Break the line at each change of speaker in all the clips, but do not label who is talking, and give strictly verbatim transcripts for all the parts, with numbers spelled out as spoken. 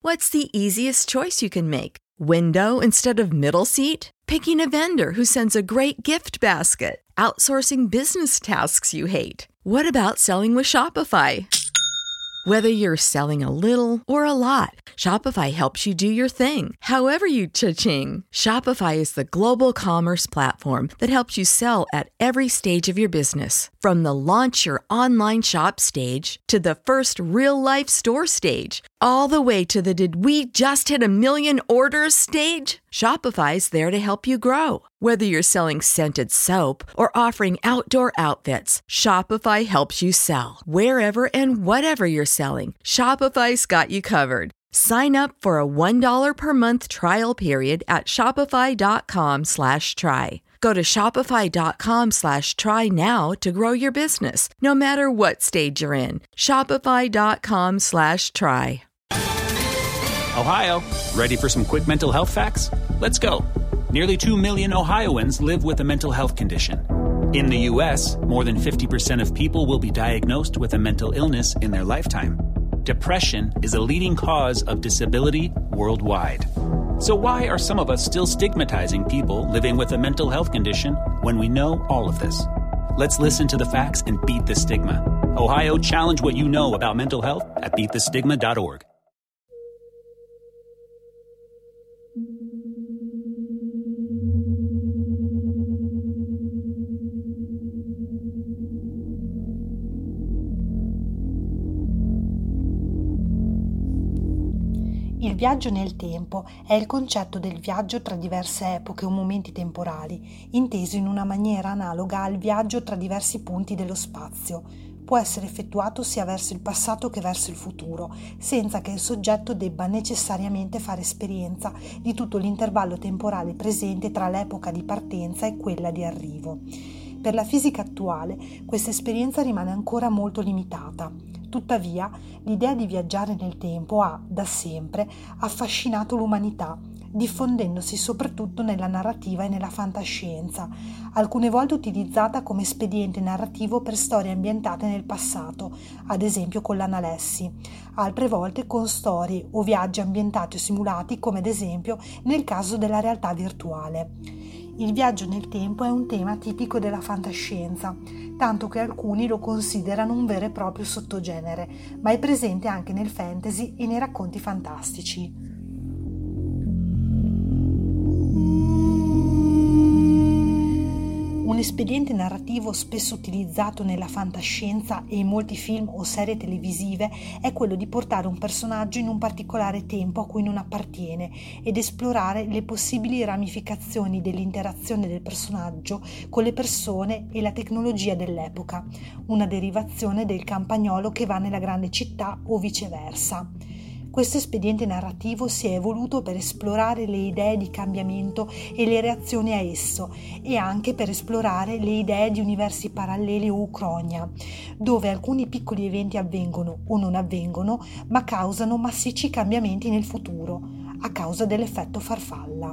What's the easiest choice you can make? Window instead of middle seat? Picking a vendor who sends a great gift basket? Outsourcing business tasks you hate? What about selling with Shopify? Whether you're selling a little or a lot, Shopify helps you do your thing, however you cha-ching. Shopify is the global commerce platform that helps you sell at every stage of your business. From the launch your online shop stage to the first real-life store stage, all the way to the did we just hit a million orders stage. Shopify's there to help you grow. Whether you're selling scented soap or offering outdoor outfits, Shopify helps you sell. Wherever and whatever you're selling, Shopify's got you covered. Sign up for a one dollar per month trial period at shopify.com slash try. Go to shopify.com slash try now to grow your business, no matter what stage you're in. Shopify.com slash try.
Ohio, ready for some quick mental health facts? Let's go. Nearly two million Ohioans live with a mental health condition. In the U S, more than fifty percent of people will be diagnosed with a mental illness in their lifetime. Depression is a leading cause of disability worldwide. So why are some of us still stigmatizing people living with a mental health condition when we know all of this? Let's listen to the facts and beat the stigma. Ohio, challenge what you know about mental health at beat the stigma dot org.
Il viaggio nel tempo è il concetto del viaggio tra diverse epoche o momenti temporali, inteso in una maniera analoga al viaggio tra diversi punti dello spazio. Può essere effettuato sia verso il passato che verso il futuro, senza che il soggetto debba necessariamente fare esperienza di tutto l'intervallo temporale presente tra l'epoca di partenza e quella di arrivo. Per la fisica attuale, questa esperienza rimane ancora molto limitata. Tuttavia, l'idea di viaggiare nel tempo ha, da sempre, affascinato l'umanità, diffondendosi soprattutto nella narrativa e nella fantascienza, alcune volte utilizzata come espediente narrativo per storie ambientate nel passato, ad esempio con l'Analessi, altre volte con storie o viaggi ambientati o simulati, come ad esempio nel caso della realtà virtuale. Il viaggio nel tempo è un tema tipico della fantascienza, tanto che alcuni lo considerano un vero e proprio sottogenere, ma è presente anche nel fantasy e nei racconti fantastici. Un espediente narrativo spesso utilizzato nella fantascienza e in molti film o serie televisive è quello di portare un personaggio in un particolare tempo a cui non appartiene ed esplorare le possibili ramificazioni dell'interazione del personaggio con le persone e la tecnologia dell'epoca, una derivazione del campagnolo che va nella grande città o viceversa. Questo espediente narrativo si è evoluto per esplorare le idee di cambiamento e le reazioni a esso e anche per esplorare le idee di universi paralleli o ucronia, dove alcuni piccoli eventi avvengono o non avvengono, ma causano massicci cambiamenti nel futuro, a causa dell'effetto farfalla.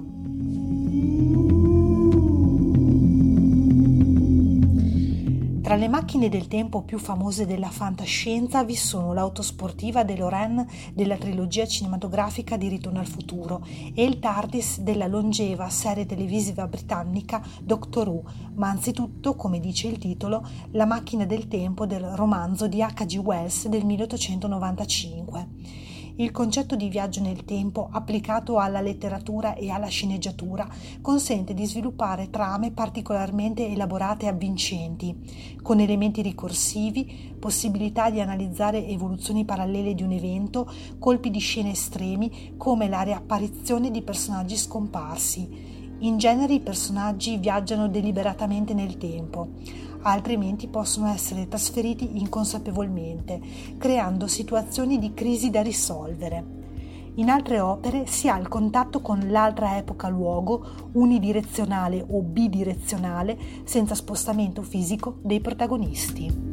Tra le macchine del tempo più famose della fantascienza vi sono l'autosportiva DeLorean della trilogia cinematografica di Ritorno al futuro e il TARDIS della longeva serie televisiva britannica Doctor Who, ma anzitutto, come dice il titolo, la macchina del tempo del romanzo di acca gi Wells del milleottocentonovantacinque. Il concetto di viaggio nel tempo applicato alla letteratura e alla sceneggiatura consente di sviluppare trame particolarmente elaborate e avvincenti, con elementi ricorsivi, possibilità di analizzare evoluzioni parallele di un evento, colpi di scena estremi come la riapparizione di personaggi scomparsi. In genere i personaggi viaggiano deliberatamente nel tempo, altrimenti possono essere trasferiti inconsapevolmente, creando situazioni di crisi da risolvere. In altre opere si ha il contatto con l'altra epoca-luogo, unidirezionale o bidirezionale, senza spostamento fisico dei protagonisti.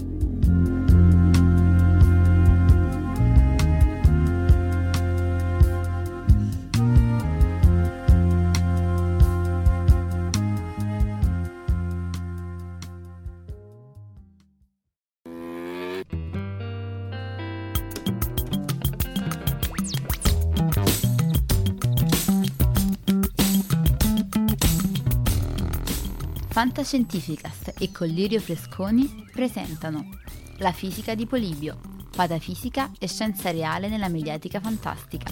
Fantascientificast e Collirio Fresconi presentano La fisica di Polibio, patafisica e scienza reale nella mediatica fantastica.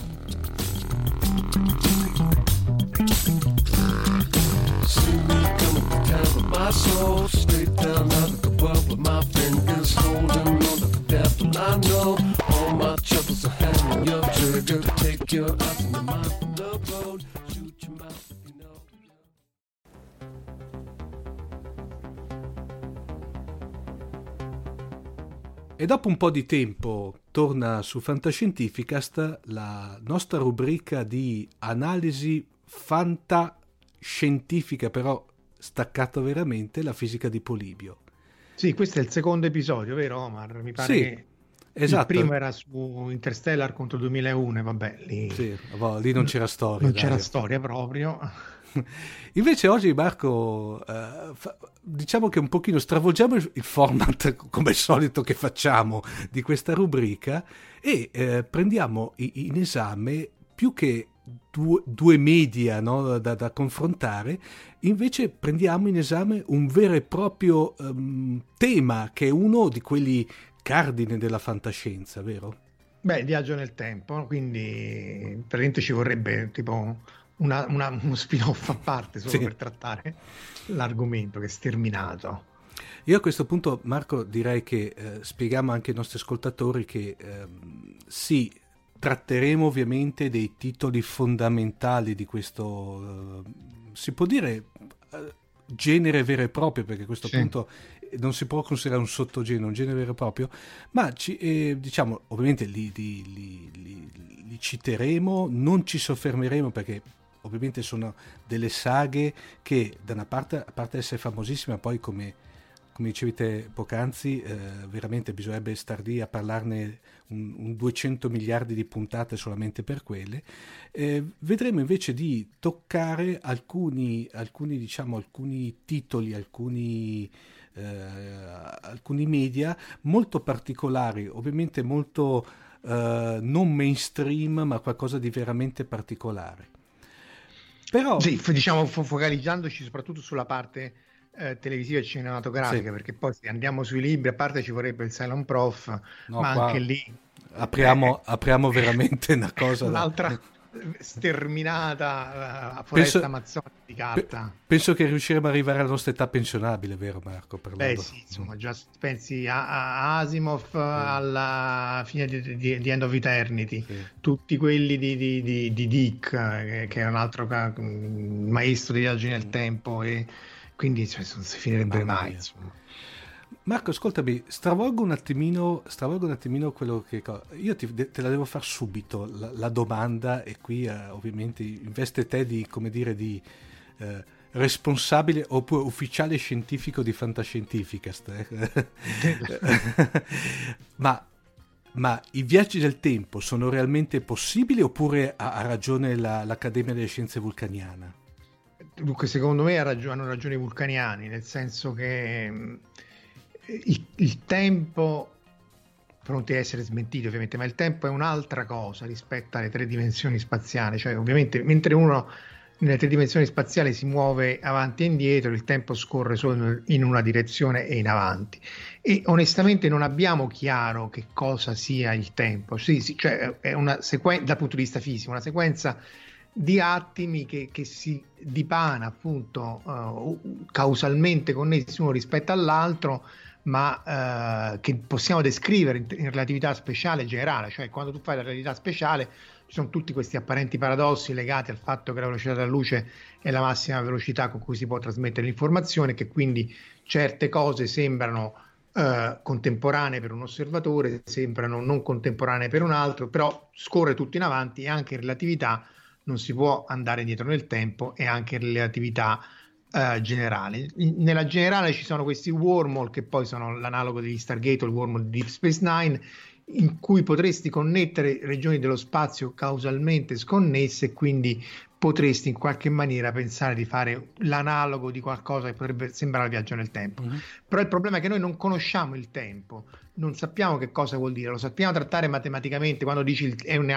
E dopo un po' di tempo torna su Fantascientificast la nostra rubrica di analisi fantascientifica, però staccato veramente, la fisica di Polibio.
Sì, questo è il secondo episodio, vero Omar? Mi pare
sì,
che
esatto.
Il primo era su Interstellar contro il duemilauno e vabbè, lì,
sì, lì non c'era storia.
Non
dai.
c'era storia proprio.
Invece oggi, Marco, eh, fa, diciamo che un pochino stravolgiamo il, il format come al solito che facciamo di questa rubrica e eh, prendiamo i, in esame più che due, due media, no, da, da confrontare, invece prendiamo in esame un vero e proprio um, tema che è uno di quelli cardine della fantascienza, vero?
Beh, il viaggio nel tempo, quindi praticamente ci vorrebbe tipo Una, una, uno spin-off a parte solo sì. per trattare l'argomento che è sterminato.
Io a questo punto, Marco, direi che eh, spieghiamo anche ai nostri ascoltatori che eh, sì, tratteremo ovviamente dei titoli fondamentali di questo, eh, si può dire, eh, genere vero e proprio, perché a questo sì. punto non si può considerare un sottogenere, un genere vero e proprio, ma ci, eh, diciamo, ovviamente li, li, li, li, li citeremo, non ci soffermeremo perché ovviamente sono delle saghe che da una parte, a parte essere famosissime, poi come, come dicevi te poc'anzi, eh, veramente bisognerebbe star lì a parlarne un, un duecento miliardi di puntate solamente per quelle. Eh, vedremo invece di toccare alcuni, alcuni, diciamo, alcuni titoli, alcuni, eh, alcuni media molto particolari, ovviamente molto eh, non mainstream, ma qualcosa di veramente particolare. Però
sì, diciamo fo- focalizzandoci soprattutto sulla parte eh, televisiva e cinematografica, sì. perché poi se andiamo sui libri, a parte ci vorrebbe il Cylon Prof,
no,
ma anche lì
apriamo,
eh,
apriamo veramente una cosa
un'altra
da...
sterminata uh, foresta penso, amazzonica di carta.
Pe- penso che riusciremo ad arrivare alla nostra età pensionabile, vero Marco?
Beh sì, insomma, già pensi a, a Asimov, sì. alla fine di, di, di End of Eternity, sì. tutti quelli di, di, di, di Dick, che, che è un altro maestro di viaggi nel tempo, e quindi cioè, non si finirebbe Mamma mai. Insomma.
Marco, ascoltami, stravolgo un attimino, stravolgo un attimino quello che... Io ti, te la devo far subito, la, la domanda, e qui eh, ovviamente investe te di, come dire, di eh, responsabile oppure ufficiale scientifico di Fantascientificast. Eh? ma, ma i viaggi del tempo sono realmente possibili oppure ha, ha ragione la, l'Accademia delle Scienze Vulcaniana?
Dunque, secondo me ha ragione, hanno ragione i vulcaniani, nel senso che... Il, il tempo, pronti a essere smentiti ovviamente, ma il tempo è un'altra cosa rispetto alle tre dimensioni spaziali, cioè ovviamente mentre uno nelle tre dimensioni spaziali si muove avanti e indietro, il tempo scorre solo in una direzione e in avanti, e onestamente non abbiamo chiaro che cosa sia il tempo. Sì, sì, cioè è una sequenza dal punto di vista fisico, una sequenza di attimi che, che si dipana appunto uh, causalmente connessi uno rispetto all'altro, ma uh, che possiamo descrivere in, in relatività speciale generale. Cioè quando tu fai la relatività speciale ci sono tutti questi apparenti paradossi legati al fatto che la velocità della luce è la massima velocità con cui si può trasmettere l'informazione, che quindi certe cose sembrano uh, contemporanee per un osservatore, sembrano non contemporanee per un altro, però scorre tutto in avanti, e anche in relatività non si può andare indietro nel tempo, e anche in relatività Uh, generale. In, nella generale ci sono questi wormhole che poi sono l'analogo degli Stargate o il wormhole di Deep Space Nine, in cui potresti connettere regioni dello spazio causalmente sconnesse, e quindi potresti in qualche maniera pensare di fare l'analogo di qualcosa che potrebbe sembrare il viaggio nel tempo. Mm-hmm. Però il problema è che noi non conosciamo il tempo, non sappiamo che cosa vuol dire, lo sappiamo trattare matematicamente. Quando dici il, è una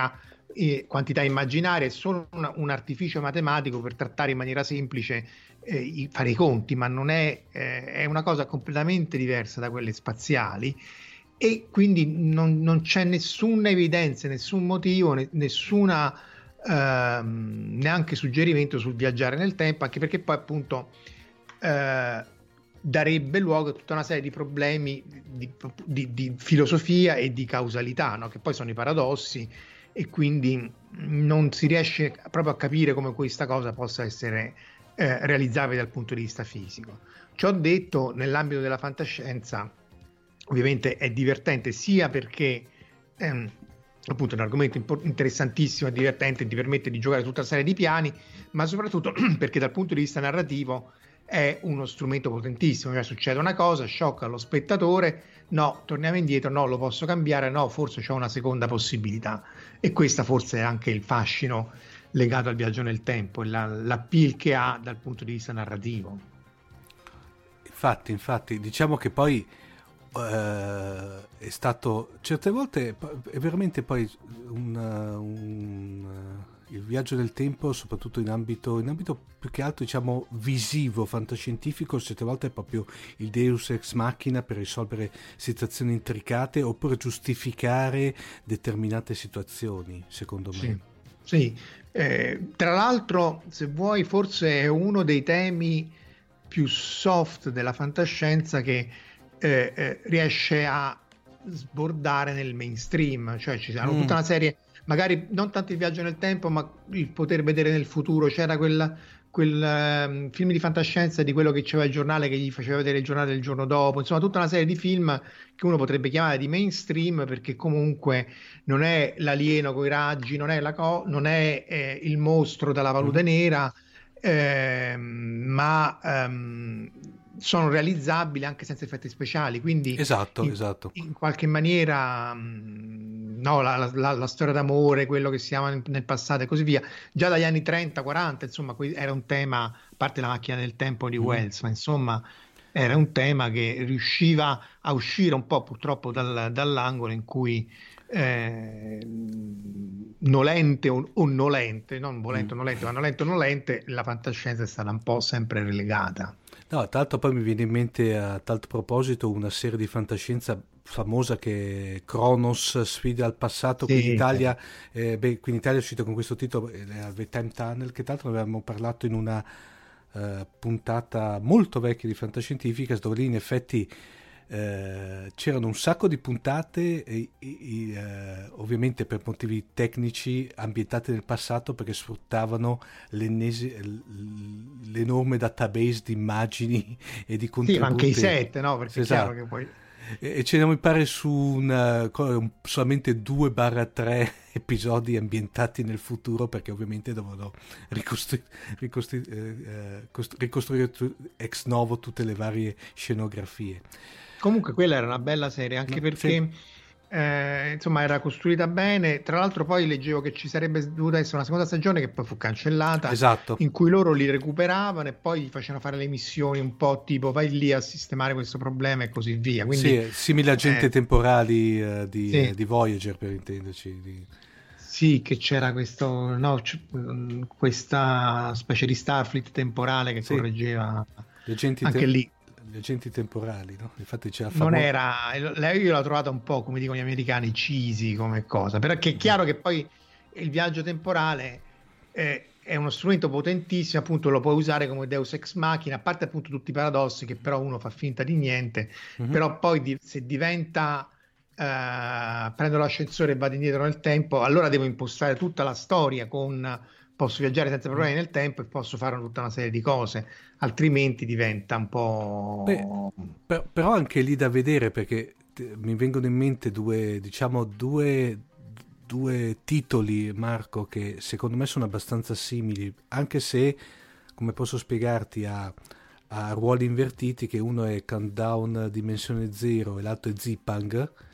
eh, quantità immaginarie, è solo un, un artificio matematico per trattare in maniera semplice, eh, i, fare i conti, ma non è, eh, è una cosa completamente diversa da quelle spaziali, e quindi non, non c'è nessuna evidenza, nessun motivo, ne, nessuna ehm, neanche suggerimento sul viaggiare nel tempo, anche perché poi appunto eh, darebbe luogo a tutta una serie di problemi di, di, di filosofia e di causalità, no? Che poi sono i paradossi, e quindi non si riesce proprio a capire come questa cosa possa essere eh, realizzabile dal punto di vista fisico. Ciò detto, nell'ambito della fantascienza ovviamente è divertente, sia perché ehm, appunto è un argomento impo- interessantissimo e divertente, ti permette di giocare tutta una serie di piani, ma soprattutto perché dal punto di vista narrativo è uno strumento potentissimo. Cioè, succede una cosa, sciocca lo spettatore, no, torniamo indietro, no, lo posso cambiare, no, forse c'è una seconda possibilità, e questa forse è anche il fascino legato al viaggio nel tempo, la, l'appeal che ha dal punto di vista narrativo.
Infatti, infatti, diciamo che poi Uh, è stato certe volte è veramente poi un, un, il viaggio nel tempo, soprattutto in ambito in ambito più che altro diciamo visivo, fantascientifico, certe volte è proprio il deus ex machina per risolvere situazioni intricate oppure giustificare determinate situazioni, secondo me.
Sì, sì. Eh, tra l'altro, se vuoi, forse è uno dei temi più soft della fantascienza che Eh, eh, riesce a sbordare nel mainstream, cioè ci saranno mm. tutta una serie, magari non tanto il viaggio nel tempo, ma il poter vedere nel futuro. C'era quel, quel um, film di fantascienza di quello che c'era il giornale che gli faceva vedere il giornale del giorno dopo, insomma tutta una serie di film che uno potrebbe chiamare di mainstream, perché comunque non è l'alieno coi raggi, non è, la co- non è eh, il mostro dalla palude mm. nera, eh, ma um, sono realizzabili anche senza effetti speciali, quindi
esatto,
in,
esatto.
in qualche maniera no, la, la, la storia d'amore, quello che si ama nel passato e così via, già dagli anni trenta quaranta, insomma, era un tema, a parte La macchina del tempo di mm. Wells, ma insomma era un tema che riusciva a uscire un po' purtroppo dal, dall'angolo in cui eh, nolente o, o nolente, non volente o nolente, ma nolente o nolente, la fantascienza è stata un po' sempre relegata.
No, tra l'altro poi mi viene in mente a tal proposito una serie di fantascienza famosa che è Cronos, Sfida al passato,
sì,
qui in Italia, eh, beh, qui in Italia è uscito con questo titolo, eh, The Time Tunnel, che tra l'altro ne avevamo parlato in una uh, puntata molto vecchia di Fantascientificas, dove lì in effetti Uh, c'erano un sacco di puntate e, e, e, uh, ovviamente per motivi tecnici ambientate nel passato, perché sfruttavano l'enorme database di immagini e di contenuti.
Sì, ma anche i set, no? Perché
esatto.
È chiaro che poi...
e, e ce ne mi pare su una, solamente due barra tre episodi ambientati nel futuro, perché ovviamente dovevano ricostru- ricostru- eh, costru- ricostruire tu- ex novo tutte le varie scenografie.
Comunque quella era una bella serie, anche no, perché sì. eh, insomma era costruita bene. Tra l'altro poi leggevo che ci sarebbe dovuta essere una seconda stagione che poi fu cancellata,
esatto.
in cui loro li recuperavano e poi gli facevano fare le missioni un po' tipo vai lì a sistemare questo problema e così via. Quindi,
sì, simili agenti
eh,
temporali uh, di,
sì.
uh, di Voyager, per intenderci. Di...
Sì, che c'era questo, no, c- questa specie di Starfleet temporale che sì. correggeva
anche
te- lì.
Gli agenti temporali, no? Infatti c'era
non
famo-
era, io l'ho trovata un po', come dicono gli americani, cheesy come cosa, perché è chiaro che poi il viaggio temporale eh, è uno strumento potentissimo, appunto lo puoi usare come Deus ex machina, a parte appunto tutti i paradossi che però uno fa finta di niente, mm-hmm. però poi di, se diventa eh, prendo l'ascensore e vado indietro nel tempo, allora devo impostare tutta la storia con posso viaggiare senza problemi nel tempo e posso fare tutta una serie di cose, altrimenti diventa un po'...
Beh, per, però anche lì da vedere, perché mi vengono in mente due, diciamo, due, due titoli, Marco, che secondo me sono abbastanza simili, anche se, come posso spiegarti, ha, ha ruoli invertiti, che uno è Countdown Dimensione Zero e l'altro è Zipang,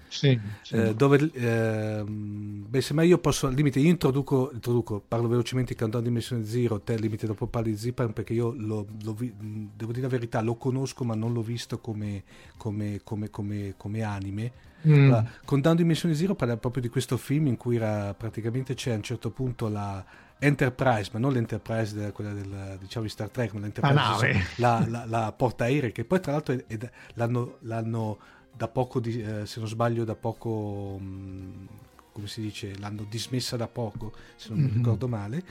sì, sì.
Eh, dove eh, beh, semmai io posso al limite io introduco, introduco parlo velocemente di Countdown Dimension Zero, te al limite dopo parli di Zypang, perché io lo, lo vi, devo dire la verità, lo conosco ma non l'ho visto come, come, come, come, come anime. Mm. Allora, Countdown Dimension Zero parla proprio di questo film in cui era, praticamente c'è a un certo punto la Enterprise, ma non l'Enterprise della, quella del, diciamo di Star Trek, ma l'Enterprise, la, la, la portaerei, che poi tra l'altro è, è, l'hanno, l'hanno da poco, di, eh, se non sbaglio da poco, mh, come si dice, l'hanno dismessa da poco, se non mm-hmm. mi ricordo male,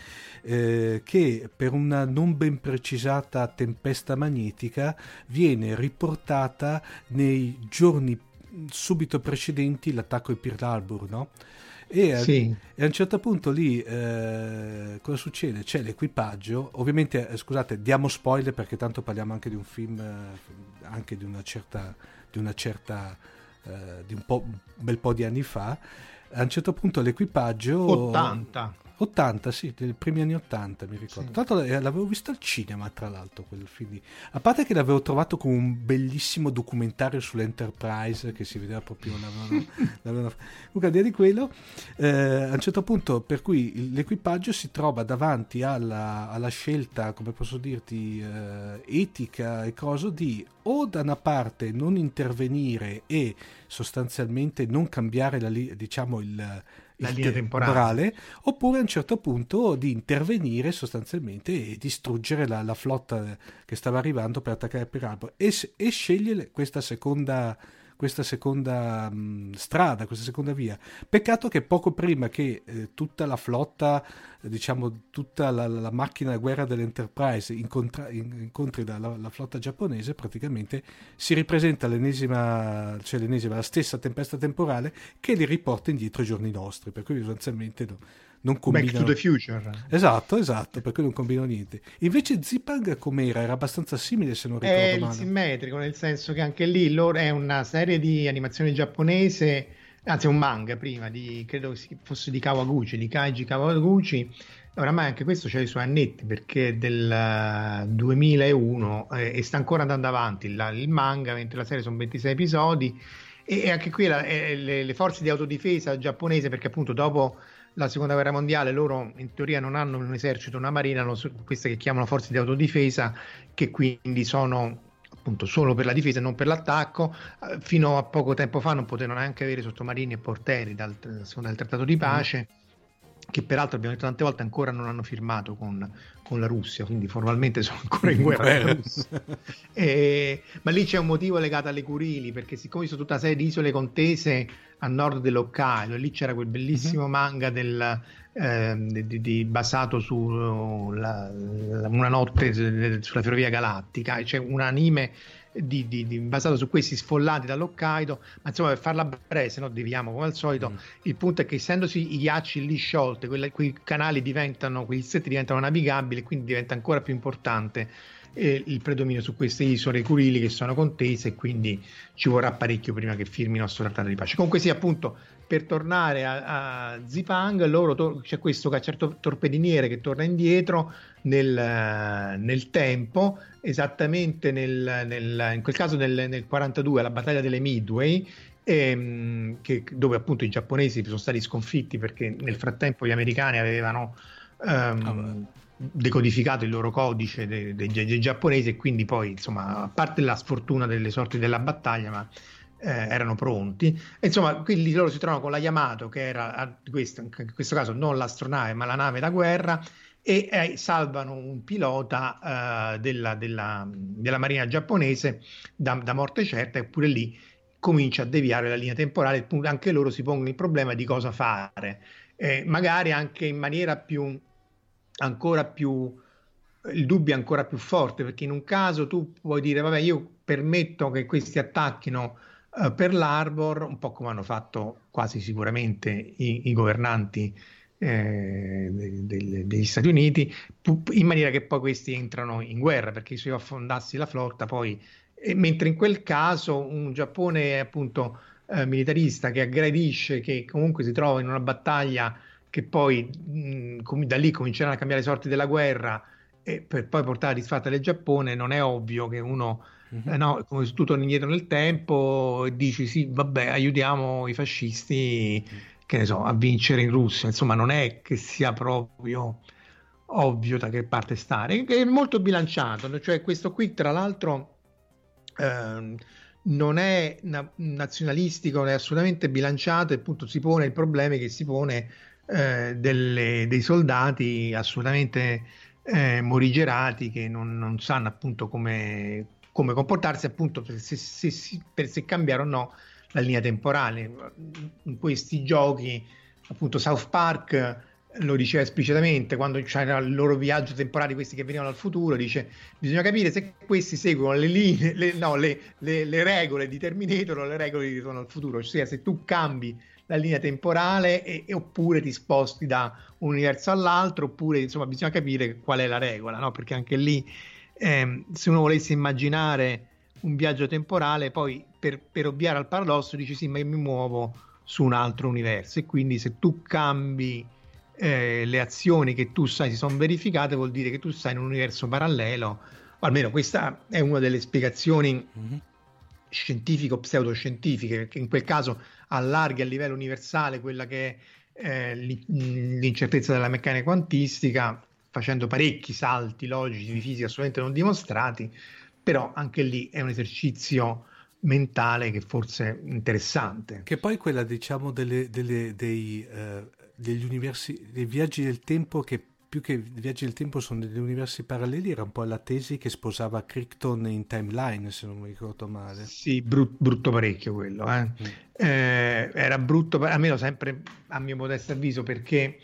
eh, che per una non ben precisata tempesta magnetica viene riportata nei giorni subito precedenti l'attacco di Pearl Harbor, no? E, sì. e a un certo punto lì eh, cosa succede? C'è l'equipaggio, ovviamente eh, scusate, diamo spoiler perché tanto parliamo anche di un film eh, anche di una certa di una certa eh, di un po' un bel po' di anni fa. A un certo punto l'equipaggio
ottanta
ottanta, sì, dei primi anni ottanta mi ricordo. Sì. Tra l'altro l'avevo visto al cinema, tra l'altro quel film lì. A parte che l'avevo trovato come un bellissimo documentario sull'Enterprise, che si vedeva proprio l'avevano, l'avevano... comunque al di là di quello, eh, a un certo punto per cui l'equipaggio si trova davanti alla, alla scelta, come posso dirti, eh, etica e coso di o da una parte non intervenire e sostanzialmente non cambiare la, diciamo il
la linea temporale,
oppure a un certo punto di intervenire sostanzialmente e distruggere la, la flotta che stava arrivando per attaccare Pearl Harbor, e, e sceglie questa seconda questa seconda mh, strada, questa seconda via. Peccato che poco prima che eh, tutta la flotta, eh, diciamo tutta la, la macchina da guerra dell'Enterprise incontra, in, incontri la, la, la flotta giapponese, praticamente si ripresenta l'ennesima, cioè l'ennesima, la stessa tempesta temporale che li riporta indietro ai giorni nostri, per cui sostanzialmente no, non combinano.
Back to the Future.
Esatto, esatto, per cui non combino niente. Invece Zypang com'era? Era abbastanza simile, se non ricordo
è
male.
È simmetrico, nel senso che anche lì loro è una serie di animazione giapponese, anzi un manga prima, di, credo fosse di Kawaguchi, di Kaiji Kawaguchi. Oramai anche questo c'ha i suoi annetti, perché è del duemilauno eh, e sta ancora andando avanti la, il manga, mentre la serie sono ventisei episodi. E, e anche qui la, eh, le, le forze di autodifesa giapponese, perché appunto dopo la seconda guerra mondiale loro in teoria non hanno un esercito, una marina, hanno queste che chiamano forze di autodifesa, che quindi sono appunto solo per la difesa e non per l'attacco. Fino a poco tempo fa non potevano neanche avere sottomarini e portieri dal, secondo il trattato di pace, mm. che peraltro abbiamo detto tante volte ancora non hanno firmato con, con la Russia, quindi formalmente sono ancora in guerra con la Russia. E, ma lì c'è un motivo legato alle Kurili, perché siccome ci sono tutta una serie di isole contese a nord dell'Hokkaido, lì c'era quel bellissimo uh-huh. manga del, eh, di, di, basato su la, la, una notte sulla ferrovia galattica, c'è un anime Di, di, di, basato su questi sfollati dall'Hokkaido, ma insomma per farla breve, se no deviamo come al solito. Mm. Il punto è che essendosi i ghiacci lì sciolte, quelle, quei canali diventano, quegli stretti diventano navigabili, quindi diventa ancora più importante eh, il predominio su queste isole Kurili che sono contese, e quindi ci vorrà parecchio prima che firmino il trattato di pace. Comunque sì, appunto, per tornare a, a Zypang, loro to- c'è questo cacciator- torpediniere che torna indietro nel, nel tempo, esattamente nel, nel, in quel caso nel, nel quarantadue, alla battaglia delle Midway, ehm, che, dove appunto i giapponesi sono stati sconfitti perché nel frattempo gli americani avevano ehm, decodificato il loro codice dei, dei, dei giapponesi, e quindi poi insomma, a parte la sfortuna delle sorti della battaglia, ma Eh, erano pronti. E, insomma, quindi loro si trovano con la Yamato, che era questo, in questo caso non l'astronave ma la nave da guerra, e eh, salvano un pilota eh, della, della, della marina giapponese da, da morte certa, eppure lì comincia a deviare la linea temporale. Anche loro si pongono il problema di cosa fare, eh, magari anche in maniera più ancora più il dubbio è ancora più forte, perché in un caso tu puoi dire vabbè, io permetto che questi attacchino Uh, per l'Harbor, un po' come hanno fatto quasi sicuramente i, i governanti eh, de, de, degli Stati Uniti, pu- in maniera che poi questi entrano in guerra, perché se io affondassi la flotta poi, e mentre in quel caso un Giappone appunto eh, militarista che aggredisce, che comunque si trova in una battaglia che poi mh, com- da lì cominceranno a cambiare le sorti della guerra, e per poi portare a disfatta del Giappone, non è ovvio che uno mm-hmm. eh, no, come se tu torni indietro nel tempo e dici sì, vabbè, aiutiamo i fascisti, mm. che ne so, a vincere in Russia. Insomma, non è che sia proprio ovvio da che parte stare, è molto bilanciato, cioè questo qui tra l'altro eh, non è na- nazionalistico, è assolutamente bilanciato, e appunto si pone il problema che si pone eh, delle, dei soldati assolutamente eh, morigerati che non, non sanno appunto come, come comportarsi, appunto per se, se, se, per se cambiare o no la linea temporale. In questi giochi appunto South Park lo diceva esplicitamente quando c'era il loro viaggio temporale, questi che venivano dal futuro, dice bisogna capire se questi seguono le linee, le, no, le, le, le regole di Terminator o le regole di Ritorno al futuro, ossia se tu cambi la linea temporale e, e oppure ti sposti da un universo all'altro, oppure insomma bisogna capire qual è la regola, no? Perché anche lì ehm, se uno volesse immaginare un viaggio temporale, poi per, per ovviare al paradosso dici sì, ma io mi muovo su un altro universo, e quindi se tu cambi Eh, le azioni che tu sai si sono verificate, vuol dire che tu stai in un universo parallelo, o almeno questa è una delle spiegazioni mm-hmm. scientifico pseudoscientifiche, perché in quel caso allarghi a livello universale quella che è eh, l'incertezza della meccanica quantistica, facendo parecchi salti logici di fisica assolutamente non dimostrati, però anche lì è un esercizio mentale che forse è interessante.
Che poi quella, diciamo, delle, delle, dei, uh, degli universi, dei viaggi del tempo, che più che viaggi del tempo sono degli universi paralleli, era un po' la tesi che sposava Crichton in Timeline, se non mi ricordo male.
Sì, brut, brutto parecchio quello. Eh. Mm. Eh, era brutto, almeno sempre a mio modesto avviso, perché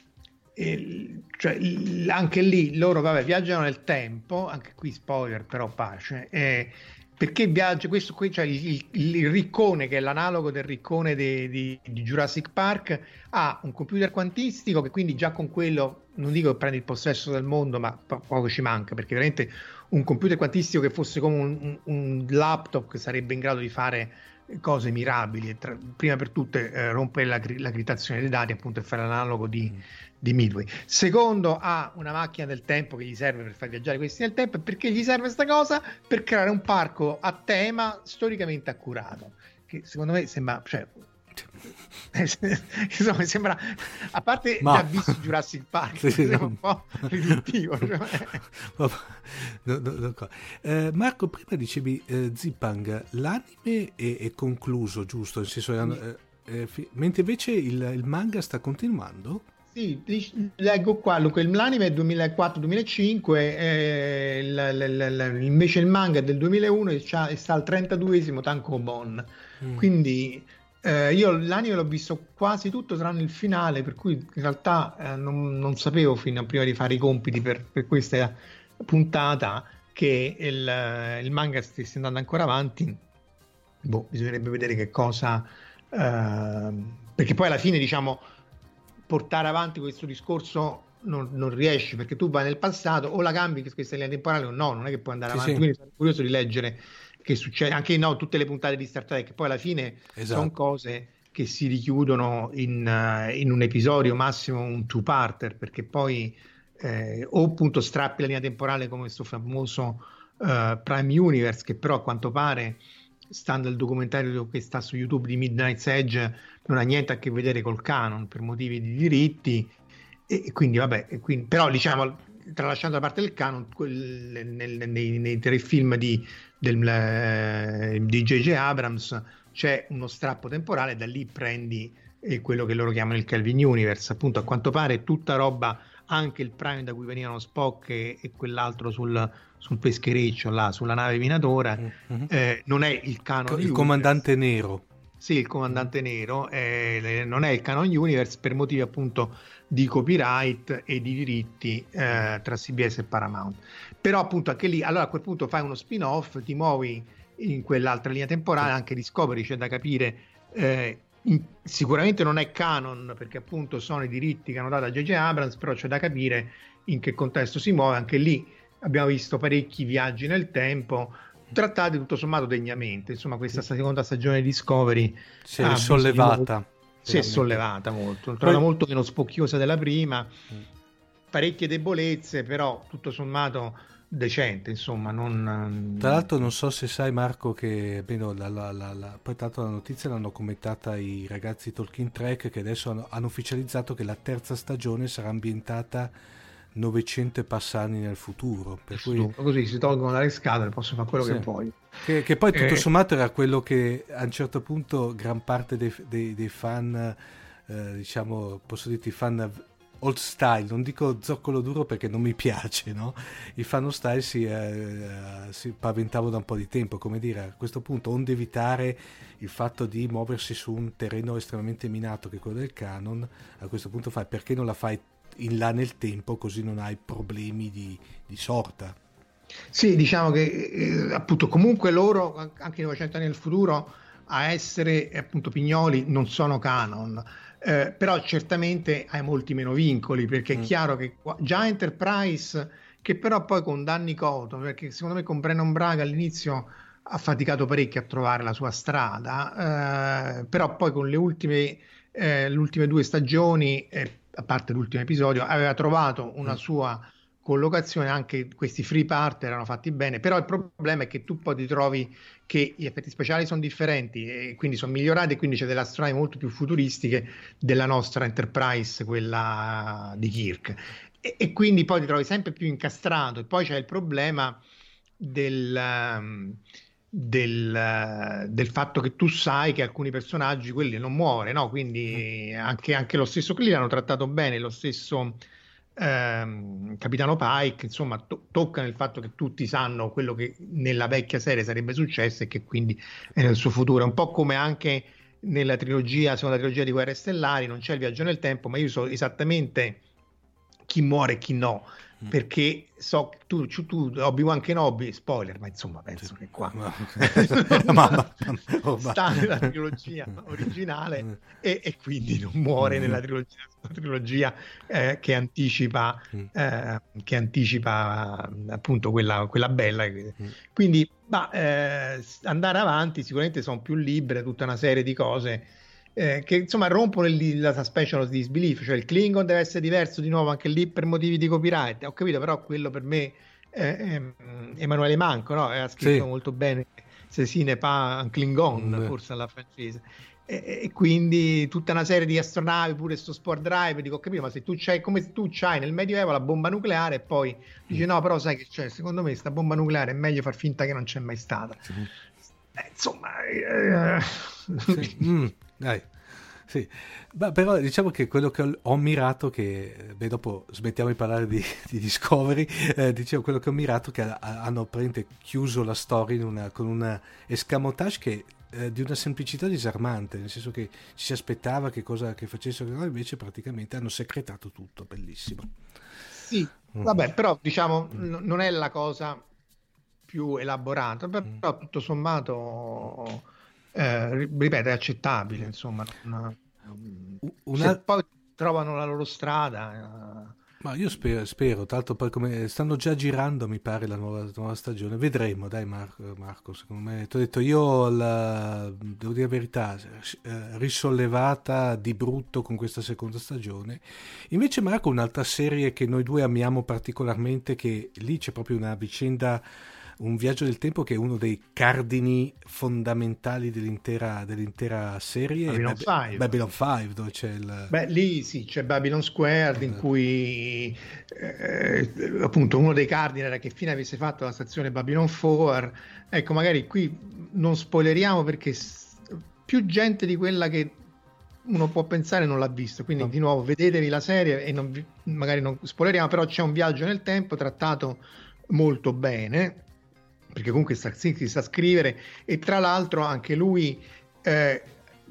eh, cioè, anche lì loro vabbè, viaggiano nel tempo, anche qui spoiler, però pace, eh, perché viaggia questo qui, cioè il, il, il riccone, che è l'analogo del riccone di, di, di Jurassic Park, ha un computer quantistico che quindi già con quello, non dico che prende il possesso del mondo, ma po- poco ci manca, perché veramente un computer quantistico che fosse come un, un, un laptop che sarebbe in grado di fare cose mirabili, e tra, prima per tutte eh, rompere la, la criptazione dei dati, appunto, e fare l'analogo di, di Midway. Secondo, ha una macchina del tempo che gli serve per far viaggiare questi nel tempo. E perché gli serve sta cosa? Per creare un parco a tema storicamente accurato, che secondo me sembra, cioè, insomma, sembra, a parte
ma...
già visto Jurassic Park, sì, sì, sembra un po' riduttivo, cioè.
no, no, no. Eh, Marco, prima dicevi eh, Zipang, l'anime è, è concluso, giusto? Nel senso, eh, eh, fi- mentre invece il, il manga sta continuando?
Sì, leggo qua, l'anime è duemilaquattro duemilacinque, eh, il, il, il, invece il manga è del duemilauno e sta al trentaduesimo tankobon, mm. quindi eh, io l'anime l'ho visto quasi tutto tranne il finale, per cui in realtà eh, non, non sapevo fino a prima di fare i compiti per, per questa puntata che il, il manga stesse andando ancora avanti. Boh, bisognerebbe vedere che cosa, eh, perché poi alla fine, diciamo, portare avanti questo discorso non, non riesci, perché tu vai nel passato, o la cambi che questa linea temporale o no, non è che puoi andare sì, avanti, sì. Quindi sono curioso di leggere che succede, anche no, tutte le puntate di Star Trek, poi alla fine esatto. sono cose che si richiudono in, uh, in un episodio, massimo un two-parter, perché poi eh, o appunto strappi la linea temporale come questo famoso uh, Prime Universe, che però a quanto pare, stando al documentario che sta su YouTube di Midnight's Edge, non ha niente a che vedere col canon per motivi di diritti, e, e quindi vabbè, e quindi, però diciamo, tralasciando la parte del canon, quel, nel, nei, nei tre film di del, eh, di J J Abrams c'è uno strappo temporale, da lì prendi eh, quello che loro chiamano il Kelvin Universe, appunto. A quanto pare tutta roba, anche il Prime da cui venivano Spock e, e quell'altro sul, sul peschereccio là, sulla nave minatora, mm-hmm. eh, non è il canon,
il comandante nero.
Sì, il comandante nero eh, non è il canon universe per motivi appunto di copyright e di diritti eh, tra C B S e Paramount. Però appunto anche lì, allora a quel punto fai uno spin-off, ti muovi in quell'altra linea temporale, anche Discovery c'è da capire, eh, in, sicuramente non è canon perché appunto sono i diritti che hanno dato a J J Abrams, però c'è da capire in che contesto si muove. Anche lì abbiamo visto parecchi viaggi nel tempo, trattati tutto sommato degnamente. Insomma, questa seconda stagione di Discovery
si è sollevata,
si è sollevata molto, torna molto meno spocchiosa della prima, parecchie debolezze, però tutto sommato decente, insomma. Non...
Tra l'altro non so se sai, Marco, che almeno la, la, la, la, poi tanto la notizia l'hanno commentata i ragazzi Talking Track, che adesso hanno, hanno ufficializzato che la terza stagione sarà ambientata novecento e passani nel futuro, per cui
così si tolgono dalle scatole, posso fare quello sì. che voglio,
che, che poi tutto
eh...
sommato era quello che a un certo punto gran parte dei, dei, dei fan, eh, diciamo, posso dirti fan old style, non dico zoccolo duro perché non mi piace, no? I fan old style si, eh, si paventavano da un po' di tempo, come dire, a questo punto onde evitare il fatto di muoversi su un terreno estremamente minato che è quello del canon, a questo punto fai, perché non la fai in là nel tempo, così non hai problemi di, di sorta.
Sì, diciamo che eh, appunto comunque loro, anche novecento anni nel futuro, a essere appunto Pignoli, non sono canon, eh, però certamente hai molti meno vincoli, perché mm. è chiaro che già Enterprise, che però poi con Danny Coton, perché secondo me con Brennan Braga all'inizio ha faticato parecchio a trovare la sua strada, eh, però poi con le ultime, eh, le ultime due stagioni, eh, a parte l'ultimo episodio, aveva trovato una sua collocazione, anche questi free part erano fatti bene, però il problema è che tu poi ti trovi che gli effetti speciali sono differenti e quindi sono migliorati, e quindi c'è delle astronavi molto più futuristiche della nostra Enterprise, quella di Kirk, e, e quindi poi ti trovi sempre più incastrato, e poi c'è il problema del... Um, Del, del fatto che tu sai che alcuni personaggi, quelli non muore, no? Quindi anche, anche lo stesso Clee l'hanno trattato bene, lo stesso ehm, Capitano Pike, insomma, to- tocca nel fatto che tutti sanno quello che nella vecchia serie sarebbe successo e che quindi è nel suo futuro. È un po' come anche nella trilogia, seconda trilogia di Guerre Stellari, non c'è il viaggio nel tempo, ma io so esattamente chi muore e chi no, perché so che tu, tu Obi-Wan Kenobi, spoiler, ma insomma penso che qua sta nella trilogia originale e, e quindi non muore nella trilogia, trilogia eh, che anticipa eh, che anticipa appunto quella, quella bella, quindi ma, eh, andare avanti sicuramente sono più libere, tutta una serie di cose Eh, che insomma rompono il, la suspension of disbelief, cioè il Klingon deve essere diverso di nuovo anche lì per motivi di copyright, ho capito, però quello per me eh, eh, Emanuele Manco, no? Ha scritto sì. molto bene Se si ne pa un Klingon, mm. forse alla francese, e, e quindi tutta una serie di astronavi, pure sto Spore Drive, dico ho capito, ma se tu c'hai, come tu c'hai nel Medioevo la bomba nucleare e poi dici no, però sai che c'è, secondo me sta bomba nucleare è meglio far finta che non c'è mai stata. Sì. Eh, insomma eh,
sì. mm. Dai, sì, ma però diciamo che quello che ho, ho mirato, che beh, dopo smettiamo di parlare di, di Discovery, eh, dicevo quello che ho mirato che ha, hanno praticamente chiuso la storia in una, con un escamotage che eh, di una semplicità disarmante, nel senso che ci si aspettava che cosa che facessero, no, invece praticamente hanno secretato tutto, bellissimo.
Sì, mm. vabbè, però diciamo mm. n- non è la cosa più elaborata, però mm. tutto sommato... Eh, ripeto, è accettabile, insomma. Una, una... Se poi trovano la loro strada. Eh...
Ma io spero, spero, tanto poi come stanno già girando, mi pare, la nuova, la nuova stagione. Vedremo, dai, Marco, Marco secondo me. Ti ho detto, io la, devo dire la verità, eh, risollevata di brutto con questa seconda stagione. Invece, Marco, un'altra serie che noi due amiamo particolarmente, che lì c'è proprio una vicenda, un viaggio del tempo che è uno dei cardini fondamentali dell'intera, dell'intera serie.
Babylon
Bab-
cinque.
Babylon cinque, dove c'è il...
Beh, lì sì, c'è Babylon Squared, in cui eh, appunto uno dei cardini era che fine avesse fatto la stazione Babylon quattro. Ecco, magari qui non spoileriamo perché più gente di quella che uno può pensare non l'ha visto, quindi no. Di nuovo vedetevi la serie e non vi, magari non spoileriamo, però c'è un viaggio nel tempo trattato molto bene, perché comunque sta, si sa scrivere, e tra l'altro anche lui eh,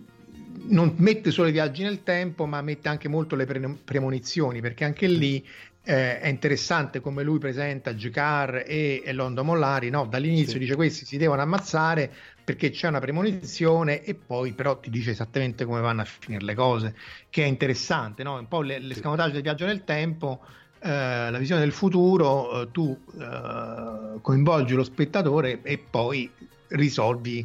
non mette solo i viaggi nel tempo, ma mette anche molto le pre- premonizioni, perché anche lì eh, è interessante come lui presenta G'Kar e, e Londo Mollari, no? Dall'inizio sì. Dice questi si devono ammazzare perché c'è una premonizione, e poi però ti dice esattamente come vanno a finire le cose, che è interessante, no? Un po' le, l'escamotage del viaggio nel tempo. Uh, la visione del futuro, uh, tu uh, coinvolgi lo spettatore e poi risolvi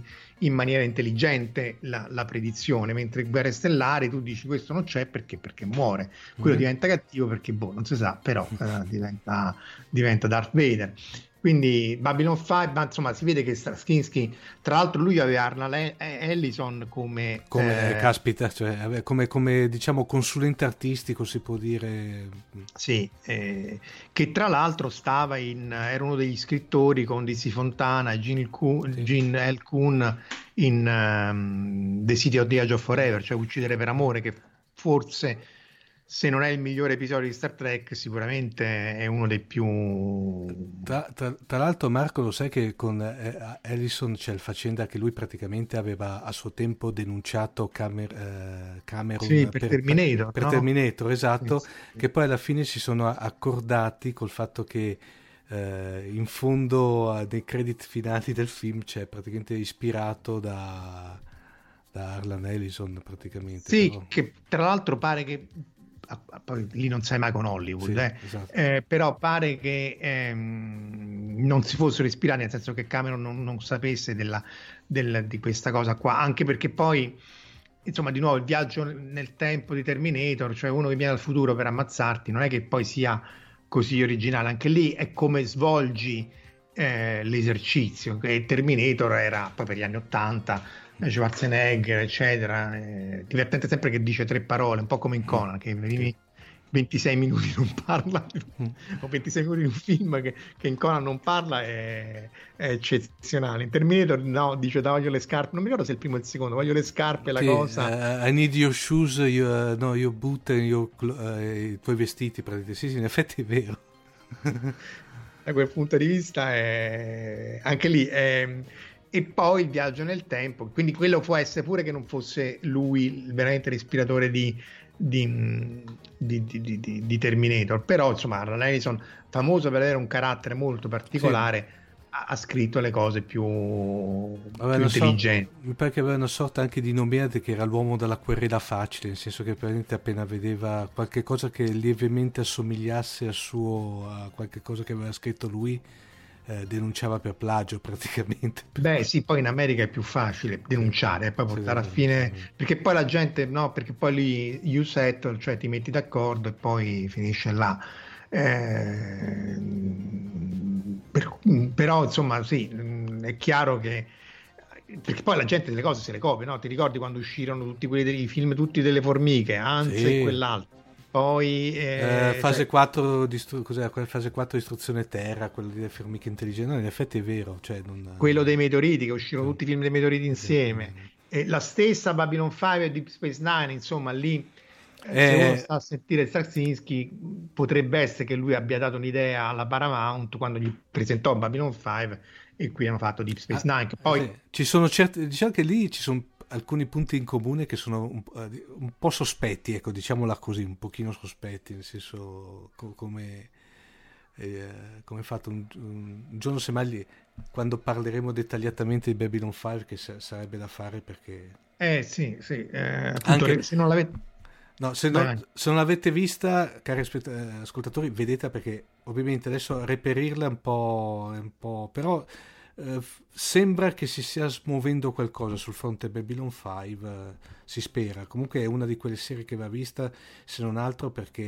in maniera intelligente la, la predizione, mentre Guerre Stellari tu dici questo non c'è perché, perché muore, quello mm-hmm. diventa cattivo perché boh, non si sa, però eh, diventa, diventa Darth Vader. Quindi Babylon cinque, ma insomma si vede che Straczynski, tra l'altro lui aveva Arnold Ellison come...
come
eh,
caspita, cioè, come, come diciamo consulente artistico si può dire.
Sì, eh, che tra l'altro stava in, era uno degli scrittori con Dizzy Fontana e Gene, sì. Gene L. Kuhn in um, The City of the Age of Forever, cioè Uccidere per amore, che forse... se non è il migliore episodio di Star Trek, sicuramente è uno dei più...
Tra, tra, tra l'altro, Marco, lo sai che con eh, Ellison c'è il faccenda che lui praticamente aveva a suo tempo denunciato Camer, eh, Cameron
sì, per, per Terminator,
per,
no?
per Terminator, esatto,
sì, sì.
Che poi alla fine si sono accordati col fatto che eh, in fondo dei credit finali del film c'è praticamente ispirato da, da Harlan Ellison, praticamente.
Sì,
però...
che tra l'altro pare che... poi lì non sai mai con Hollywood,
sì,
eh.
esatto.
Eh, però pare che ehm, non si fossero ispirati, nel senso che Cameron non, non sapesse della, del, di questa cosa qua, anche perché poi insomma di nuovo il viaggio nel tempo di Terminator, cioè uno che viene dal futuro per ammazzarti, non è che poi sia così originale, anche lì è come svolgi eh, l'esercizio, che Terminator era poi per gli anni ottanta, Schwarzenegger eccetera, eh, divertente sempre che dice tre parole, un po' come in Conan, che nei primi ventisei minuti non parla, o ventisei minuti di un film che, che in Conan non parla è, è eccezionale. In Terminator no, dice da voglio le scarpe, non mi ricordo se è il primo o il secondo, voglio le scarpe, la
sì,
cosa
uh, I need your shoes, you, uh, no, your boot and your, uh, i tuoi vestiti, praticamente. Sì, sì, in effetti è vero.
Da quel punto di vista è... anche lì è... E poi il viaggio nel tempo, quindi quello può essere pure che non fosse lui veramente l'ispiratore di, di, di, di, di, di Terminator, però insomma Harlan Ellison, famoso per avere un carattere molto particolare, sì. ha, ha scritto le cose più, più intelligenti.
So, mi pare che aveva una sorta anche di Nomeade, che era l'uomo della querela facile, nel senso che praticamente appena vedeva qualche cosa che lievemente assomigliasse a suo a qualche cosa che aveva scritto lui, Eh, denunciava per plagio praticamente.
Beh sì, poi in America è più facile denunciare e poi portare sì, a fine sì. Perché poi la gente no, perché poi lì you settle, cioè ti metti d'accordo e poi finisce là, eh, per, però insomma sì, è chiaro che perché poi la gente delle cose se le copia, no? Ti ricordi quando uscirono tutti quelli dei film tutti delle formiche, Hans sì. e quell'altro. Poi
eh, eh, fase, cioè... quattro di istru- cos'è? Fase quattro di istruzione terra, quello delle formiche intelligenti, no, in effetti è vero, cioè non...
quello dei meteoriti, che uscirono tutti i film dei meteoriti insieme, e la stessa Babylon cinque e Deep Space Nine, insomma lì eh, se uno sta a sentire Straczynski potrebbe essere che lui abbia dato un'idea alla Paramount quando gli presentò Babylon cinque e qui hanno fatto Deep Space Nine, che poi
sì. ci sono certi, diciamo che lì ci sono alcuni punti in comune che sono un, un po' sospetti, ecco, diciamola così, un pochino sospetti, nel senso co- come eh, come è fatto un, un giorno semmai quando parleremo dettagliatamente di Babylon cinque, che sa- sarebbe da fare perché
eh sì sì eh,
anche
se non l'avete
no, se, non, se non l'avete vista, cari ascoltatori, vedete, perché ovviamente adesso reperirla è un po', è un po' però Uh, sembra che si stia smuovendo qualcosa sul fronte Babylon cinque, uh, si spera. Comunque è una di quelle serie che va vista, se non altro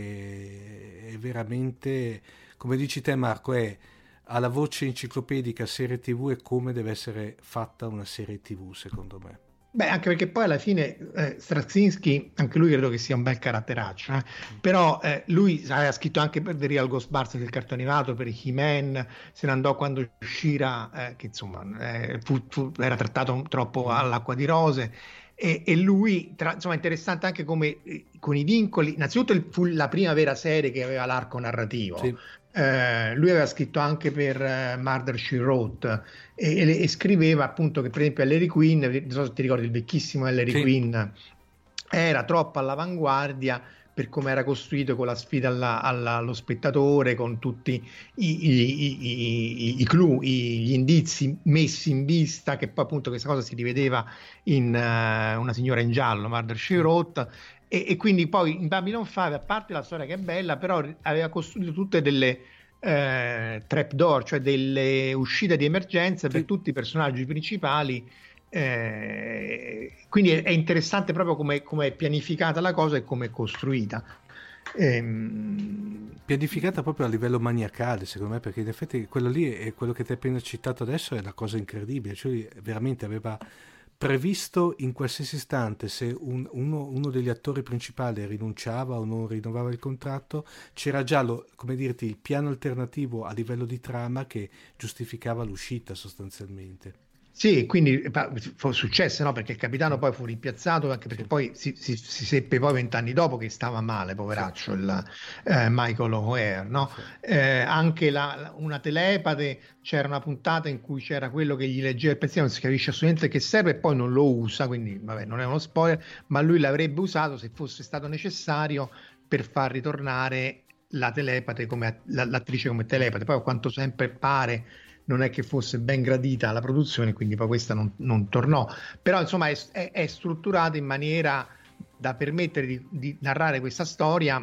perché è veramente, come dici te Marco, è alla voce enciclopedica serie tv e come deve essere fatta una serie tv, secondo me.
Beh, anche perché poi alla fine eh, Straczynski, anche lui credo che sia un bel caratteraccio, eh? Però eh, lui aveva scritto anche per The Real Ghostbusters, il cartone animato, per He-Man, se ne andò quando uscirà, eh, che insomma eh, fu, fu, era trattato troppo all'acqua di rose, e, e lui, tra, insomma, interessante anche come eh, con i vincoli, innanzitutto il, fu la prima vera serie che aveva l'arco narrativo. Sì. Eh, lui aveva scritto anche per uh, Murder, She Wrote e, e, e scriveva appunto che per esempio Ellery Queen, non so se ti ricordi il vecchissimo Ellery sì. Queen, era troppo all'avanguardia per come era costruito, con la sfida alla, alla, allo spettatore, con tutti i, i, i, i, i clou, i, gli indizi messi in vista, che poi appunto questa cosa si rivedeva in uh, Una signora in giallo, Murder, She Wrote. E, e quindi poi in Babylon cinque, a parte la storia che è bella, però aveva costruito tutte delle eh, trapdoor, cioè delle uscite di emergenza per sì. tutti i personaggi principali, Eh, quindi è, è interessante proprio come è pianificata la cosa e come è costruita. Ehm...
Pianificata proprio a livello maniacale, secondo me, perché in effetti quello lì è quello che ti hai appena citato adesso, è una cosa incredibile, cioè veramente aveva previsto in qualsiasi istante, se un, uno, uno degli attori principali rinunciava o non rinnovava il contratto, c'era già lo, come dirti, il piano alternativo a livello di trama che giustificava l'uscita sostanzialmente.
Sì, quindi fu successo, no? Perché il capitano poi fu rimpiazzato, anche perché sì. poi si, si, si seppe poi vent'anni dopo che stava male, poveraccio, sì. il, eh, Michael O'Hare, no? Sì. Eh, anche la, una telepate, c'era una puntata in cui c'era quello che gli leggeva il pensiero, non si capisce assolutamente che serve e poi non lo usa, quindi vabbè, non è uno spoiler, ma lui l'avrebbe usato se fosse stato necessario per far ritornare la telepate come l'attrice come telepate. Poi a quanto sempre pare non è che fosse ben gradita alla produzione, quindi poi questa non, non tornò, però insomma è, è, è strutturata in maniera da permettere di, di narrare questa storia,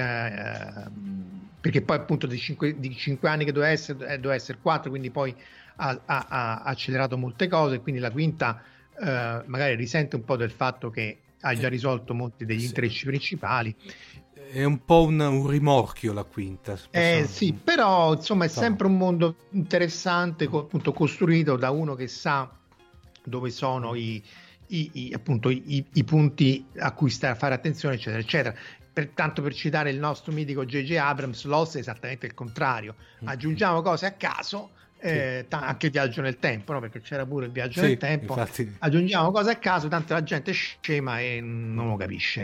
eh, perché poi appunto di cinque, di cinque anni che doveva essere, eh, doveva essere quattro, quindi poi ha, ha, ha accelerato molte cose, quindi la quinta eh, magari risente un po' del fatto che ha già risolto molti degli sì. intrecci principali.
È un po' un, un rimorchio la quinta.
Eh, sì, però insomma è sempre un mondo interessante, co- appunto costruito da uno che sa dove sono i, i, i, appunto, i, i punti a cui stare a fare attenzione, eccetera, eccetera. Pertanto, per citare il nostro mitico J J Abrams, Lost è esattamente il contrario. Aggiungiamo cose a caso. Eh, t- anche il viaggio nel tempo, no? Perché c'era pure il viaggio sì, nel tempo, infatti. Aggiungiamo cose a caso, tanto la gente è scema e non lo capisce,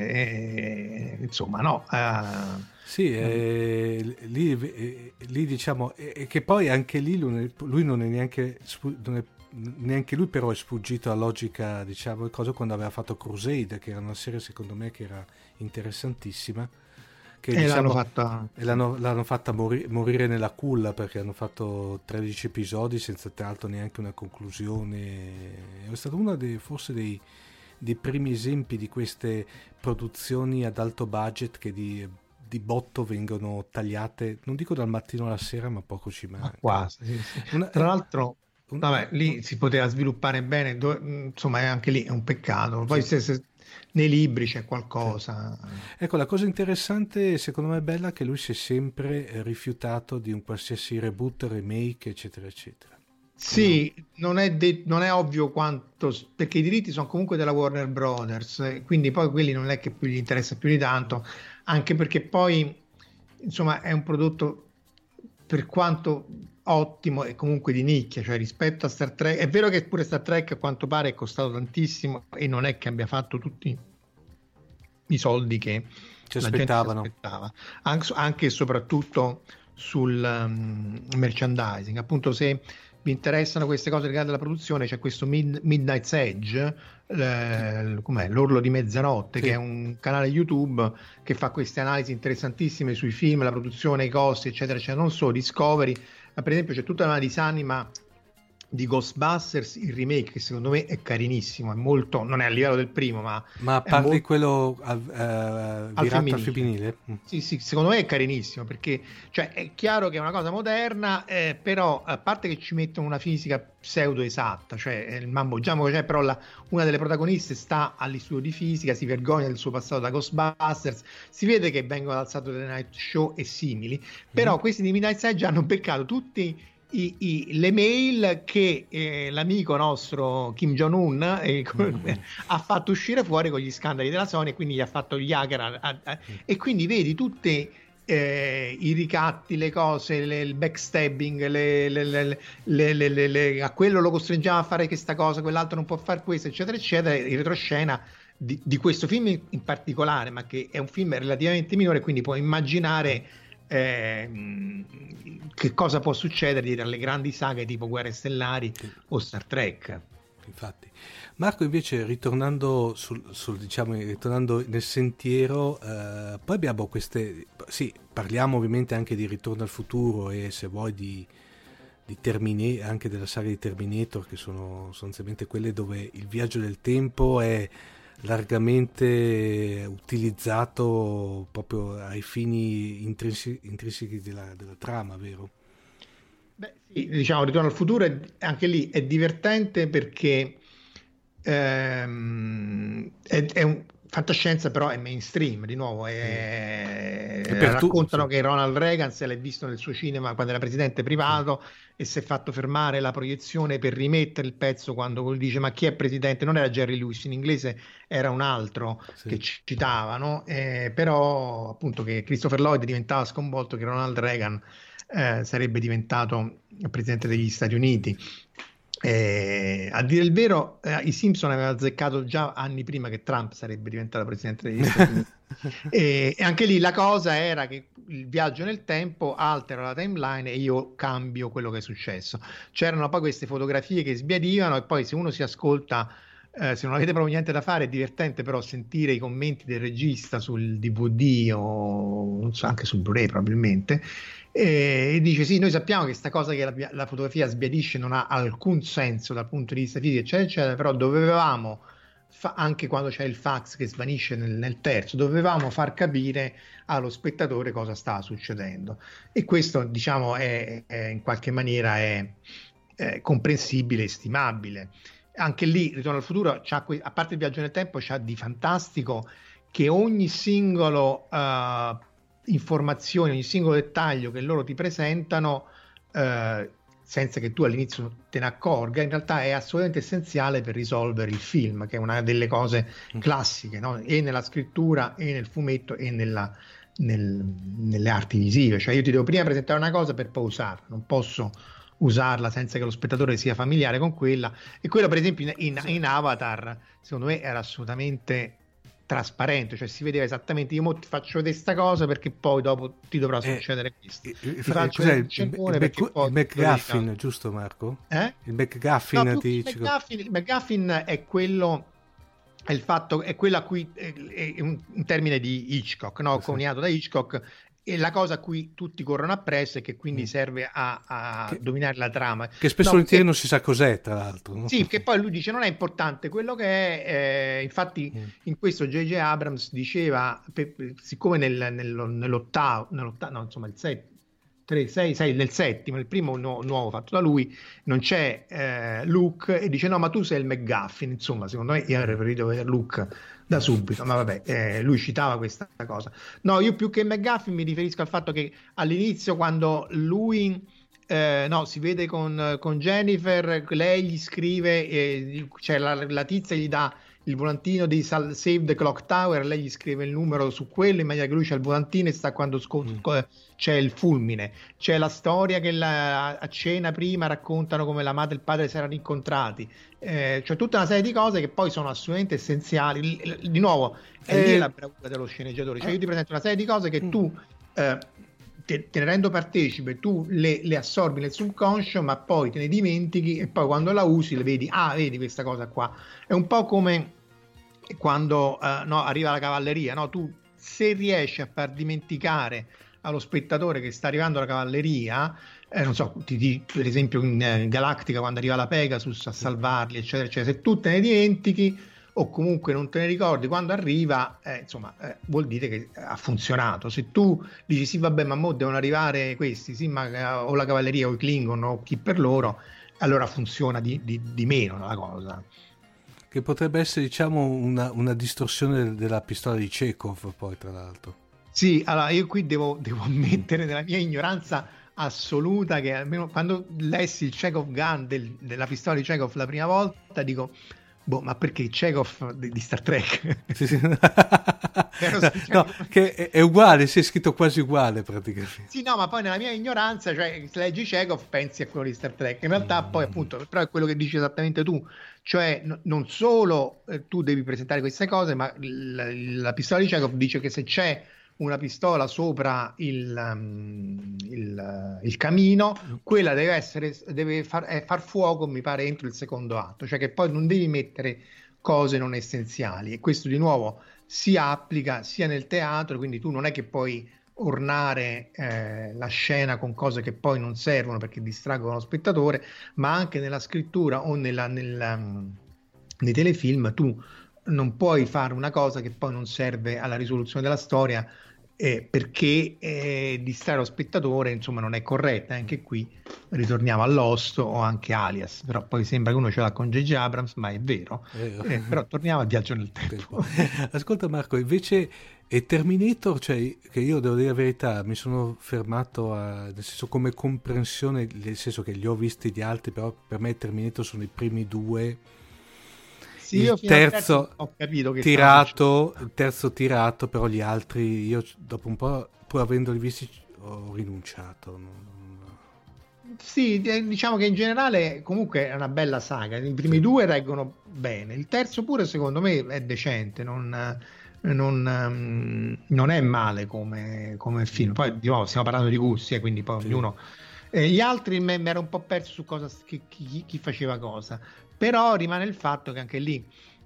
e, insomma no uh,
sì, eh, lì, eh, lì diciamo eh, che poi anche lì lui, lui non è neanche non è, neanche lui però è sfuggito alla logica, diciamo, cosa quando aveva fatto Crusade, che era una serie secondo me che era interessantissima, che,
e
diciamo,
l'hanno fatta,
e l'hanno, l'hanno fatta mori, morire nella culla, perché hanno fatto tredici episodi senza tra l'altro neanche una conclusione. È stato uno dei, forse dei, dei primi esempi di queste produzioni ad alto budget che di, di botto vengono tagliate, non dico dal mattino alla sera, ma poco ci manca.
Ma quasi, sì, sì. Una, tra l'altro una, vabbè, lì si poteva sviluppare bene, do, insomma è anche lì è un peccato. Poi sì. se, se nei libri c'è qualcosa.
Ecco, la cosa interessante, secondo me è bella, che lui si è sempre rifiutato di un qualsiasi reboot, remake, eccetera, eccetera.
Sì, no. non, è de- non è ovvio quanto, perché i diritti sono comunque della Warner Brothers, quindi poi quelli non è che più gli interessa più di tanto, anche perché poi, insomma, è un prodotto, per quanto ottimo e comunque di nicchia, cioè rispetto a Star Trek. È vero che pure Star Trek a quanto pare è costato tantissimo e non è che abbia fatto tutti i soldi che
ci
la
aspettavano.
gente si aspettava, anche, anche e soprattutto sul um, merchandising. Appunto, se vi interessano queste cose legate alla produzione, c'è questo Mid- Midnight's Edge, eh, com'è? L'orlo di mezzanotte, sì. che è un canale YouTube che fa queste analisi interessantissime sui film, la produzione, i costi, eccetera, eccetera. Non solo Discovery, ma per esempio c'è tutta una disanima di Ghostbusters, il remake, che secondo me è carinissimo, è molto, non è a livello del primo, ma
ma parli
molto...
quello uh, uh, al femminile, al femminile.
Sì, sì, secondo me è carinissimo, perché cioè è chiaro che è una cosa moderna, eh, però a parte che ci mettono una fisica pseudo esatta, cioè il mambo giambo che c'è, però la, una delle protagoniste sta all'istituto di fisica, si vergogna del suo passato da Ghostbusters, si vede che vengono dal Saturday Night Show e simili, però mm. questi di Midnight Edge hanno beccato tutti I, i, le mail che eh, l'amico nostro Kim Jong-un eh, mm. ha fatto uscire fuori con gli scandali della Sony, e quindi gli ha fatto gli hacker a, a, a, mm. e quindi vedi tutti eh, i ricatti, le cose, le, il backstabbing, le, le, le, le, le, le, le, a quello lo costringiamo a fare questa cosa, quell'altro non può fare questo, eccetera eccetera, in retroscena di, di questo film in, in particolare, ma che è un film relativamente minore, quindi puoi immaginare Eh, che cosa può succedere dietro alle grandi saghe tipo Guerre Stellari o Star Trek.
Infatti, Marco, invece, ritornando sul, sul diciamo ritornando nel sentiero, eh, poi abbiamo queste, sì, parliamo ovviamente anche di Ritorno al futuro e, se vuoi, di di Terminator, anche della saga di Terminator, che sono sostanzialmente quelle dove il viaggio del tempo è largamente utilizzato proprio ai fini intrinsi- intrinseci della, della trama, vero?
Beh, sì, diciamo, Ritorno al futuro è, anche lì è divertente perché ehm, è, è un fantascienza, però è mainstream, di nuovo è...
E per
raccontano
tu, sì.
che Ronald Reagan se l'è visto nel suo cinema quando era presidente privato, sì, e si è fatto fermare la proiezione per rimettere il pezzo quando lui dice ma chi è presidente? Non era Jerry Lewis, in inglese era un altro, sì, che citavano, eh, però appunto che Christopher Lloyd diventava sconvolto che Ronald Reagan eh, sarebbe diventato presidente degli Stati Uniti. Eh, a dire il vero, eh, i Simpson avevano azzeccato già anni prima che Trump sarebbe diventato presidente degli Stati Uniti. e, e anche lì la cosa era che il viaggio nel tempo altera la timeline e io cambio quello che è successo. C'erano poi queste fotografie che sbiadivano e poi se uno si ascolta, eh, se non avete proprio niente da fare, è divertente però sentire i commenti del regista sul D V D o non so, anche sul Blu-ray probabilmente. E dice sì, noi sappiamo che sta cosa che la, la fotografia sbiadisce non ha alcun senso dal punto di vista fisico eccetera eccetera, però dovevamo fa- anche quando c'è il fax che svanisce nel, nel terzo, dovevamo far capire allo spettatore cosa stava succedendo, e questo diciamo è, è in qualche maniera è, è comprensibile e stimabile. Anche lì Ritorno al futuro c'ha que- a parte il viaggio nel tempo c'ha di fantastico che ogni singolo uh, informazioni, ogni singolo dettaglio che loro ti presentano eh, senza che tu all'inizio te ne accorga, in realtà è assolutamente essenziale per risolvere il film, che è una delle cose classiche, no? E nella scrittura e nel fumetto e nella, nel, nelle arti visive, cioè io ti devo prima presentare una cosa per poi usarla, non posso usarla senza che lo spettatore sia familiare con quella, e quello per esempio in, in, in Avatar secondo me era assolutamente trasparente, cioè si vedeva esattamente io mo ti faccio vedere questa cosa perché poi dopo ti dovrà succedere eh, questo
eh, ti faccio il, il, il, il McGuffin, giusto Marco?
Eh?
Il McGuffin,
no,
ti
il, McGuffin il McGuffin è quello è il fatto è quello a cui è, è un, un termine di Hitchcock, no? Sì. Coniato da Hitchcock, e la cosa a cui tutti corrono appresso e che quindi serve a, a che, dominare la trama,
che spesso
no,
che, non si sa cos'è tra l'altro, no?
Sì, che poi lui dice non è importante quello che è, eh, infatti mm. in questo J J Abrams diceva per, siccome nel, nel, nell'ottavo, nell'ottavo no insomma il set, tre, sei, sei, nel settimo, il primo nu- nuovo fatto da lui non c'è eh, Luke, e dice no ma tu sei il McGuffin, insomma secondo me io avrei preferito vedere Luke da subito, ma vabbè, eh, lui citava questa cosa. No, io più che McGuffin mi riferisco al fatto che all'inizio quando lui eh, no, si vede con, con Jennifer, lei gli scrive, eh, cioè la, la tizia gli dà il volantino di Sal- Save the Clock Tower, lei gli scrive il numero su quello in maniera che lui c'ha il volantino e sta quando sco- mm. c'è il fulmine. C'è la storia che la, a cena prima raccontano come la madre e il padre si erano incontrati, eh, cioè tutta una serie di cose che poi sono assolutamente essenziali. Di nuovo è eh, lì la bravura dello sceneggiatore, cioè io ti presento una serie di cose che tu eh, te, te ne rendo partecipe, tu le, le assorbi nel subconscio, ma poi te ne dimentichi e poi quando la usi le vedi, ah vedi questa cosa qua. È un po' come quando uh, no, arriva la cavalleria, no? Tu se riesci a far dimenticare allo spettatore che sta arrivando la cavalleria, eh, non so, ti, ti, per esempio in eh, Galactica quando arriva la Pegasus a salvarli eccetera eccetera, se tu te ne dimentichi o comunque non te ne ricordi quando arriva, eh, insomma eh, vuol dire che ha funzionato. Se tu dici sì vabbè ma mo devono arrivare questi, sì ma o la cavalleria o i Klingon o chi per loro, allora funziona di, di, di meno la cosa.
Che potrebbe essere diciamo una, una distorsione della pistola di Chekhov poi tra l'altro.
Sì, allora io qui devo, devo ammettere nella mia ignoranza assoluta che almeno quando lessi il Chekhov gun del, della pistola di Chekhov la prima volta dico boh, ma perché Chekhov di, di Star Trek?
Sì, sì. No, che è, è uguale, si è scritto quasi uguale praticamente.
Sì, no, ma poi nella mia ignoranza, cioè se leggi Chekhov pensi a quello di Star Trek, in realtà mm. poi appunto, però è quello che dici esattamente tu, cioè n- non solo eh, tu devi presentare queste cose, ma l- la pistola di Chekhov dice che se c'è una pistola sopra il, um, il, uh, il camino, quella deve essere deve far, eh, far fuoco, mi pare, entro il secondo atto, cioè che poi non devi mettere cose non essenziali, e questo di nuovo si applica sia nel teatro, quindi tu non è che puoi ornare eh, la scena con cose che poi non servono perché distraggono lo spettatore, ma anche nella scrittura o nella, nella, um, nei telefilm tu non puoi fare una cosa che poi non serve alla risoluzione della storia eh, perché eh, distrarre lo spettatore, insomma, non è corretta. Anche qui ritorniamo all'Host o anche Alias, però poi sembra che uno ce l'ha con J J Abrams, ma è vero. Eh, però torniamo al Viaggio nel tempo.
Ascolta Marco, invece e Terminator, cioè, che io devo dire la verità, mi sono fermato a, nel senso, come comprensione, nel senso che li ho visti di altri, però per me Terminator sono i primi due.
Sì,
il
io
terzo
ho capito che
tirato, il terzo tirato, però gli altri io dopo un po', pur avendoli visti, ho rinunciato.
Sì, diciamo che in generale comunque è una bella saga. I primi sì. due reggono bene, il terzo pure secondo me è decente, non... Non, non è male come, come film. Poi di nuovo stiamo parlando di gusti, eh, quindi poi sì. ognuno eh, gli altri mi ero un po' perso su cosa chi, chi, chi faceva cosa, però rimane il fatto che anche lì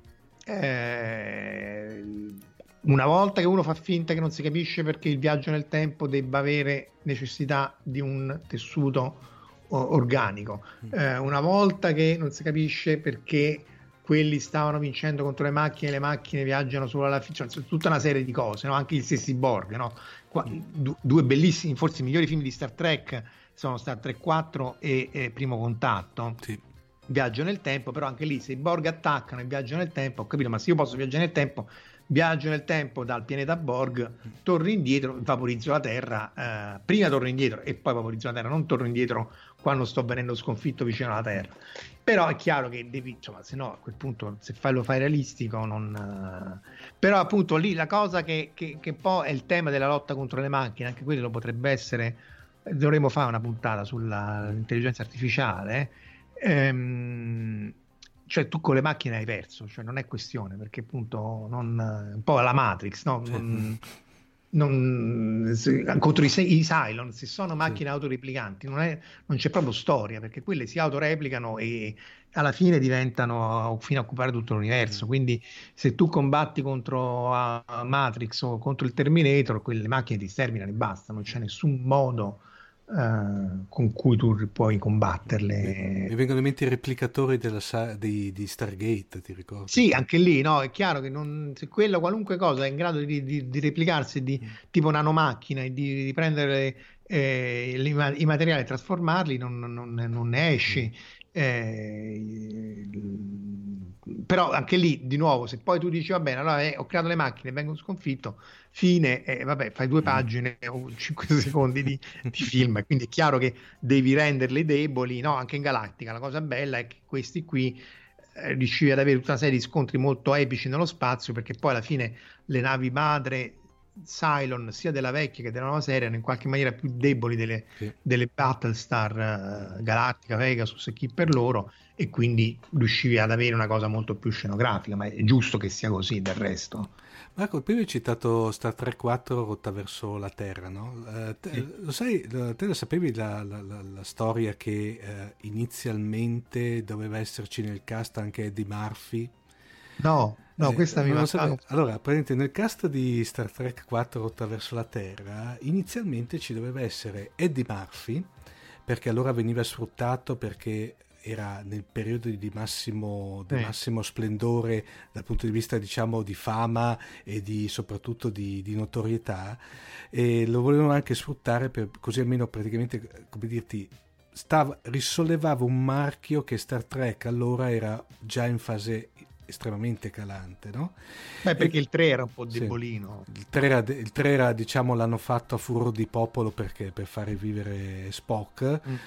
eh, una volta che uno fa finta che non si capisce perché il viaggio nel tempo debba avere necessità di un tessuto organico, eh, una volta che non si capisce perché quelli stavano vincendo contro le macchine, le macchine viaggiano solo alla fine, cioè, tutta una serie di cose, no? Anche gli stessi Borg, no? Qua, du- due bellissimi, forse i migliori film di Star Trek sono Star Trek quattro e, e Primo Contatto. Sì. Viaggio nel tempo, però anche lì se i Borg attaccano e viaggio nel tempo, ho capito, ma se io posso viaggiare nel tempo, viaggio nel tempo dal pianeta Borg, torno indietro, vaporizzo la Terra, eh, prima torno indietro e poi vaporizzo la Terra, non torno indietro quando sto venendo sconfitto vicino alla Terra. Però è chiaro che devi, insomma, se no a quel punto se fai, lo fai realistico non... Uh... però appunto lì la cosa che, che, che poi è il tema della lotta contro le macchine, anche quello potrebbe essere, dovremmo fare una puntata sull'intelligenza artificiale, ehm, cioè tu con le macchine hai perso, cioè non è questione, perché appunto non, un po' la Matrix, no? Non, non, se, contro i, i Cylon, se sono macchine sì. autoreplicanti non, è, non c'è proprio storia, perché quelle si autoreplicano e alla fine diventano fino a occupare tutto l'universo, quindi se tu combatti contro uh, Matrix o contro il Terminator, quelle macchine ti sterminano e basta, non c'è nessun modo Uh, con cui tu puoi combatterle.
Mi vengono in mente i replicatori della sa- di, di Stargate, ti ricordi?
Sì, anche lì, no? È chiaro che non, se quello, qualunque cosa è in grado di, di, di replicarsi di mm. tipo nanomacchina e di, di prendere eh, i, i materiali e trasformarli, non, non, non ne esci. Mm. Eh, però anche lì, di nuovo, se poi tu dici va bene, allora eh, ho creato le macchine, vengo sconfitto, fine, eh, vabbè, fai due pagine o cinque secondi di, di film, quindi è chiaro che devi renderle deboli, no? Anche in Galactica la cosa bella è che questi qui eh, riuscivi ad avere tutta una serie di scontri molto epici nello spazio, perché poi alla fine le navi madre Cylon sia della vecchia che della nuova serie erano in qualche maniera più deboli delle, sì. delle Battlestar uh, Galactica, Pegasus e chi per loro, e quindi riuscivi ad avere una cosa molto più scenografica, ma è giusto che sia così del resto.
Marco, prima hai citato Star Trek quattro Rotta verso la Terra, no? Uh, te, sì. Lo sai, te lo sapevi la, la, la, la storia che uh, inizialmente doveva esserci nel cast anche Eddie Murphy?
No, no, questa eh, mi manca.
Allora, praticamente nel cast di Star Trek quattro Rotta verso la Terra inizialmente ci doveva essere Eddie Murphy, perché allora veniva sfruttato perché era nel periodo di massimo, di eh. massimo splendore dal punto di vista, diciamo, di fama e di soprattutto di, di notorietà, e lo volevano anche sfruttare per così almeno praticamente, come dirti, stava, risollevava un marchio che Star Trek allora era già in fase estremamente calante, no?
Beh, perché e, il tre era un po' debolino.
Sì, il tre era, il tre era, diciamo, l'hanno fatto a furor di popolo perché per far rivivere Spock. Mm.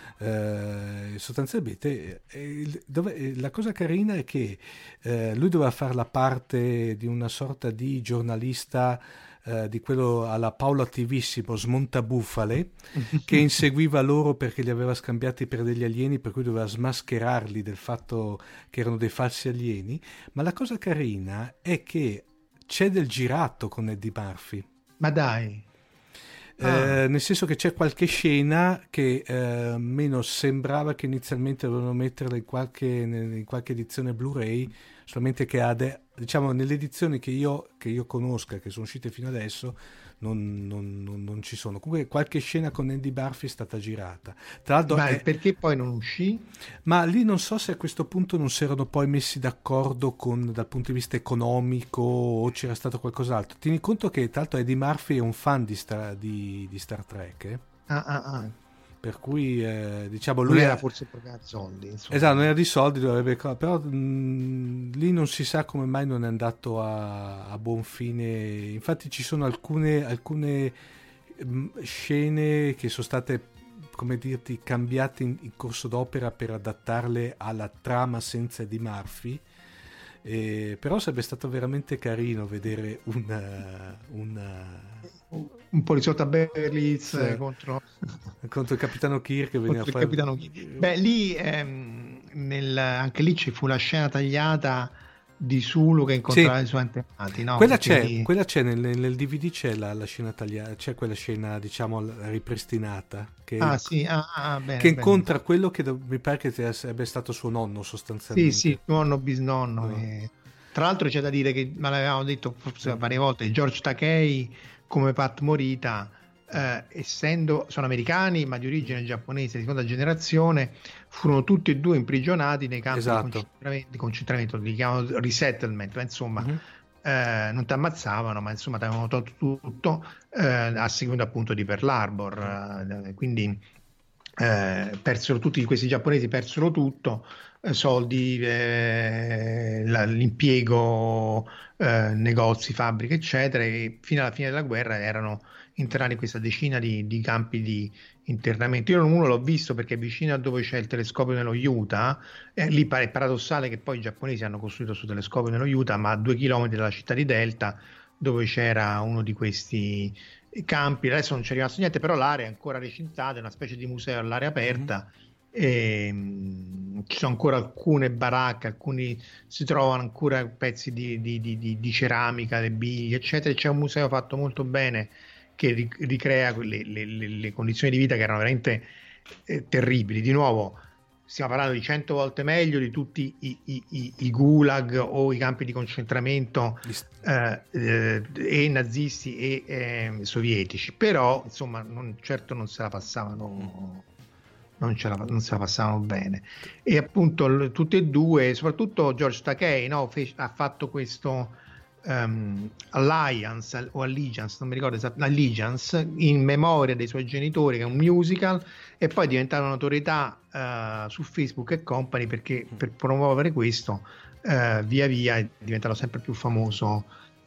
Eh, sostanzialmente eh, dove, la cosa carina è che eh, lui doveva fare la parte di una sorta di giornalista eh, di quello alla Paolo Attivissimo smontabufale che inseguiva loro perché li aveva scambiati per degli alieni, per cui doveva smascherarli del fatto che erano dei falsi alieni. Ma la cosa carina è che c'è del girato con Eddie Murphy.
Ma dai!
Eh, ah. Nel senso che c'è qualche scena che eh, meno sembrava che inizialmente dovevano metterla in qualche, in qualche edizione Blu-ray, solamente che ha de- diciamo nelle edizioni che io, che io conosca, che sono uscite fino adesso, non, non, non, non ci sono. Comunque qualche scena con Andy Murphy è stata girata. Tra l'altro,
ma
è...
perché poi non uscì?
Ma lì non so se a questo punto non si erano poi messi d'accordo con, dal punto di vista economico, o c'era stato qualcos'altro. Tieni conto che tra l'altro Eddie Murphy è un fan di, Star, di, di Star Trek, eh?
ah, ah, ah.
Per cui eh, diciamo lui
non era
è...
forse proprio soldi, insomma.
Esatto, non era di soldi, dovrebbe... però mh, lì non si sa come mai non è andato a, a buon fine. Infatti ci sono alcune, alcune mh, scene che sono state, come dirti, cambiate in, in corso d'opera per adattarle alla trama senza di Murphy. Eh, però sarebbe stato veramente carino vedere un, un,
un poliziotto a Beverly Hills sì. contro...
contro il capitano Kirk che veniva
il
fare...
capitano Kirk. Beh, lì ehm, nel, anche lì ci fu la scena tagliata di Sulu che incontrava sì. i suoi antenati, no?
Quella c'è,
lì...
quella c'è nel, nel D V D, c'è la, la scena tagliata, c'è quella scena diciamo ripristinata che,
ah, sì. ah, ah, bene,
che
bene.
incontra quello che do, mi pare che sarebbe stato suo nonno sostanzialmente.
Sì, sì, nonno bisnonno. No. E... Tra l'altro c'è da dire che, me l'avevamo detto forse varie volte, George Takei come Pat Morita, eh, essendo, sono americani ma di origine giapponese di seconda generazione, furono tutti e due imprigionati nei campi esatto. di concentramento, di concentramento, li chiamano resettlement, ma insomma mm-hmm. eh, non ti ammazzavano, ma insomma ti avevano tolto tutto eh, a seguito appunto di Pearl Harbor, eh, quindi eh, persero tutti questi giapponesi, persero tutto, eh, soldi, eh, la, l'impiego, eh, negozi, fabbriche eccetera, e fino alla fine della guerra erano internati in questa decina di, di campi di internamento. Io uno l'ho visto perché è vicino a dove c'è il telescopio nello Utah, eh, lì è paradossale che poi i giapponesi hanno costruito questo telescopio nello Utah, ma a due chilometri dalla città di Delta, dove c'era uno di questi campi. Adesso non c'è rimasto niente, però l'area è ancora recintata, è una specie di museo all'aria aperta. Mm-hmm. E, mh, ci sono ancora alcune baracche, alcuni si trovano ancora pezzi di, di, di, di, di ceramica, le biglie eccetera. C'è un museo fatto molto bene che ricrea le, le, le condizioni di vita che erano veramente eh, terribili. Di nuovo stiamo parlando di cento volte meglio di tutti i, i, i, i gulag o i campi di concentramento eh, eh, e nazisti e eh, sovietici, però insomma non, certo non se la passavano non, ce la, non se la passavano bene. E appunto tutti e due, soprattutto George Takei, no, fece, ha fatto questo Um, Alliance o Allegiance, non mi ricordo esattamente, Allegiance in memoria dei suoi genitori, che è un musical, e poi è diventato una notorietà uh, su Facebook e company, perché per promuovere questo uh, via via è diventato sempre più famoso.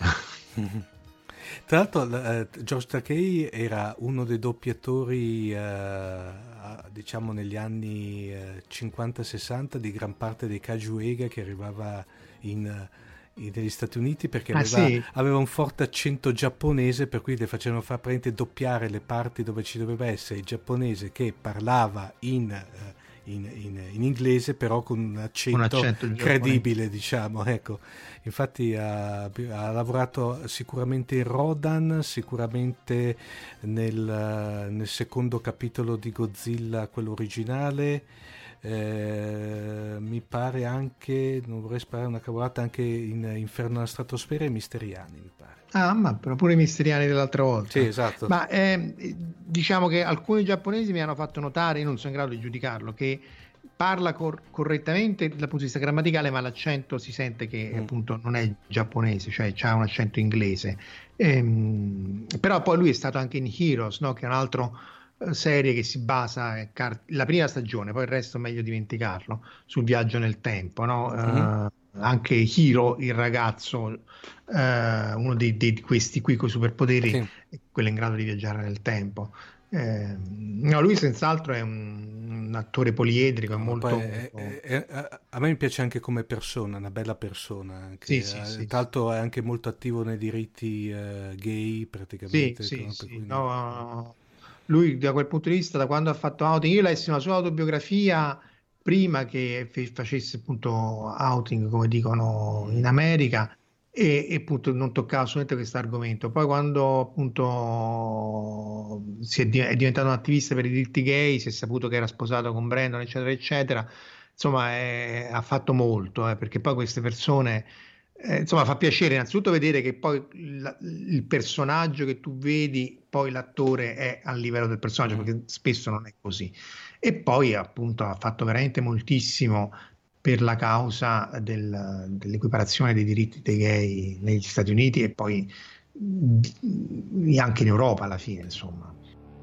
Tra l'altro uh, George Takei era uno dei doppiatori uh, diciamo negli anni uh, cinquanta sessanta di gran parte dei Kajuega che arrivava in uh, negli Stati Uniti, perché aveva,
ah, sì?
aveva un forte accento giapponese, per cui le facevano far praticamente doppiare le parti dove ci doveva essere il giapponese che parlava in, in, in, in inglese, però con un accento, un accento credibile, diciamo, ecco. Infatti ha, ha lavorato sicuramente in Rodan, sicuramente nel, nel secondo capitolo di Godzilla, quello originale. Eh, mi pare anche, non vorrei sparare una cavolata, anche in Inferno alla stratosfera e Misteriani, mi pare.
Ah, ma pure i Misteriani dell'altra volta.
Sì, esatto.
Ma eh, diciamo che alcuni giapponesi mi hanno fatto notare, io non sono in grado di giudicarlo, che parla cor- correttamente dal punto di vista grammaticale, ma l'accento si sente che mm. appunto non è giapponese, cioè c'ha un accento inglese. Ehm, però poi lui è stato anche in Heroes, no? Che è un altro serie che si basa, la prima stagione, poi il resto è meglio dimenticarlo, sul viaggio nel tempo, no? Mm-hmm. Uh, anche Hiro, il ragazzo, uh, uno di, di questi qui con i superpoteri, sì. È quello in grado di viaggiare nel tempo. Eh, no, lui senz'altro è un, un attore poliedrico, è molto,
è, è, è, a me mi piace anche come persona, una bella persona anche.
Sì, sì, sì,
tra l'altro è anche molto attivo nei diritti uh, gay praticamente.
Sì, sì,
no?
sì,
Cui...
no, lui da quel punto di vista, da quando ha fatto Outing, io lessi una sua autobiografia prima che facesse appunto Outing, come dicono in America, e, e appunto non toccava assolutamente questo argomento. Poi quando appunto si è, è diventato un attivista per i diritti gay, si è saputo che era sposato con Brandon eccetera eccetera, insomma è, ha fatto molto, eh, perché poi queste persone eh, insomma fa piacere innanzitutto vedere che poi la, il personaggio che tu vedi, poi l'attore è a livello del personaggio, perché spesso non è così. E poi appunto ha fatto veramente moltissimo per la causa del, dell'equiparazione dei diritti dei gay negli Stati Uniti e poi mh, anche in Europa alla fine, insomma.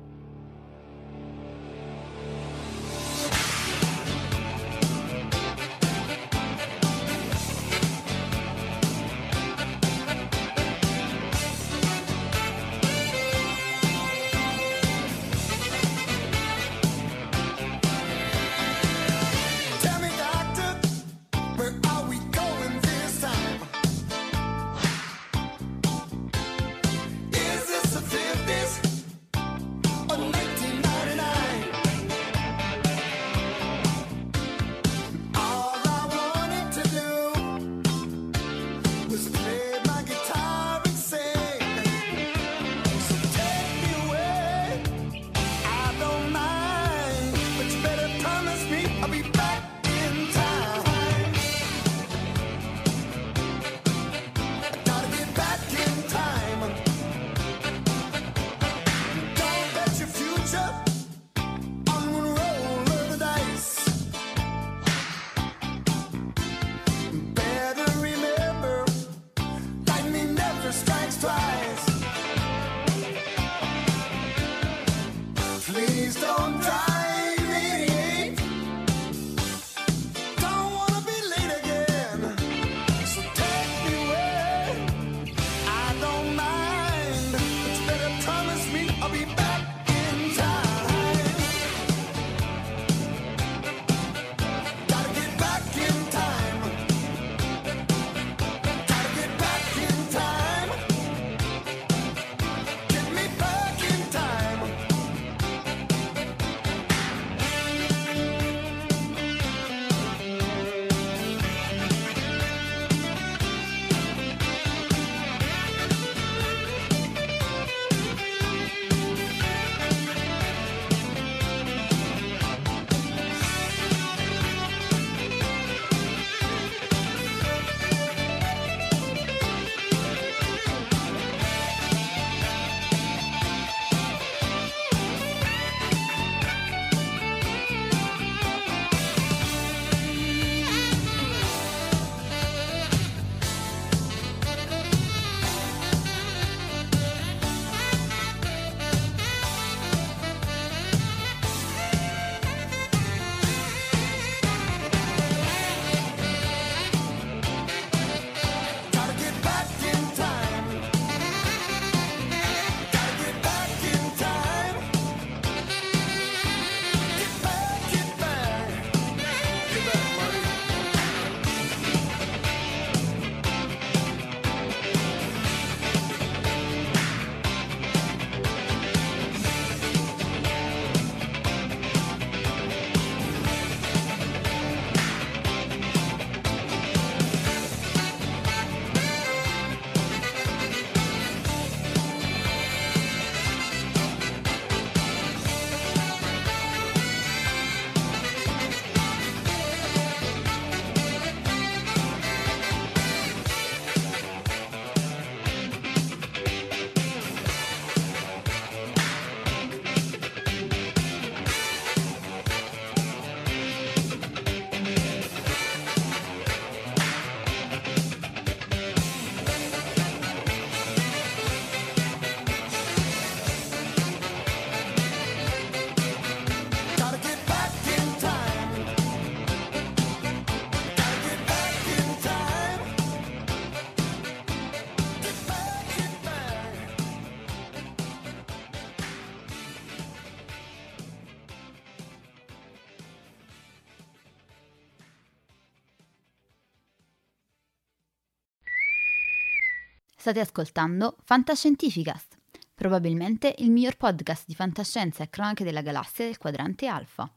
State ascoltando Fantascientificast, probabilmente il miglior podcast di fantascienza e cronache della galassia del quadrante alfa.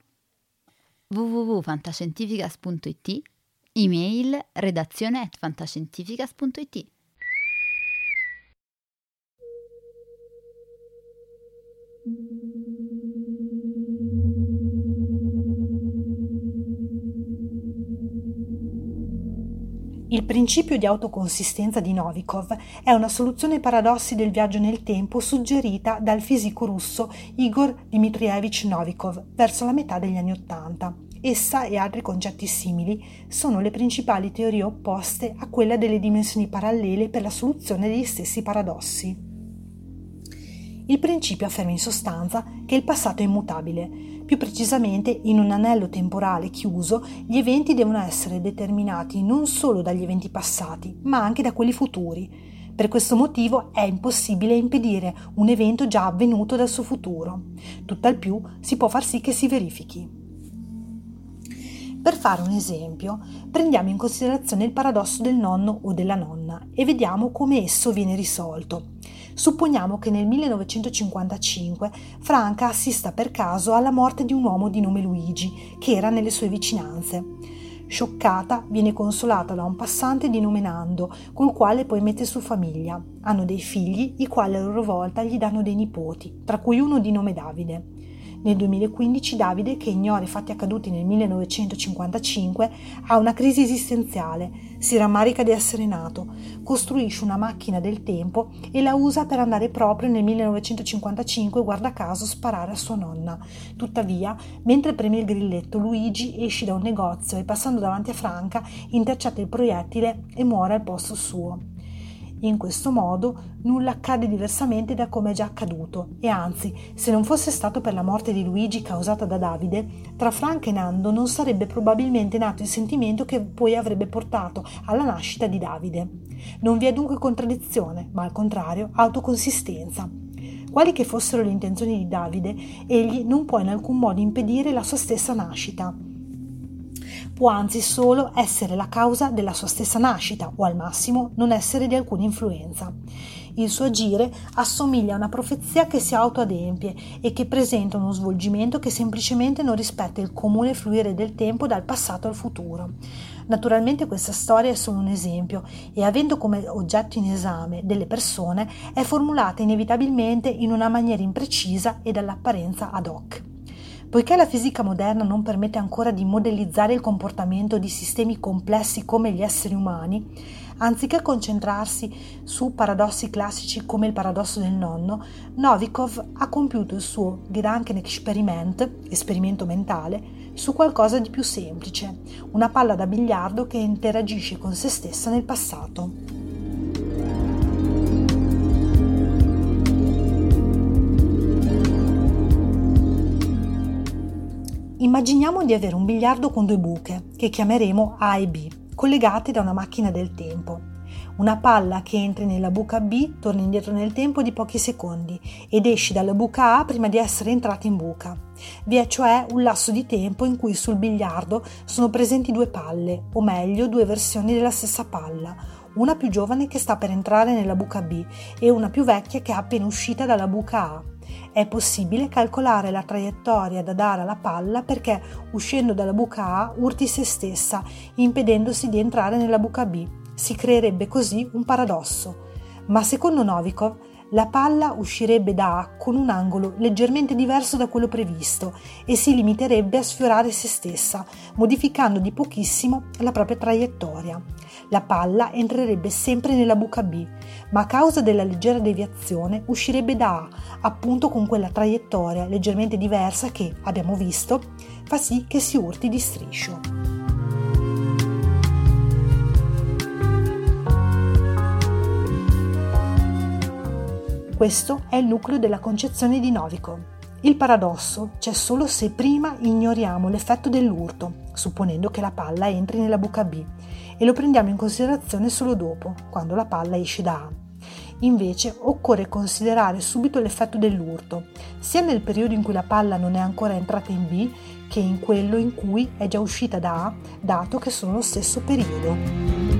w w w punto fantascientificast punto i t, email redazione at fantascientificast punto i t.
Il principio di autoconsistenza di Novikov è una soluzione ai paradossi del viaggio nel tempo suggerita dal fisico russo Igor Dmitrievich Novikov verso la metà degli anni Ottanta. Essa e altri concetti simili sono le principali teorie opposte a quella delle dimensioni parallele per la soluzione degli stessi paradossi. Il principio afferma in sostanza che il passato è immutabile. Più precisamente, in un anello temporale chiuso, gli eventi devono essere determinati non solo dagli eventi passati, ma anche da quelli futuri. Per questo motivo è impossibile impedire un evento già avvenuto dal suo futuro. Tutt'al più si può far sì che si verifichi. Per fare un esempio, prendiamo in considerazione il paradosso del nonno o della nonna e vediamo come esso viene risolto. Supponiamo che nel millenovecentocinquantacinque Franca assista per caso alla morte di un uomo di nome Luigi, che era nelle sue vicinanze. Scioccata, viene consolata da un passante di nome Nando, col quale poi mette su famiglia. Hanno dei figli, i quali a loro volta gli danno dei nipoti, tra cui uno di nome Davide. Nel duemilaquindici Davide, che ignora i fatti accaduti nel millenovecentocinquantacinque, ha una crisi esistenziale, si rammarica di essere nato, costruisce una macchina del tempo e la usa per andare proprio nel millenovecentocinquantacinque, guarda caso, sparare a sua nonna. Tuttavia, mentre preme il grilletto, Luigi esce da un negozio e passando davanti a Franca intercetta il proiettile e muore al posto suo. In questo modo nulla accade diversamente da come è già accaduto e anzi, se non fosse stato per la morte di Luigi causata da Davide, tra Franca e Nando non sarebbe probabilmente nato il sentimento che poi avrebbe portato alla nascita di Davide. Non vi è dunque contraddizione, ma al contrario autoconsistenza. Quali che fossero le intenzioni di Davide, egli non può in alcun modo impedire la sua stessa nascita. Può anzi solo essere la causa della sua stessa nascita o al massimo non essere di alcuna influenza. Il suo agire assomiglia a una profezia che si autoadempie e che presenta uno svolgimento che semplicemente non rispetta il comune fluire del tempo dal passato al futuro. Naturalmente questa storia è solo un esempio e avendo come oggetto in esame delle persone è formulata inevitabilmente in una maniera imprecisa e dall'apparenza ad hoc. Poiché la fisica moderna non permette ancora di modellizzare il comportamento di sistemi complessi come gli esseri umani, anziché concentrarsi su paradossi classici come il paradosso del nonno, Novikov ha compiuto il suo Gedankenexperiment, esperimento mentale, su qualcosa di più semplice, una palla da biliardo che interagisce con se stessa nel passato. Immaginiamo di avere un biliardo con due buche, che chiameremo A e B, collegate da una macchina del tempo. Una palla che entri nella buca B torna indietro nel tempo di pochi secondi ed esce dalla buca A prima di essere entrata in buca. Vi è cioè un lasso di tempo in cui sul biliardo sono presenti due palle, o meglio due versioni della stessa palla, una più giovane che sta per entrare nella buca B e una più vecchia che è appena uscita dalla buca A. È possibile calcolare la traiettoria da dare alla palla perché, uscendo dalla buca A, urti se stessa, impedendosi di entrare nella buca B. Si creerebbe così un paradosso. Ma secondo Novikov, la palla uscirebbe da A con un angolo leggermente diverso da quello previsto e si limiterebbe a sfiorare se stessa, modificando di pochissimo la propria traiettoria. La palla entrerebbe sempre nella buca B, ma a causa della leggera deviazione uscirebbe da A, appunto con quella traiettoria leggermente diversa che, abbiamo visto, fa sì che si urti di striscio. Questo è il nucleo della concezione di Novikov. Il paradosso c'è solo se prima ignoriamo l'effetto dell'urto, supponendo che la palla entri nella buca B, e lo prendiamo in considerazione solo dopo, quando la palla esce da A. Invece occorre considerare subito l'effetto dell'urto, sia nel periodo in cui la palla non è ancora entrata in B, che in quello in cui è già uscita da A, dato che sono lo stesso periodo.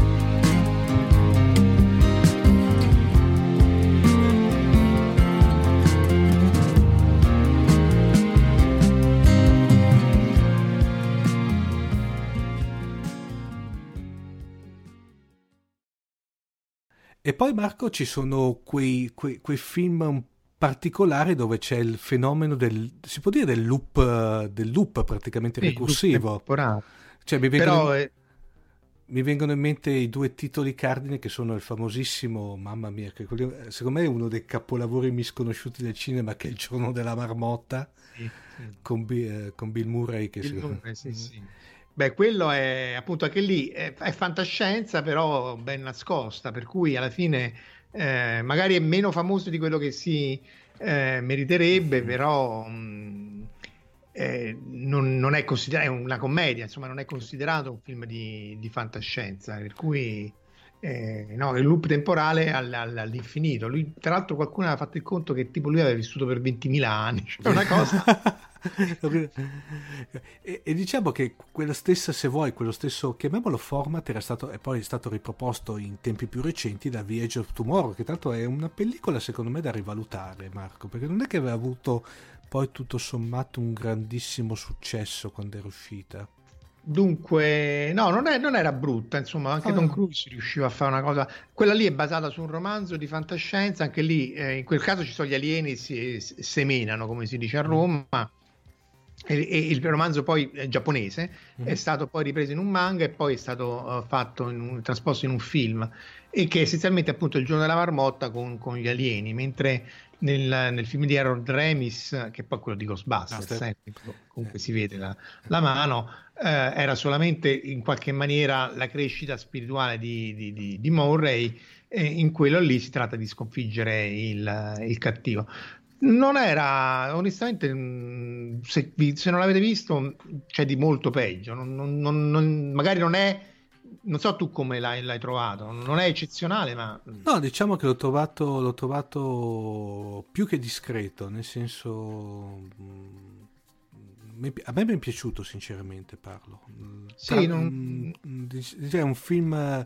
E poi Marco ci sono quei, quei, quei film particolari dove c'è il fenomeno del, si può dire del loop, del loop praticamente
sì,
ricorsivo.
Loop
cioè mi vengono,
Però è...
mi vengono in mente i due titoli cardine che sono il famosissimo, mamma mia, che quello, secondo me è uno dei capolavori misconosciuti del cinema, che è Il giorno della marmotta, sì, sì. Con, eh, con Bill Murray. Che
Bill
secondo...
Murray, sì, sì. Beh, quello è appunto anche lì, è, è fantascienza però ben nascosta, per cui alla fine eh, magari è meno famoso di quello che si eh, meriterebbe, però mh, eh, non, non è considerato, è una commedia, insomma non è considerato un film di, di fantascienza, per cui eh, no, il loop temporale all, all, all'infinito. Lui, tra l'altro qualcuno aveva fatto il conto che tipo lui aveva vissuto per ventimila anni, cioè una cosa...
e, e diciamo che quella stessa, se vuoi, quello stesso, chiamiamolo format, era stato, e poi è stato riproposto in tempi più recenti da The Edge of Tomorrow, che tanto è una pellicola secondo me da rivalutare, Marco, perché non è che aveva avuto poi tutto sommato un grandissimo successo quando era uscita.
Dunque, no, non, è, non era brutta, insomma, anche ah. Tom Cruise riusciva a fare una cosa. Quella lì è basata su un romanzo di fantascienza, anche lì, eh, in quel caso ci sono gli alieni, si semenano, come si dice a Roma. Mm. E, e il romanzo poi è giapponese, mm. è stato poi ripreso in un manga e poi è stato uh, fatto in un, trasposto in un film, e che essenzialmente è appunto Il giorno della marmotta con, con gli alieni, mentre nel, nel film di Harold Ramis, che è poi quello di Ghostbusters, eh, comunque si vede la, la mano, eh, era solamente in qualche maniera la crescita spirituale di, di, di, di Murray, e in quello lì si tratta di sconfiggere il, il cattivo. Non era, onestamente, se, se non l'avete visto, c'è di molto peggio. Non, non, non, magari non è, non so tu come l'hai, l'hai trovato, non è eccezionale, ma...
No, diciamo che l'ho trovato, l'ho trovato più che discreto, nel senso... A me mi è piaciuto, sinceramente, parlo.
Sì,
Tra,
non...
È un film...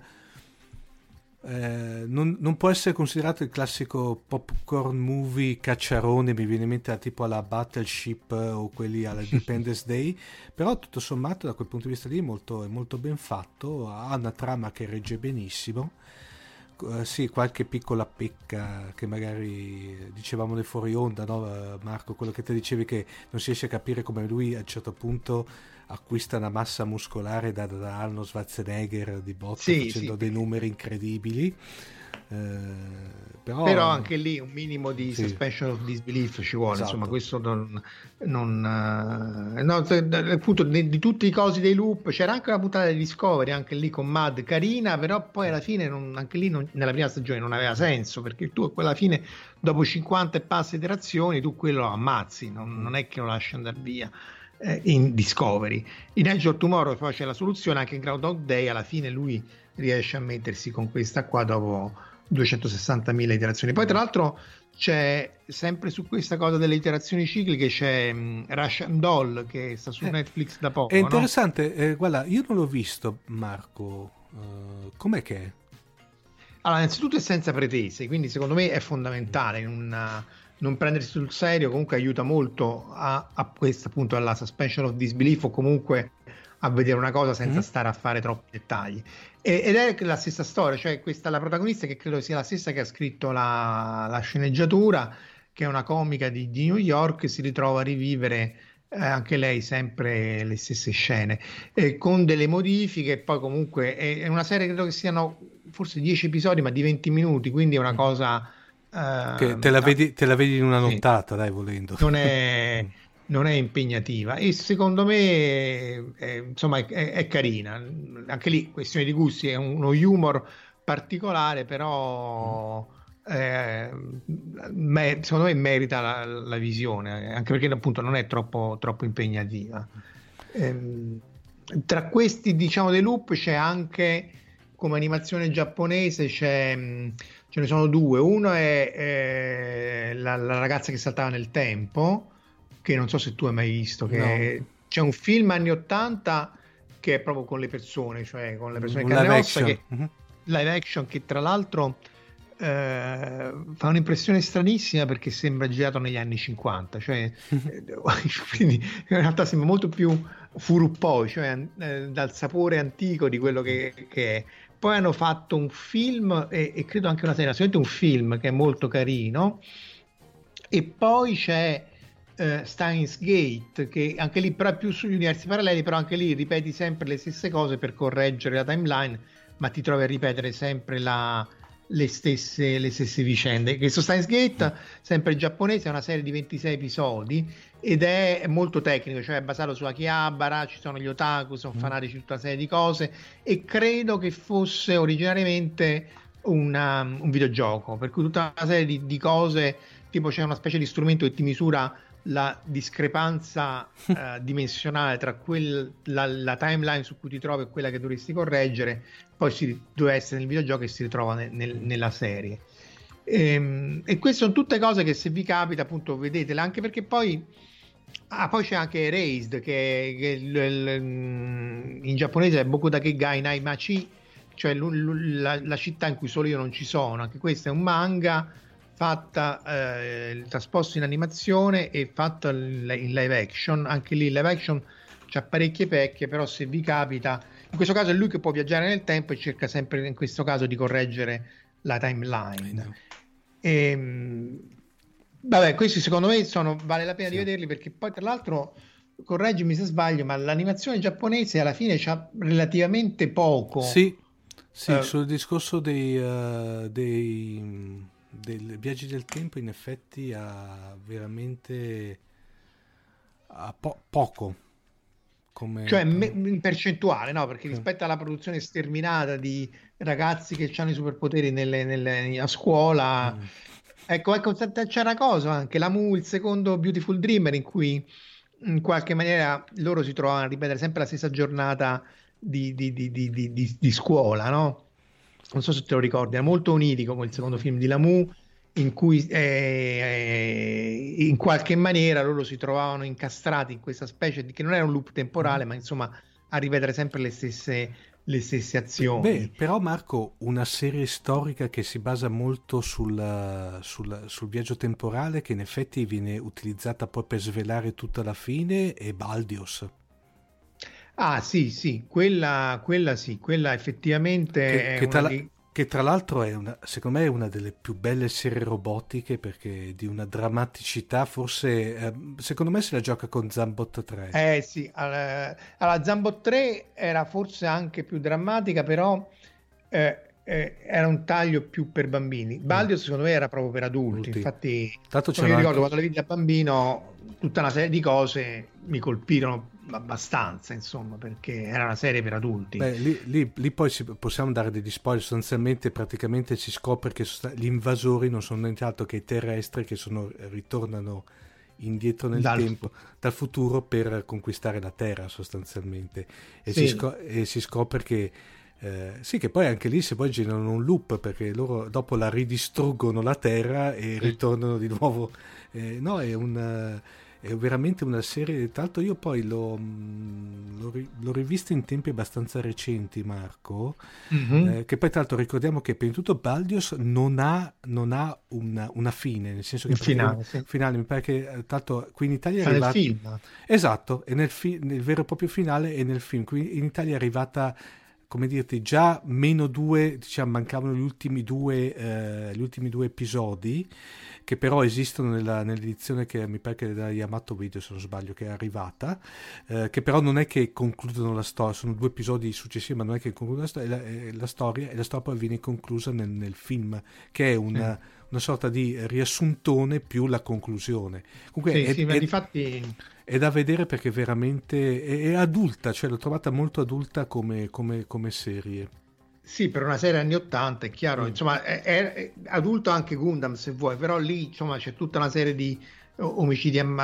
Eh, non, non può essere considerato il classico popcorn movie cacciarone, mi viene in mente tipo alla Battleship o quelli alla Independence Day, però tutto sommato da quel punto di vista lì è molto, è molto ben fatto, ha una trama che regge benissimo. Uh, sì, qualche piccola pecca che magari dicevamo nel fuori onda, no, Marco, quello che te dicevi, che non si riesce a capire come lui a un certo punto acquista una massa muscolare da, da Arnold Schwarzenegger di botto, sì, facendo sì, dei numeri incredibili, eh, però...
però anche lì un minimo di sì. suspension of disbelief ci vuole, esatto. Insomma, questo non, non uh, no, appunto di, di tutti i cosi dei loop. C'era anche una puntata di Discovery anche lì con Mad, carina, però poi alla fine non, anche lì non, nella prima stagione non aveva senso, perché tu a quella fine dopo cinquanta e passa iterazioni tu quello lo ammazzi, non, non è che lo lasci andare via. In Discovery, in Edge of Tomorrow poi c'è la soluzione, anche in Groundhog Day alla fine lui riesce a mettersi con questa qua dopo duecentosessantamila iterazioni. Poi tra l'altro c'è sempre su questa cosa delle iterazioni cicliche, c'è um, Russian Doll che sta su eh, Netflix da poco.
È interessante, no? eh, guarda, io non l'ho visto, Marco, uh, com'è che è?
Allora, innanzitutto è senza pretese, quindi secondo me è fondamentale in una non prendersi sul serio, comunque aiuta molto a, a questo, appunto, alla suspension of disbelief, o comunque a vedere una cosa senza mm. stare a fare troppi dettagli. E, ed è la stessa storia, cioè questa, la protagonista, che credo sia la stessa che ha scritto la, la sceneggiatura, che è una comica di, di New York, si ritrova a rivivere eh, anche lei sempre le stesse scene, eh, con delle modifiche. Poi comunque è, è una serie, credo che siano forse dieci episodi, ma di venti minuti, quindi è una cosa...
Che te la vedi, te la vedi in una nottata, sì. Dai, volendo.
Non è, non è impegnativa, e secondo me è, insomma è, è carina. Anche lì questione di gusti, è uno humor particolare, però eh, me, secondo me merita la, la visione, anche perché appunto non è troppo, troppo impegnativa. Eh, tra questi, diciamo, dei loop c'è anche, come animazione giapponese, c'è... ce ne sono due. Uno è eh, la, la ragazza che saltava nel tempo, che non so se tu hai mai visto, che
no.
è, c'è un film anni ottanta che è proprio con le persone, cioè con le persone in carne e ossa, che, uh-huh. live action, che tra l'altro eh, fa un'impressione stranissima perché sembra girato negli anni cinquanta, cioè quindi in realtà sembra molto più furuppoi, cioè eh, dal sapore antico di quello che, che è. Poi hanno fatto un film e, e credo anche una serie, assolutamente un film che è molto carino, e poi c'è uh, Steins Gate, che anche lì però è più sugli universi paralleli, però anche lì ripeti sempre le stesse cose per correggere la timeline, ma ti trovi a ripetere sempre la, le, stesse, le stesse vicende. Questo Steins Gate, sempre giapponese, è una serie di ventisei episodi ed è molto tecnico, cioè è basato su Akihabara, ci sono gli otaku, sono fanatici di tutta una serie di cose, e credo che fosse originariamente una, un videogioco, per cui tutta una serie di, di cose, tipo c'è una specie di strumento che ti misura la discrepanza uh, dimensionale tra quel, la, la timeline su cui ti trovi e quella che dovresti correggere, poi si deve essere nel videogioco e si ritrova nel, nel, nella serie. E, e queste sono tutte cose che, se vi capita, appunto, vedetele, anche perché poi ah, poi c'è anche Erased, che, che il, il, in giapponese è Bokudake Gai Nai Machi, cioè l, l, la, la città in cui solo io non ci sono. Anche questo è un manga fatta eh, trasposto in animazione e fatto in live action. Anche lì il live action c'ha parecchie pecche, però se vi capita, in questo caso è lui che può viaggiare nel tempo e cerca sempre in questo caso di correggere la timeline. E, vabbè, questi secondo me sono, vale la pena sì. di vederli, perché poi tra l'altro, correggimi se sbaglio, ma l'animazione giapponese alla fine c'ha relativamente poco.
Sì, sì
uh,
sul discorso dei, uh, dei dei viaggi del tempo in effetti ha veramente ha po- poco come,
cioè
come...
Me, in percentuale, no? Perché
sì.
rispetto alla produzione sterminata di ragazzi che hanno i superpoteri nelle, nelle, a scuola mm. ecco, ecco c'è una cosa anche la Mu, il secondo Beautiful Dreamer, in cui in qualche maniera loro si trovano a ripetere sempre la stessa giornata di, di, di, di, di, di, di scuola, no? Non so se te lo ricordi, era molto onirico come il secondo film di Lamu, in cui eh, in qualche maniera loro si trovavano incastrati in questa specie di, che non era un loop temporale, mm. ma insomma a ripetere sempre le stesse, le stesse azioni.
Beh, però Marco, una serie storica che si basa molto sul, sul, sul viaggio temporale, che in effetti viene utilizzata poi per svelare tutta la fine, è Baldios.
Ah sì, sì, quella, quella sì, quella effettivamente
che,
è
che, tra
una
la,
di...
che tra l'altro è una, secondo me è una delle più belle serie robotiche, perché di una drammaticità forse, eh, secondo me se la gioca con Zambot tre.
Eh sì, alla, alla Zambot tre era forse anche più drammatica, però eh, eh, era un taglio più per bambini. Baldios mm. secondo me era proprio per adulti, adulti. Infatti
Tanto
io mi ricordo anche... quando la vidi da bambino tutta una serie di cose mi colpirono abbastanza, insomma, perché era una serie per adulti.
Beh, lì, lì, lì poi si, possiamo dare degli spoiler. Sostanzialmente praticamente si scopre che gli invasori non sono nient'altro che i terrestri che sono, ritornano indietro nel dal tempo fu- dal futuro per conquistare la Terra sostanzialmente, e, sì. si, scop- e si scopre che eh, sì, che poi anche lì se poi generano un loop, perché loro dopo la ridistruggono la Terra e sì. ritornano di nuovo. Eh, no, è un è veramente una serie. Tra l'altro io poi l'ho, l'ho, l'ho rivista in tempi abbastanza recenti, Marco, mm-hmm. eh, che poi tra l'altro ricordiamo che prima di tutto Baldios non ha, non ha una, una fine, nel senso che
il finale, sì.
finale mi pare che tra l'altro qui in Italia è
arrivata
nel film. Esatto, è nel, fi- nel vero e proprio finale è nel film. Qui in Italia è arrivata, come dirti, già meno due, diciamo, mancavano gli ultimi due eh, gli ultimi due episodi, che però esistono nella, nell'edizione che mi pare che è da Yamato Video, se non sbaglio, che è arrivata, eh, che però non è che concludono la storia, sono due episodi successivi, ma non è che concludono la storia, la, la storia, e la storia poi viene conclusa nel, nel film, che è una, sì. una sorta di riassuntone più la conclusione. Comunque
sì,
è,
sì, ma
è,
difatti...
è da vedere, perché veramente è, è adulta, cioè l'ho trovata molto adulta come, come, come serie.
Sì, per una serie anni ottanta è chiaro, mm. insomma è, è, è adulto anche Gundam se vuoi, però lì insomma c'è tutta una serie di omicidi, am-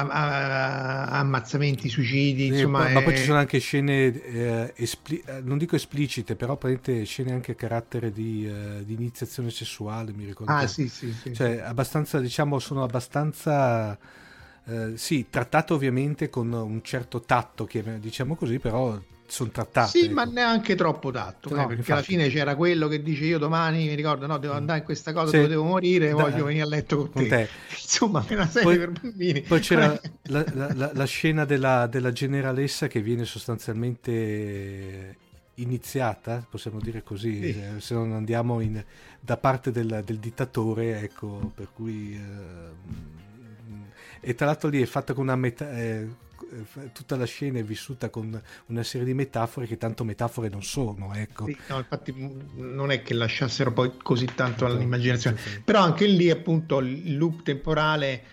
a- ammazzamenti, suicidi,
sì,
insomma
poi,
è...
ma poi ci sono anche scene eh, espli- non dico esplicite, però praticamente scene anche a carattere di, uh, di iniziazione sessuale, mi ricordo.
Ah sì sì sì.
Cioè abbastanza, diciamo, sono abbastanza uh, sì, trattate ovviamente con un certo tatto, diciamo così, però sono trattate.
Sì,
ecco.
ma neanche troppo tatto, no, eh, perché infatti. Alla fine c'era quello che dice io domani, mi ricordo, no, devo andare in questa cosa, sì. dove devo morire, da, voglio venire a letto con, con te. te. Insomma, è una serie poi, per bambini.
Poi c'era la, la, la, la scena della, della generalessa che viene sostanzialmente iniziata, possiamo dire così, sì. eh, se non andiamo in, da parte del, del dittatore, ecco, per cui... Eh, e tra l'altro lì è fatta con una metà, eh, tutta la scena è vissuta con una serie di metafore che tanto metafore non sono, ecco.
Sì, no, infatti non è che lasciassero poi così tanto all'immaginazione,
sì, sì.
Però anche lì appunto il loop temporale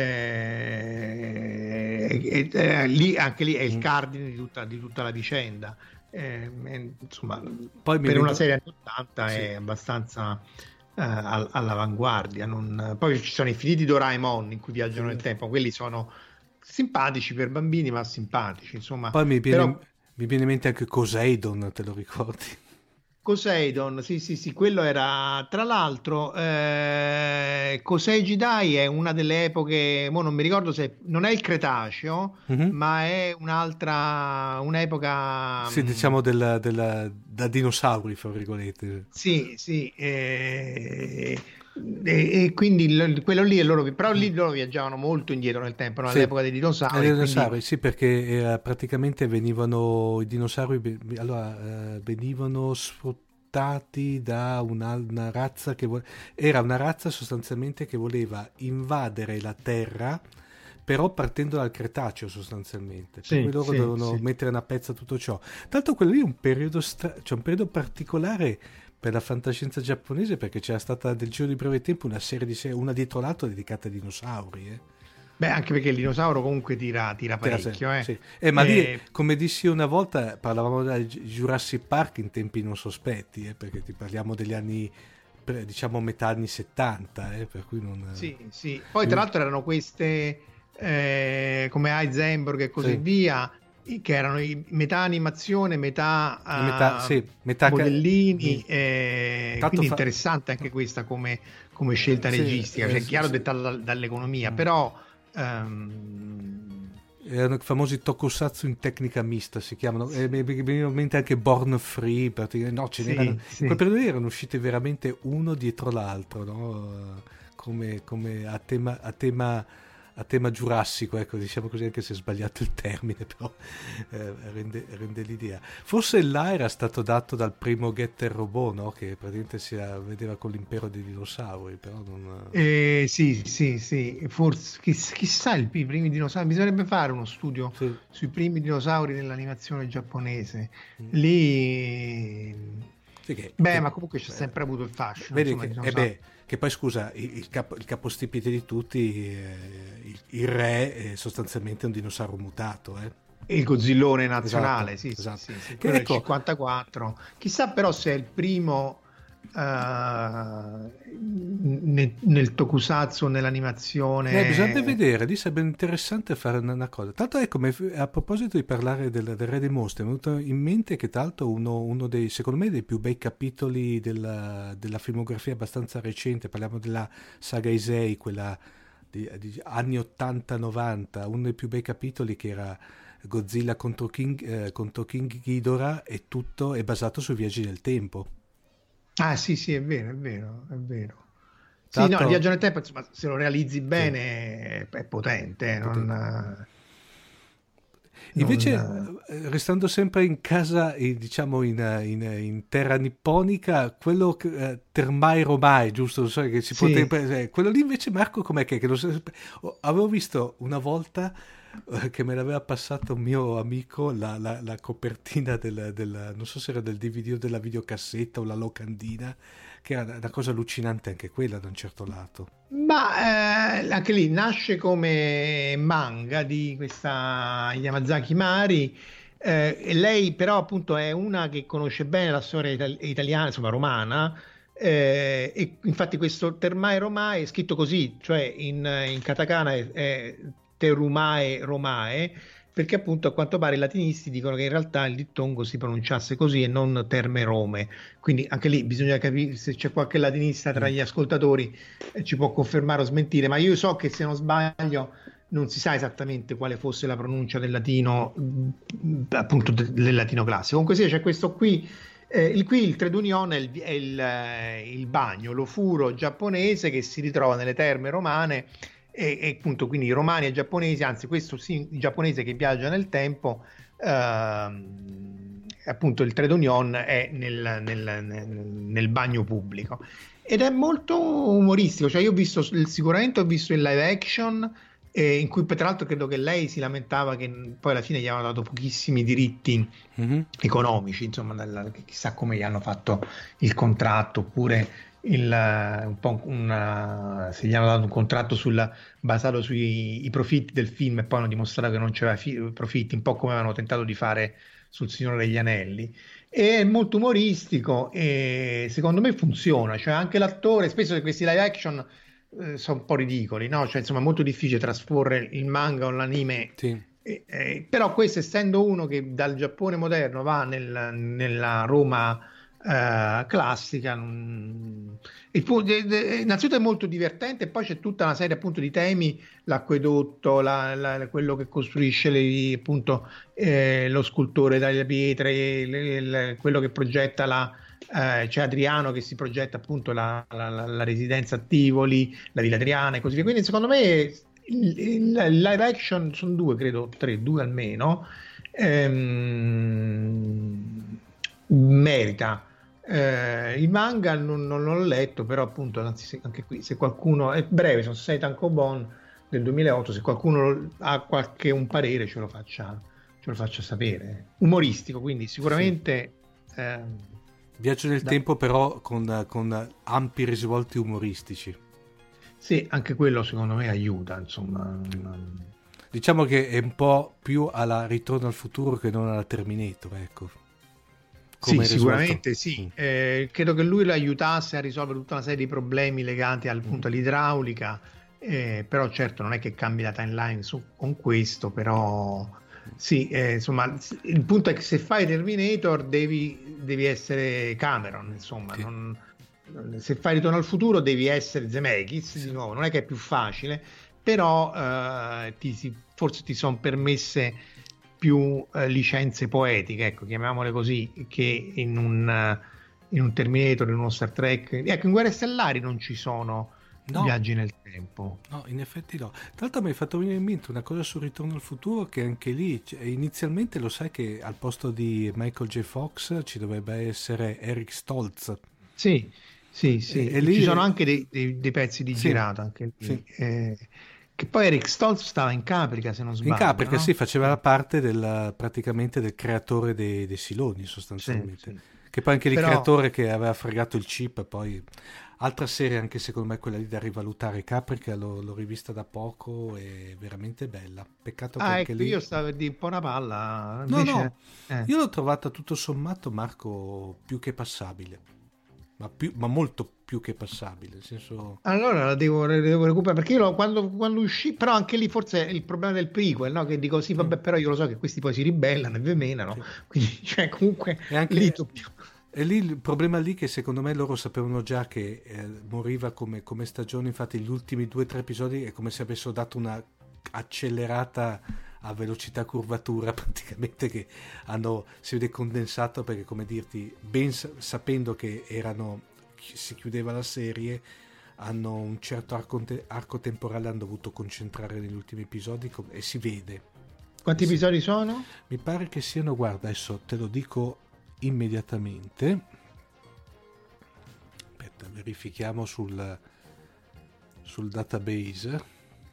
eh, è, è, è, lì, anche lì è il cardine di tutta, di tutta la vicenda. Eh, insomma, poi per una serie anni ottanta sì. È abbastanza eh, all'avanguardia. Non... Poi ci sono infiniti Doraemon in cui viaggiano sì. nel tempo, quelli sono simpatici per bambini, ma simpatici, insomma.
Poi mi viene,
Però...
mi viene in mente anche Coseidon, te lo ricordi?
Coseidon, sì, sì, sì, quello era, tra l'altro, eh, Kosei Jidai è una delle epoche, mo non mi ricordo se, non è il Cretaceo, mm-hmm. ma è un'altra, un'epoca...
Sì, diciamo della, della, da dinosauri, fra virgolette.
Sì, sì, eh, e, e quindi quello lì, loro, però lì loro viaggiavano molto indietro nel tempo, no? All'epoca sì. dei dinosauri.
Dei dinosauri,
quindi...
sì, perché eh, praticamente venivano i dinosauri, allora, eh, venivano sfruttati da una, una razza che vo- era una razza sostanzialmente che voleva invadere la Terra, però partendo dal Cretaceo sostanzialmente, sì, per cui loro sì, dovevano sì. mettere una pezza a tutto ciò. Tanto quello lì è un periodo, stra- cioè un periodo particolare per la fantascienza giapponese, perché c'era stata nel giro di breve tempo una serie di serie, una dietro l'altra, dedicata ai dinosauri. Eh.
Beh, anche perché il dinosauro comunque tira, tira parecchio. Eh.
Sì. Eh, ma
eh...
lì, come dissi una volta, parlavamo di Jurassic Park in tempi non sospetti, eh, perché ti parliamo degli anni, diciamo metà anni settanta, eh, per cui non...
Sì, sì. Poi tra l'altro erano queste, eh, come Heisenberg e così sì. via, che erano metà animazione, metà, uh,
metà, sì, metà
modellini, ca- eh, quindi
fa...
interessante anche questa come, come scelta sì, registica, cioè eh, chiaro sì, dettata sì. dall'economia, mm. però um...
erano i famosi tokusatsu in tecnica mista, si chiamano, e mi veniva in mente anche Born Free, no, ce
sì,
n'erano,
sì.
in quel periodo erano uscite veramente uno dietro l'altro, no? come, come a tema, a tema a tema giurassico, ecco, diciamo così, anche se è sbagliato il termine, però eh, rende, rende l'idea. Forse là era stato dato dal primo Getter Robot, no? Che praticamente si vedeva con l'impero dei dinosauri, però non...
Eh, sì, sì, sì, forse, chiss- chissà il, i primi dinosauri, bisognerebbe fare uno studio sì. sui primi dinosauri nell'animazione giapponese, mm. lì...
Sì, che,
beh,
che,
ma comunque c'è sempre avuto il fascino.
Vedi
insomma,
che, eh beh, che poi scusa, il, il, capo, il capostipite di tutti, eh, il, il re è sostanzialmente un dinosauro mutato, eh.
Il Godzillone nazionale, esatto, sì,
esatto.
sì, sì, sì. Che ecco, cinquantaquattro. Chissà però se è il primo uh, nel, nel tokusatsu, nell'animazione.
Eh, bisogna vedere, lì sarebbe interessante fare una, una cosa. Tanto ecco, a proposito di parlare del, del Re dei Mostri, mi è venuto in mente che tra l'altro uno, uno dei, secondo me, dei più bei capitoli della, della filmografia abbastanza recente, parliamo della saga Heisei, quella di, di anni ottanta novanta, uno dei più bei capitoli che era Godzilla contro King, eh, contro King Ghidorah, e tutto è basato sui viaggi nel tempo.
Ah sì sì, è vero, è vero, è vero. Sì, Tanto... no, il viaggio nel tempo, insomma, se lo realizzi bene sì. è potente, non... potente.
Invece,
non...
restando sempre in casa, diciamo in, in, in terra nipponica, quello eh, Termai Romai, giusto? So che si
sì.
può eh, quello lì invece, Marco, com'è che, che lo, avevo visto una volta che me l'aveva passato un mio amico la, la, la copertina del, del, non so se era del D V D o della videocassetta o la locandina, che era una cosa allucinante anche quella da un certo lato.
Ma eh, anche lì nasce come manga di questa Yamazaki Mari, eh, e lei però appunto è una che conosce bene la storia itali- italiana, insomma romana, eh, e infatti questo Termai Romai è scritto così, cioè in, in katakana è, è Terumae Romae, perché appunto a quanto pare i latinisti dicono che in realtà il dittongo si pronunciasse così e non Terme Rome, quindi anche lì bisogna capire se c'è qualche latinista tra gli ascoltatori, eh, ci può confermare o smentire, ma io so che se non sbaglio non si sa esattamente quale fosse la pronuncia del latino, appunto del latino classico. Comunque sia, c'è questo qui, eh, il, qui il Trade Union è, il, è il, il bagno, l'ofuro giapponese che si ritrova nelle terme romane. E, e appunto quindi i romani e giapponesi, anzi questo sì, il giapponese che viaggia nel tempo, ehm, appunto il Trade Union è nel, nel, nel, nel bagno pubblico ed è molto umoristico, cioè io ho visto sicuramente ho visto il live action eh, in cui tra l'altro credo che lei si lamentava che poi alla fine gli avevano dato pochissimi diritti mm-hmm. economici, insomma, nella, chissà come gli hanno fatto il contratto, oppure il, un po' una, se gli hanno dato un contratto sul, basato sui i profitti del film e poi hanno dimostrato che non c'era fi, profitti, un po' come avevano tentato di fare sul Signore degli Anelli. È molto umoristico e secondo me funziona, cioè anche l'attore, spesso questi live action eh, sono un po' ridicoli, no? Cioè insomma è molto difficile trasporre il manga o l'anime, sì. eh, eh, però questo, essendo uno che dal Giappone moderno va nel, nella Roma Uh, classica, mh, il, de, de, innanzitutto è molto divertente, e poi c'è tutta una serie appunto di temi, l'acquedotto, la, la, quello che costruisce le, appunto eh, lo scultore dalle pietre, le, le, quello che progetta la eh, c'è Adriano che si progetta appunto la, la, la, la residenza a Tivoli, la Villa Adriana e così via. Quindi secondo me il, il, il live action sono due, credo tre, due almeno, ehm, merita. Eh, il manga non, non l'ho letto, però appunto anzi, se, anche qui se qualcuno è breve, sono sei tankobon del duemilaotto, se qualcuno ha qualche un parere ce lo faccia, ce lo faccia sapere. Umoristico, quindi sicuramente sì. eh,
Viaggio nel da... tempo, però con, con ampi risvolti umoristici.
Sì, anche quello secondo me aiuta, insomma.
Diciamo che è un po' più alla Ritorno al futuro che non alla Terminator, ecco.
Come sì, sicuramente sì. Eh, credo che lui lo aiutasse a risolvere tutta una serie di problemi legati al punto all'idraulica, eh, però certo non è che cambi la timeline su, con questo, però sì, eh, insomma il punto è che se fai Terminator devi, devi essere Cameron, insomma, sì. non, se fai Ritorno al futuro devi essere Zemeckis, sì. Di nuovo, non è che è più facile, però eh, ti, forse ti sono permesse più eh, licenze poetiche, ecco, chiamiamole così, che in un, uh, in un Terminator, in uno Star Trek. Ecco, in Guerre Stellari non ci sono no. viaggi nel tempo.
No, in effetti no. Tra l'altro mi hai fatto venire in mente una cosa sul Ritorno al futuro, che anche lì, cioè, inizialmente lo sai che al posto di Michael J. Fox ci dovrebbe essere Eric Stoltz.
Sì, sì, sì. E, e lì ci sono anche dei, dei, dei pezzi di sì, girato, anche lì. Sì. Eh, Che poi Eric Stoltz stava in Caprica, se non sbaglio.
In Caprica,
no?
sì, faceva la parte del, praticamente del creatore dei, dei Siloni, sostanzialmente. Sì, sì. Che poi anche il Però... creatore che aveva fregato il chip, poi altra serie anche secondo me quella lì da rivalutare. Caprica l'ho, l'ho rivista da poco, è veramente bella. Peccato che
ah,
anche
ecco,
lì...
io stavo di un po' una palla.
No,
invece...
no,
eh.
io l'ho trovata tutto sommato, Marco, più che passabile. Ma, più, ma molto più che passabile, nel senso...
Allora la devo, la devo recuperare, perché io lo, quando, quando uscì, però anche lì forse è il problema del prequel, no? Che dico sì vabbè, però io lo so che questi poi si ribellano e ve menano, sì. Quindi cioè comunque
e anche
lì
tu... E lì il problema lì che secondo me loro sapevano già che eh, moriva come, come stagione, infatti gli ultimi due o tre episodi è come se avessero dato una accelerata a velocità curvatura, praticamente, che hanno, si vede condensato, perché come dirti, ben sapendo che erano, si chiudeva la serie, hanno un certo arco, arco temporale, hanno dovuto concentrare negli ultimi episodi e si vede.
Quanti
si,
episodi sono?
Mi pare che siano, guarda, adesso te lo dico immediatamente, aspetta, verifichiamo sul sul database.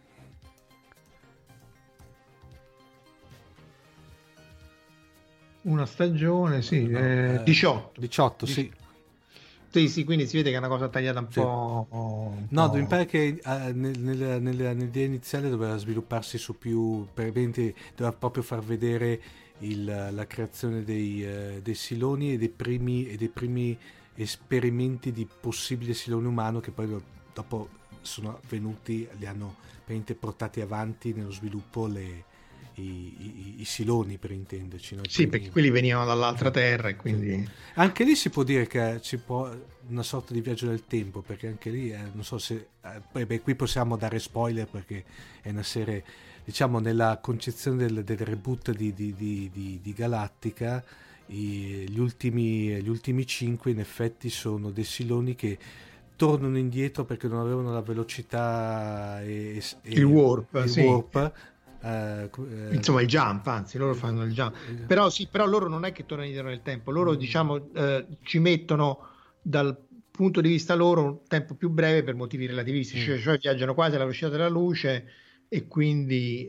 Una stagione, sì, no, eh, diciotto.
diciotto, sì.
Sì, sì, quindi si vede che è una cosa tagliata un sì. po'... Un
no,
po'...
mi pare che uh, nel, nel, nel, nell'idea iniziale doveva svilupparsi su più, per eventi, doveva proprio far vedere il, la creazione dei, uh, dei siloni e dei primi, e dei primi esperimenti di possibile silone umano, che poi dopo sono venuti, li hanno portati avanti nello sviluppo le... I, i, i siloni, per intenderci, no?
Sì, perché quelli venivano dall'altra terra e quindi
anche lì si può dire che ci può una sorta di viaggio nel tempo, perché anche lì eh, non so se eh, beh, qui possiamo dare spoiler perché è una serie, diciamo, nella concezione del, del reboot di, di, di, di, di Galattica, i, gli ultimi gli ultimi cinque in effetti sono dei siloni che tornano indietro perché non avevano la velocità e, e
il warp,
il
sì.
warp Uh, uh,
insomma il jump, anzi loro fanno il jump, uh, però sì, però loro non è che tornano indietro nel tempo, loro diciamo uh, ci mettono dal punto di vista loro un tempo più breve per motivi relativistici, uh, cioè, cioè viaggiano quasi alla velocità della luce e quindi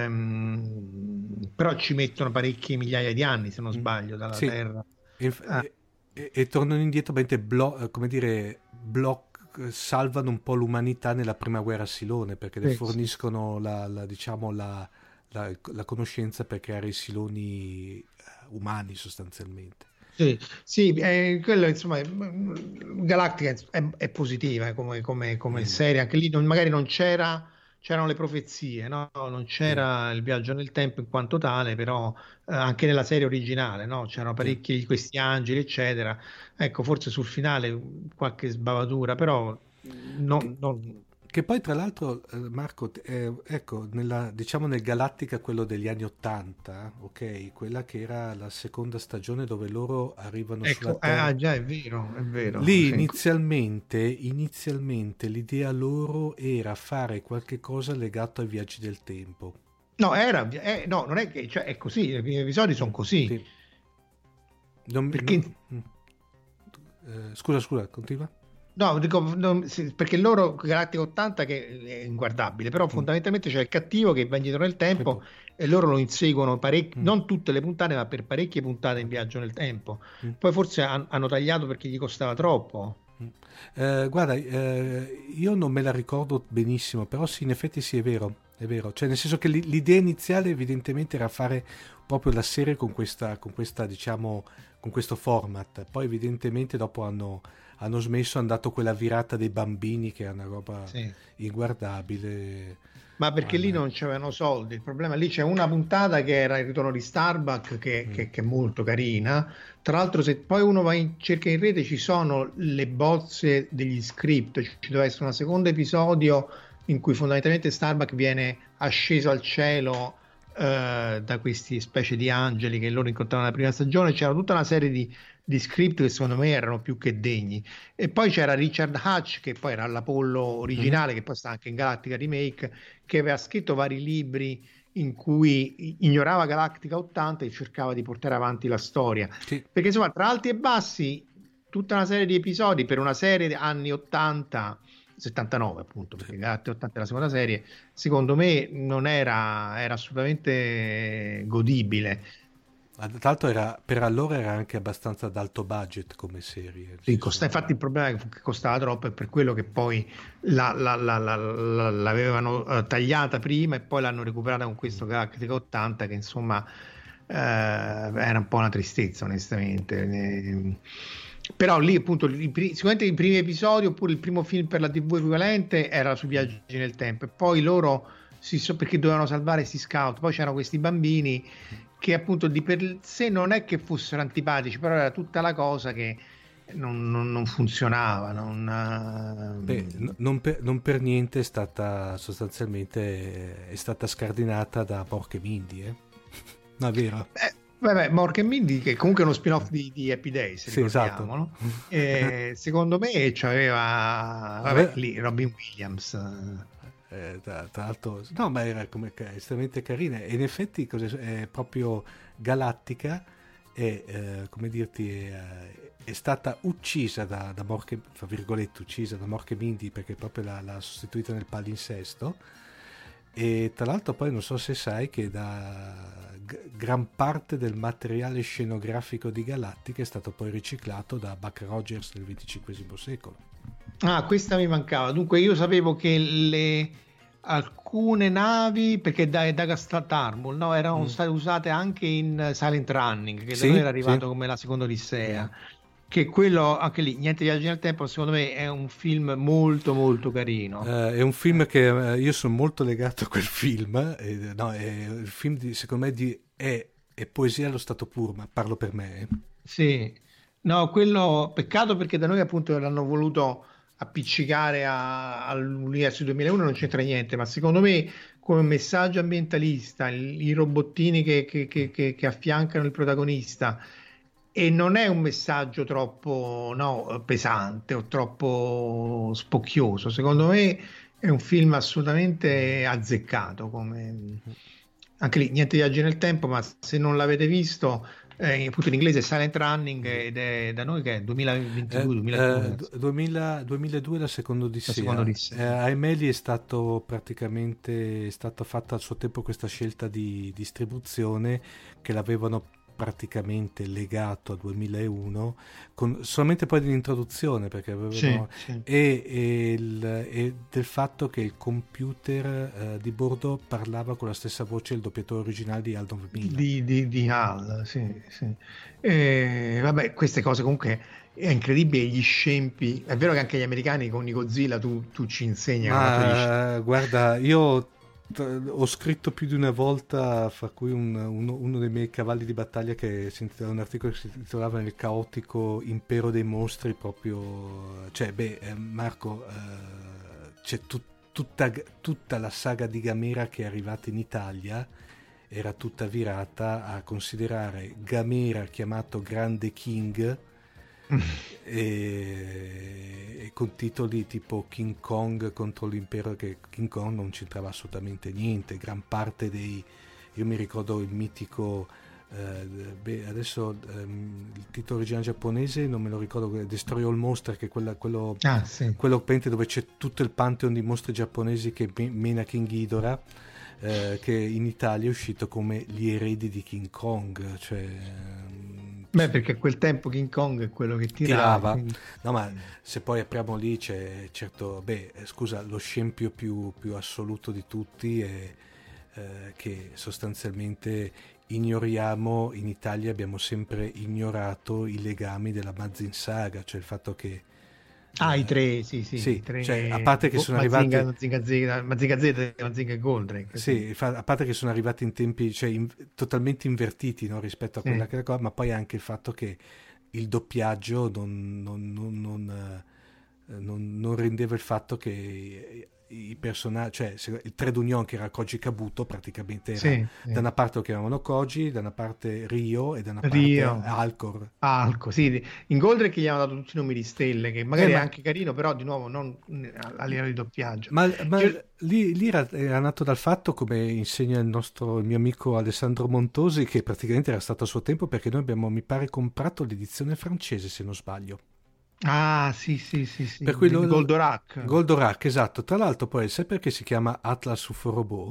ehm, però ci mettono parecchie migliaia di anni, se non sbaglio, dalla
Sì.
Terra.
E,
Ah.
e- e- e tornano indietro, mentre blo- come dire, bloc- salvano un po' l'umanità nella prima guerra Silone, perché le
Sì, sì.
forniscono la, la- diciamo la, la- la conoscenza per creare i siloni eh, umani sostanzialmente.
Sì, sì, eh, quello insomma, è- Galactica è, è positiva, eh, come, come- come
Mm.
serie, anche lì non- magari non c'era, c'erano le profezie, no? Non c'era il viaggio nel tempo in quanto tale, però eh, anche nella serie originale, no? C'erano parecchi di questi angeli, eccetera. Ecco, forse sul finale qualche sbavatura, però non, non-
Che poi tra l'altro eh, Marco, eh, ecco, nella, diciamo nel Galactica quello degli anni Ottanta, ok, quella che era la seconda stagione dove loro arrivano sulla
ecco,
Terra.
ah, già è vero, è vero.
Lì
Sì.
inizialmente, inizialmente l'idea loro era fare qualche cosa legato ai viaggi del tempo.
No, era, eh, no, non è che, cioè, è così, i primi episodi sono così.
Sì. Non-
Perché-
non- eh, scusa, scusa, continua.
No, dico, non- sì, perché loro Galactica ottanta che è inguardabile, però fondamentalmente c'è il cattivo che va indietro nel tempo e loro lo inseguono parecchie,
Mm.
non tutte le puntate, ma per parecchie puntate in viaggio nel tempo.
Mm.
Poi forse han- hanno tagliato perché gli costava troppo.
Eh, guarda, eh, io non me la ricordo benissimo, però sì, in effetti sì, è vero, è vero. Cioè, nel senso che l'i- l'idea iniziale evidentemente era fare proprio la serie con questa, con questa, diciamo, con questo format. Poi evidentemente dopo hanno, hanno smesso, hanno dato quella virata dei bambini che è una roba
Sì.
inguardabile.
Ma perché
Ah,
lì
no.
non c'erano soldi, il problema lì c'è una puntata che era il ritorno di Starbuck che,
Mm.
che- che è molto carina. Tra l'altro se poi uno va in cerca in rete ci sono le bozze degli script, ci deve essere un secondo episodio in cui fondamentalmente Starbuck viene asceso al cielo eh, da questi specie di angeli che loro incontravano nella prima stagione. C'era tutta una serie di, di script che secondo me erano più che degni. E poi c'era Richard Hatch, che poi era l'Apollo originale, che poi sta anche in Galactica Remake, che aveva scritto vari libri in cui ignorava Galactica ottanta e cercava di portare avanti la storia.
Sì.
Perché insomma, tra alti e bassi, tutta una serie di episodi per una serie anni ottanta, settantanove appunto, perché Galactica ottanta è la seconda serie, secondo me non era, era assolutamente godibile.
Ma tra l'altro era, per allora era anche abbastanza ad alto budget come serie.
Sì, costa- infatti il problema è che costava troppo, è per quello che poi la- la- la- la- la- l'avevano eh, tagliata prima e poi l'hanno recuperata con questo Galactica ottanta che insomma eh, era un po' una tristezza onestamente. Eh, però lì appunto i pri- sicuramente i primi episodi oppure il primo film per la tivù equivalente era sui viaggi nel tempo e poi loro si so- perché dovevano salvare questi scout, poi c'erano questi bambini che appunto di per sé non è che fossero antipatici, però era tutta la cosa che non, non- non funzionava. Non,
Beh, n- non, per, non per niente è stata sostanzialmente eh, è stata scardinata da Porca e Mindy, eh? No, è vero?
Eh, vabbè, Mork e Mindy, che comunque è uno spin-off di, di Happy Days,
Sì, esatto.
ricordiamolo. E secondo me c'aveva vabbè, lì Robin Williams.
Eh, tra, tra l'altro, no, ma era come, estremamente carina e in effetti cos'è, è proprio Galattica è, eh, come dirti, è, è stata uccisa da, da Mork, fra virgolette, uccisa da Mork e Mindy perché proprio l'ha, l'ha sostituita nel palinsesto. E tra l'altro poi non so se sai che da g- gran parte del materiale scenografico di Galattica è stato poi riciclato da Buck Rogers nel venticinquesimo secolo.
Ah, questa mi mancava. Dunque io sapevo che le alcune navi, perché da Dagastar Tarmul, no, erano
Mm.
state usate anche in Silent Running, che da
Sì,
noi era arrivato
sì.
come la seconda Odissea. Che quello, anche lì, Niente viaggi nel tempo, secondo me è un film molto molto carino.
Eh, è un film che eh, io sono molto legato a quel film. eh, no, è il film di, secondo me di, è, è poesia allo stato puro, ma parlo per me. eh.
Sì, no, quello peccato perché da noi appunto l'hanno voluto appiccicare a- all'universo duemilauno, non c'entra niente, ma secondo me come messaggio ambientalista, il- i robottini che, che- che- che- che affiancano il protagonista, e non è un messaggio troppo no, pesante o troppo spocchioso, secondo me è un film assolutamente azzeccato, come... anche lì niente viaggi nel tempo, ma se non l'avete visto Eh, appunto in inglese è Silent Running ed è da noi che è duemilaventidue duemiladue
Eh, duemila, duemiladue la seconda Odissea.
La seconda Odissea.
Eh, a Emeli è stato praticamente è stata fatta al suo tempo questa scelta di distribuzione che l'avevano praticamente legato a duemilauno con solamente poi dell'introduzione perché avevano
Sì, sì.
E, e, il, e del fatto che il computer eh, di bordo parlava con la stessa voce del doppiatore originale di Hal novemila
di, di, di Hal, sì, sì. E, vabbè, queste cose comunque è incredibile, gli scempi. È vero che anche gli americani con i Godzilla tu, tu ci insegni.
Ma guarda, io ho scritto più di una volta, fra cui un, uno, uno dei miei cavalli di battaglia che si intitolava, un articolo che si intitolava Il caotico impero dei mostri, proprio, cioè, beh, eh, Marco, eh, c'è tut, tutta, tutta la saga di Gamera che è arrivata in Italia, era tutta virata a considerare Gamera chiamato Grande King e, e con titoli tipo King Kong contro l'impero, che King Kong non c'entrava assolutamente niente. Gran parte dei, io mi ricordo il mitico eh, beh, adesso ehm, il titolo originale giapponese non me lo ricordo, Destroy All Monster, che è quella, quello,
ah, sì.
quello dove c'è tutto il pantheon di mostri giapponesi che mena King Ghidorah, eh, che in Italia è uscito come Gli eredi di King Kong, cioè
beh, perché a quel tempo King Kong è quello che tirava,
tirava.
Quindi...
no, ma se poi apriamo lì c'è certo, beh, scusa, lo scempio più, più assoluto di tutti è eh, che sostanzialmente ignoriamo, in Italia abbiamo sempre ignorato i legami della Mazin Saga, cioè il fatto che
ah, i tre, sì, sì,
sì,
i tre...
cioè, a parte che sono
Mazinga,
arrivati
Mazinga Z, Mazinga Z e Mazinga e Goldrake.
sì, sì, a parte che sono arrivati in tempi, cioè, in, totalmente invertiti, no, rispetto a quella sì. che era, ma poi anche il fatto che il doppiaggio non, non, non, non, non, non rendeva il fatto che i personaggi, cioè il trade union che era Koji Kabuto praticamente era
sì, sì.
da una parte lo chiamavano Koji, da una parte Rio e da una parte
Rio.
Alcor.
Alco, sì, in Goldrake gli hanno dato tutti i nomi di stelle, che magari
eh,
è
ma...
anche carino, però di nuovo non a livello di doppiaggio.
Ma, ma
Io...
lì, lì era, era nato dal fatto, come insegna il nostro il mio amico Alessandro Montosi, che praticamente era stato a suo tempo, perché noi abbiamo, mi pare, comprato l'edizione francese, se non sbaglio.
Ah, sì, sì, sì, sì.
Per cui lo,
Goldorak.
Goldorak, esatto. Tra l'altro poi, sai perché si chiama Atlas U F O Robot?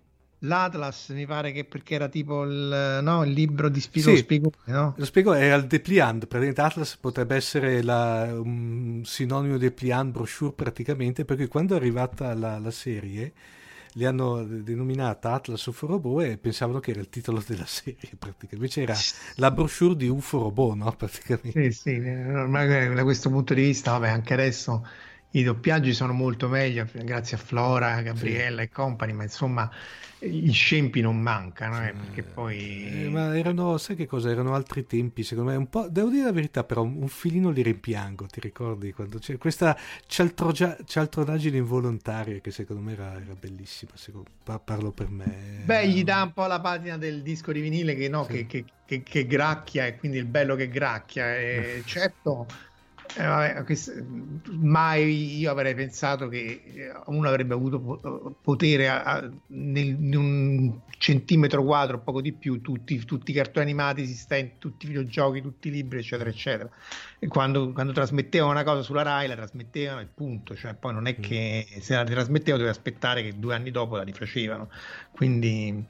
L'Atlas mi pare che perché era tipo il, no, il libro di Spiegò,
sì,
Spiegò, no?
Lo spiego, era il dépliant, praticamente Atlas potrebbe essere la, un sinonimo di dépliant, brochure praticamente, perché quando è arrivata la, la serie li hanno denominata Atlas U F O Robot e pensavano che era il titolo della serie, praticamente invece era la brochure di U F O Robot, no? Praticamente.
Sì, sì, da questo punto di vista, vabbè, anche adesso i doppiaggi sono molto meglio, grazie a Flora, Gabriella sì. e compagni, ma insomma gli scempi non mancano, sì. eh, perché poi...
Eh, ma erano, sai che cosa? Erano altri tempi, secondo me, un po', devo dire la verità, però un filino li rimpiango, ti ricordi? Quando c'è questa cialtrogia, cialtronaggine involontaria che secondo me era, era bellissima, secondo, parlo per me.
Beh, gli dà un po' la patina del disco di vinile che, no, sì. che, che, che, che gracchia, e quindi il bello che gracchia, e certo... Eh, vabbè, questo, mai io avrei pensato che uno avrebbe avuto potere a, a, nel, in un centimetro quadro, poco di più, tutti, tutti i cartoni animati esistenti, tutti i videogiochi, tutti i libri, eccetera, eccetera. E quando, quando trasmettevano una cosa sulla Rai, la trasmettevano e punto. Cioè, poi non è che se la trasmettevano dovevi aspettare che due anni dopo la rifacevano. Quindi,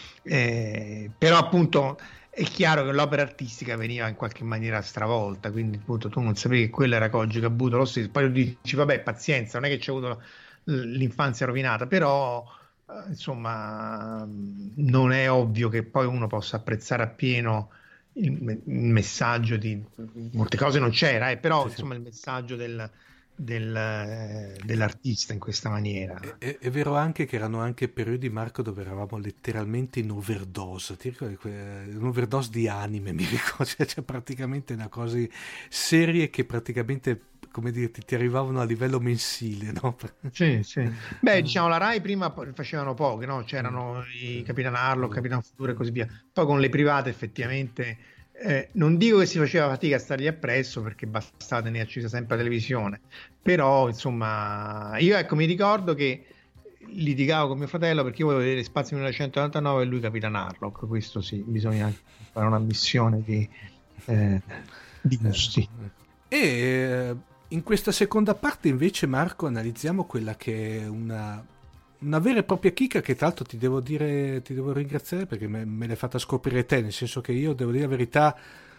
eh, però appunto... È chiaro che l'opera artistica veniva in qualche maniera stravolta, quindi appunto tu non sapevi che quello era Koji Kabuto, lo stesso, poi dici vabbè pazienza, non è che c'è avuto l'infanzia rovinata, però eh, insomma non è ovvio che poi uno possa apprezzare appieno il, il messaggio di molte cose non c'era, eh, però sì, insomma sì. il messaggio del Del, dell'artista in questa maniera.
È, è vero anche che erano anche periodi, Marco, dove eravamo letteralmente in overdose, ti ricordi? Un overdose di anime, mi ricordo, cioè, cioè praticamente una cosa, serie che praticamente, come dirti, ti arrivavano a livello mensile, no?
Sì, sì. Beh, diciamo, la Rai prima facevano poche, no? C'erano i Capitan Harlock, Capitan Futuro e così via. Poi con le private effettivamente Eh, non dico che si faceva fatica a stargli appresso perché bastava tenere accesa sempre la televisione, però insomma io ecco mi ricordo che litigavo con mio fratello perché io volevo vedere Spazio millenovecentonovantanove e lui Capitan Harlock. Questo sì, bisogna fare una missione di, eh, di gusti.
E eh, in questa seconda parte invece, Marco, analizziamo quella che è una, una vera e propria chicca, che tra l'altro ti devo dire, ti devo ringraziare perché me, me l'hai fatta scoprire te, nel senso che io, devo dire la verità,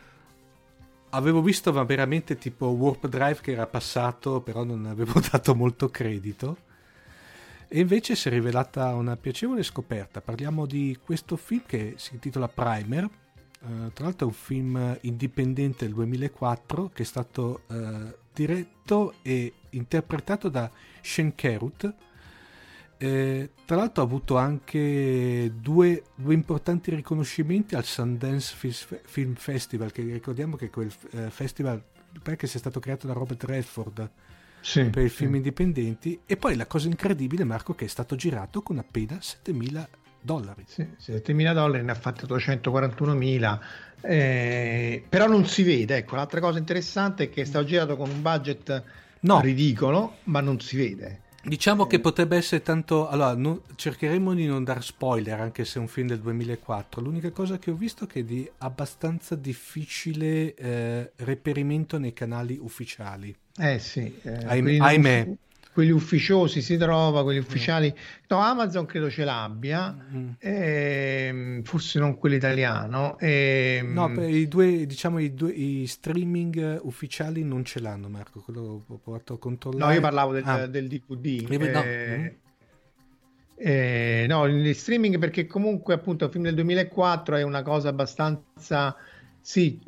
avevo visto ma veramente tipo Warp Drive che era passato, però non avevo dato molto credito, e invece si è rivelata una piacevole scoperta. Parliamo di questo film che si intitola Primer. Uh, tra l'altro è un film indipendente del duemilaquattro che è stato uh, diretto e interpretato da Shane Carruth. Eh, tra l'altro ha avuto anche due, due importanti riconoscimenti al Sundance Film Festival, che ricordiamo che quel uh, festival che sia stato creato da Robert Redford, sì, per i film sì. indipendenti. E poi la cosa incredibile, Marco, che è stato girato con appena settemila dollari.
Sì, settemila dollari, ne ha fatti ottocentoquarantunomila, eh, però non si vede. Ecco, l'altra cosa interessante è che è stato girato con un budget no. ridicolo, ma non si vede.
Diciamo eh. che potrebbe essere tanto... Allora, no, cercheremo di non dar spoiler, anche se è un film del duemilaquattro. L'unica cosa che ho visto è che è di abbastanza difficile eh, reperimento nei canali ufficiali.
Eh sì. Eh,
ahimè. ahimè.
Quelli ufficiosi si trova, quelli ufficiali no, Amazon credo ce l'abbia, mm. eh, forse non quello italiano, eh,
no, per i due, diciamo i due i streaming ufficiali non ce l'hanno, Marco, quello ho provato a controllare.
No, io parlavo del,
ah.
del D V D,
eh, no.
Mm. Eh, no, il streaming, perché comunque appunto il film del duemilaquattro è una cosa abbastanza... Sì,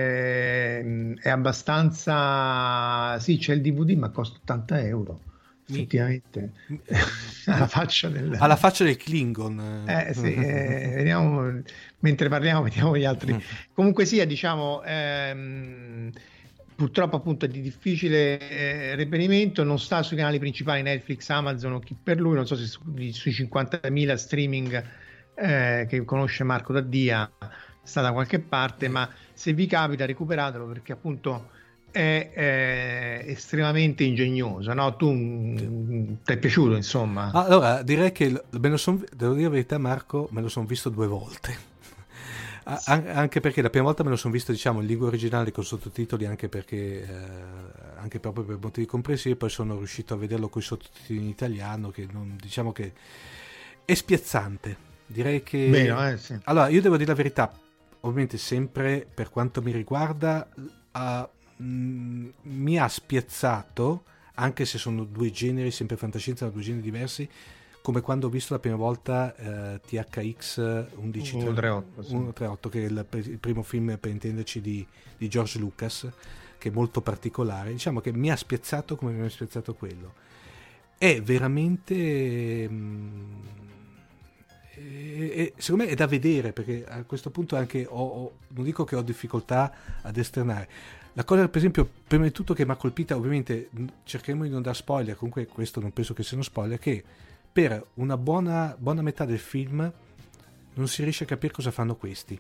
eh, è abbastanza... Sì, c'è il D V D, ma costa ottanta euro, effettivamente. Mi... alla, faccia del...
alla faccia del Klingon.
Eh, sì, eh, vediamo, mentre parliamo, vediamo gli altri. Mm. Comunque sia, diciamo, ehm, purtroppo appunto è di difficile eh, reperimento, non sta sui canali principali Netflix, Amazon o chi per lui, non so se su, sui cinquantamila streaming eh, che conosce Marco Daddia sta da qualche parte, ma se vi capita recuperatelo, perché appunto è, è estremamente ingegnoso, no? Tu sì. ti è piaciuto, insomma?
Allora direi che me lo son, devo dire la verità, Marco, me lo sono visto due volte. Sì. An- anche perché la prima volta me lo sono visto, diciamo, in lingua originale con sottotitoli, anche perché eh, anche proprio per motivi comprensivi, poi sono riuscito a vederlo con i sottotitoli in italiano, che non, diciamo che è spiazzante. Direi che
Bene, eh, sì.
Allora io devo dire la verità, ovviamente sempre per quanto mi riguarda uh, mh, mi ha spiazzato, anche se sono due generi, sempre fantascienza, ma due generi diversi, come quando ho visto la prima volta uh, T H X centotrentotto, che è il, il primo film, per intenderci, di, di George Lucas, che è molto particolare. Diciamo che mi ha spiazzato come mi ha spiazzato quello. È veramente... Mh, E, e secondo me è da vedere, perché a questo punto anche ho, ho, non dico che ho difficoltà ad esternare la cosa. Per esempio, prima di tutto, che mi ha colpita, ovviamente cercheremo di non dar spoiler, comunque questo non penso che siano spoiler, che per una buona, buona metà del film non si riesce a capire cosa fanno questi.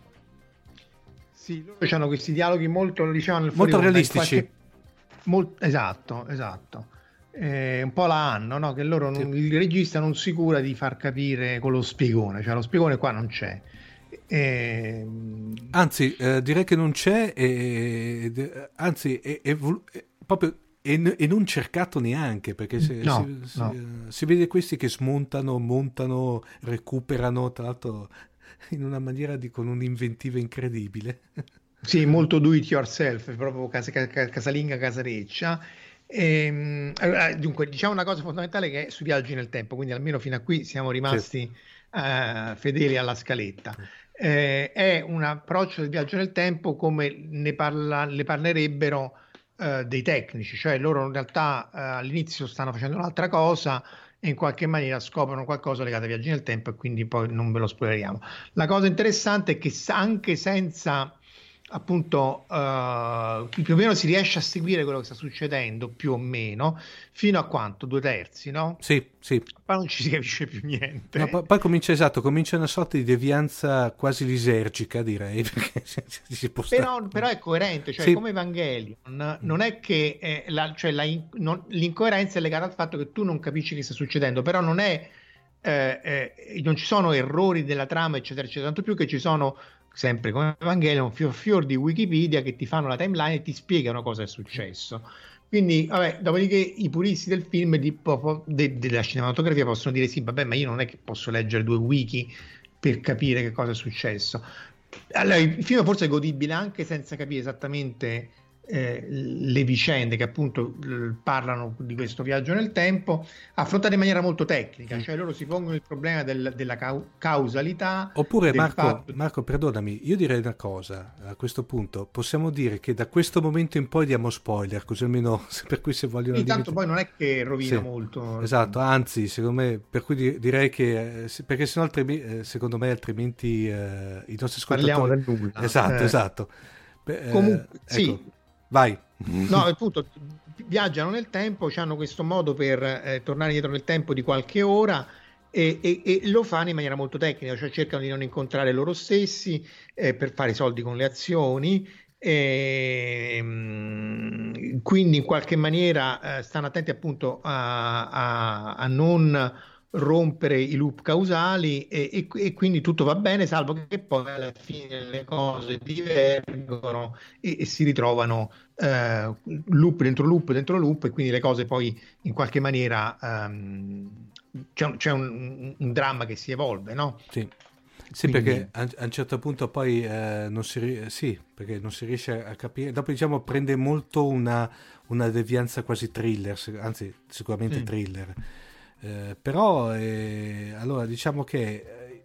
Sì, loro hanno questi dialoghi molto, diciamo, nel
molto realistici,
qualche... molto... esatto, esatto. Eh, un po' la hanno, no? Che loro non, sì. Il regista non si cura di far capire con lo spiegone, cioè lo spiegone qua non c'è, eh,
anzi eh, direi che non c'è, e, e, anzi è, è, è proprio e, e non cercato neanche, perché se,
no,
si,
no.
Si, si vede questi che smontano, montano, recuperano, tra l'altro in una maniera di, con un'inventiva incredibile.
Sì, molto do it yourself, proprio cas- cas- casalinga casareccia. Ehm, allora, dunque, diciamo una cosa fondamentale, che è sui viaggi nel tempo, quindi almeno fino a qui siamo rimasti sì. uh, fedeli alla scaletta. Eh, è un approccio del viaggio nel tempo come ne, parla, ne parlerebbero uh, dei tecnici, cioè loro in realtà uh, all'inizio stanno facendo un'altra cosa e in qualche maniera scoprono qualcosa legato ai viaggi nel tempo, e quindi poi non ve lo spoileriamo. La cosa interessante è che anche senza appunto uh, più o meno si riesce a seguire quello che sta succedendo, più o meno, fino a quanto? Due terzi, no?
Sì, sì.
Poi non ci si capisce più niente.
No, poi, poi comincia, esatto, comincia una sorta di devianza quasi lisergica, direi, perché si può stare...
però, però è coerente, cioè
sì.
come Evangelion, non è che eh, la, cioè la in, non, l'incoerenza è legata al fatto che tu non capisci che sta succedendo, però non è eh, eh, non ci sono errori della trama, eccetera, eccetera, tanto più che ci sono, sempre come Evangelion, fior fior di Wikipedia che ti fanno la timeline e ti spiegano cosa è successo. Quindi, vabbè, dopodiché i puristi del film di, de, della cinematografia possono dire sì, vabbè, ma io non è che posso leggere due wiki per capire che cosa è successo. Allora, il film forse è godibile anche senza capire esattamente eh, le vicende che appunto l- parlano di questo viaggio nel tempo, affrontate in maniera molto tecnica, cioè loro si pongono il problema del, della cau- causalità.
Oppure Marco,
fatto...
Marco, perdonami, io direi una cosa, a questo punto possiamo dire che da questo momento in poi diamo spoiler, così almeno per cui se vogliono...
Intanto poi non è che rovina
sì,
molto.
Esatto, anzi, secondo me, per cui di- direi che, eh, perché sennò altrimenti, eh, secondo me altrimenti eh, i nostri ascoltatori...
Parliamo del nulla.
Esatto,
eh.
esatto. Eh,
Comunque,
ecco.
sì.
Vai.
No, appunto, viaggiano nel tempo, hanno questo modo per eh, tornare indietro nel tempo di qualche ora e, e, e lo fanno in maniera molto tecnica, cioè cercano di non incontrare loro stessi eh, per fare soldi con le azioni. E, mh, quindi in qualche maniera eh, stanno attenti appunto a, a, a non rompere i loop causali e, e, e quindi tutto va bene, salvo che poi alla fine le cose divergono e, e si ritrovano eh, loop dentro loop dentro loop e quindi le cose poi in qualche maniera um, c'è, c'è un, un dramma che si evolve, no?
Sì. Sì,
Quindi...
perché a, a un certo punto poi eh, non si sì, perché non si riesce a capire. Dopo diciamo prende molto una, una devianza quasi thriller, anzi sicuramente mm. thriller. Eh, però eh, allora diciamo che eh,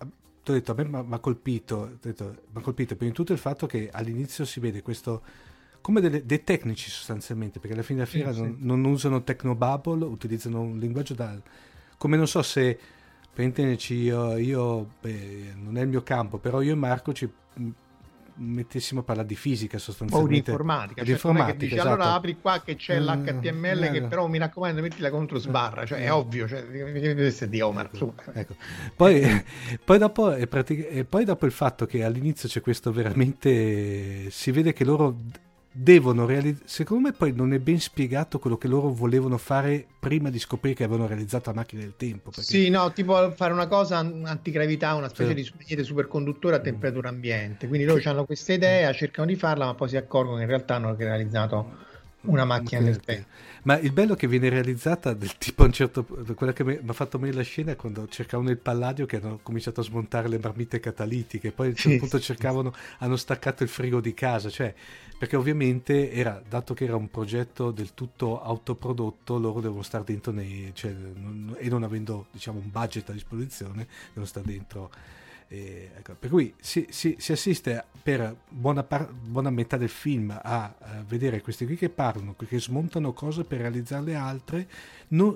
ho detto, a me mi ha colpito, mi ha colpito prima di tutto il fatto che all'inizio si vede questo come delle, dei tecnici sostanzialmente, perché alla fine della fiera sì, non, sì. non usano technobubble, utilizzano un linguaggio da come non so se per intenderci io, io beh, non è il mio campo, però io e Marco ci mettessimo a parlare di fisica sostanzialmente
o di informatica,
di
cioè
informatica
che dici,
esatto.
Allora apri qua che c'è l'H T M L
eh,
che però mi raccomando mettila contro sbarra, cioè è ovvio, cioè questo è di Homer,
ecco, ecco. Poi, poi, dopo è pratic- e poi dopo il fatto che all'inizio c'è questo veramente si vede che loro devono realizzare, secondo me poi non è ben spiegato quello che loro volevano fare prima di scoprire che avevano realizzato la macchina del tempo, perché...
sì, no, tipo fare una cosa antigravità, una specie sì. di niente superconduttore a temperatura ambiente, quindi loro hanno questa idea, cercano di farla ma poi si accorgono che in realtà hanno realizzato una macchina del tempo.
Ma il bello è che viene realizzata del tipo a un certo punto, quella che mi ha fatto morire la scena è quando cercavano il Palladio che hanno cominciato a smontare le marmite catalitiche, poi a un certo sì, punto sì, cercavano, sì. hanno staccato il frigo di casa, cioè perché ovviamente era, dato che era un progetto del tutto autoprodotto, loro devono stare dentro nei, cioè, non, e non avendo diciamo un budget a disposizione devono stare dentro. Eh, ecco, per cui si, si, si assiste per buona, par- buona metà del film a, a vedere questi qui che parlano, che smontano cose per realizzarle altre, non,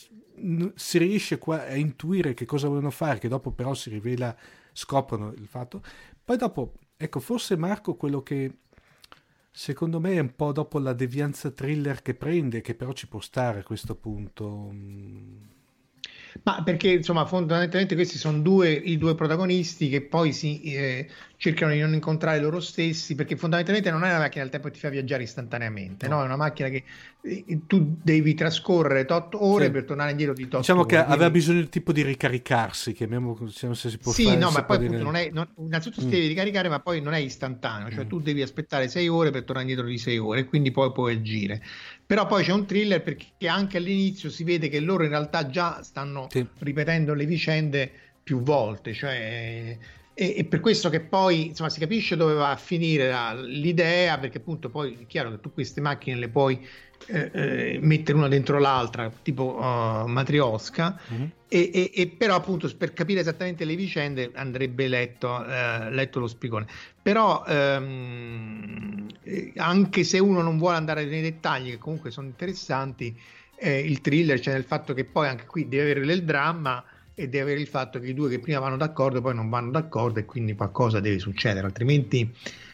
non, si riesce qua a intuire che cosa vogliono fare, che dopo però si rivela, scoprono il fatto. Poi dopo, ecco, forse Marco quello che secondo me è un po' dopo la devianza thriller che prende, che però ci può stare a questo punto.
Ma perché insomma fondamentalmente questi sono due, i due protagonisti che poi si eh, cercano di non incontrare loro stessi, perché fondamentalmente non è una macchina del tempo che ti fa viaggiare istantaneamente, no? No? È una macchina che eh, tu devi trascorrere otto ore sì. per tornare indietro di otto
diciamo
ore.
Diciamo che
quindi...
aveva bisogno tipo di ricaricarsi, chiamiamo, diciamo se si può
sì,
fare.
no, ma poi
dire...
appunto non è, non, innanzitutto mm. si devi ricaricare, ma poi non è istantaneo, cioè mm. tu devi aspettare sei ore per tornare indietro di sei ore, quindi poi puoi agire. Però poi c'è un thriller perché anche all'inizio si vede che loro in realtà già stanno sì. ripetendo le vicende più volte, cioè, e, e per questo che poi insomma si capisce dove va a finire la, l'idea, perché appunto poi è chiaro che tu queste macchine le puoi eh, eh, mettere una dentro l'altra, tipo uh, Matrioska, mm-hmm. e, e, e però appunto per capire esattamente le vicende andrebbe letto, eh, letto lo spiegone. Però ehm, anche se uno non vuole andare nei dettagli, che comunque sono interessanti, eh, il thriller c'è nel fatto che poi anche qui deve avere del dramma e deve avere il fatto che i due che prima vanno d'accordo poi non vanno d'accordo e quindi qualcosa deve succedere, altrimenti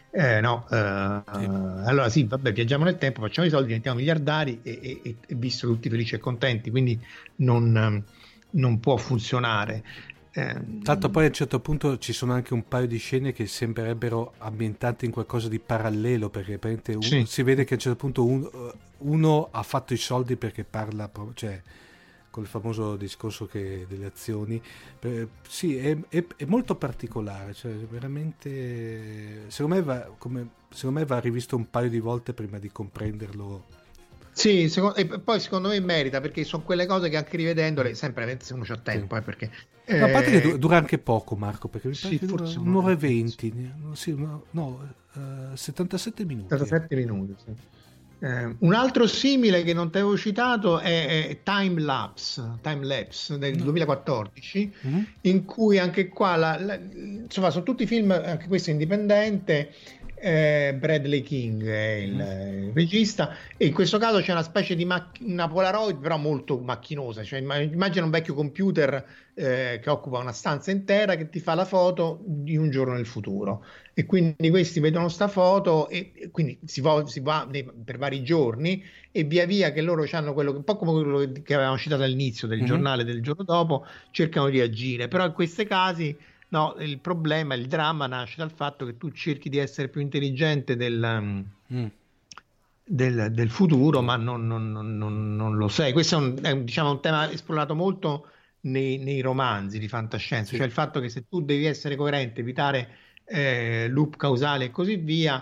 Eh, no, uh, sì. Allora sì, vabbè, viaggiamo nel tempo, facciamo i soldi, diventiamo miliardari e, e, e visto tutti felici e contenti, quindi non, non può funzionare.
Tanto poi a un certo punto ci sono anche un paio di scene che sembrerebbero ambientate in qualcosa di parallelo, perché uno, sì. si vede che a un certo punto uno, uno ha fatto i soldi perché parla, cioè col famoso discorso che delle azioni, eh, sì, è, è, è molto particolare, cioè veramente secondo me va, come, secondo me va rivisto un paio di volte prima di comprenderlo.
Sì, secondo, e poi secondo me merita, perché sono quelle cose che anche rivedendole, sempre se uno c'ha tempo, sì. eh, perché
eh, a parte che dura anche poco, Marco, perché mi pare
sì,
che dura un'ora e venti, sì, no, no uh, settantasette minuti.
settantasette minuti, sì. Eh, un altro simile che non ti avevo citato è, è Time Lapse, Time Lapse del no. duemilaquattordici, mm-hmm. in cui anche qua, la, la, insomma, sono tutti film, anche questo indipendente. Eh, Bradley King è il, mm. il regista, e in questo caso c'è una specie di mac- una Polaroid però molto macchinosa, cioè immagina un vecchio computer eh, che occupa una stanza intera, che ti fa la foto di un giorno nel futuro, e quindi questi vedono sta foto e, e quindi si va, si va per vari giorni, e via via che loro hanno quello che, un po' come quello che avevamo citato all'inizio del mm-hmm. giornale del giorno dopo, cercano di agire, però in questi casi no, il problema, il dramma nasce dal fatto che tu cerchi di essere più intelligente del, mm. del, del futuro, ma non, non, non, non lo sei. Questo è un, è un, diciamo, un tema esplorato molto nei, nei romanzi di fantascienza, sì. Cioè il fatto che se tu devi essere coerente, evitare eh, loop causali e così via,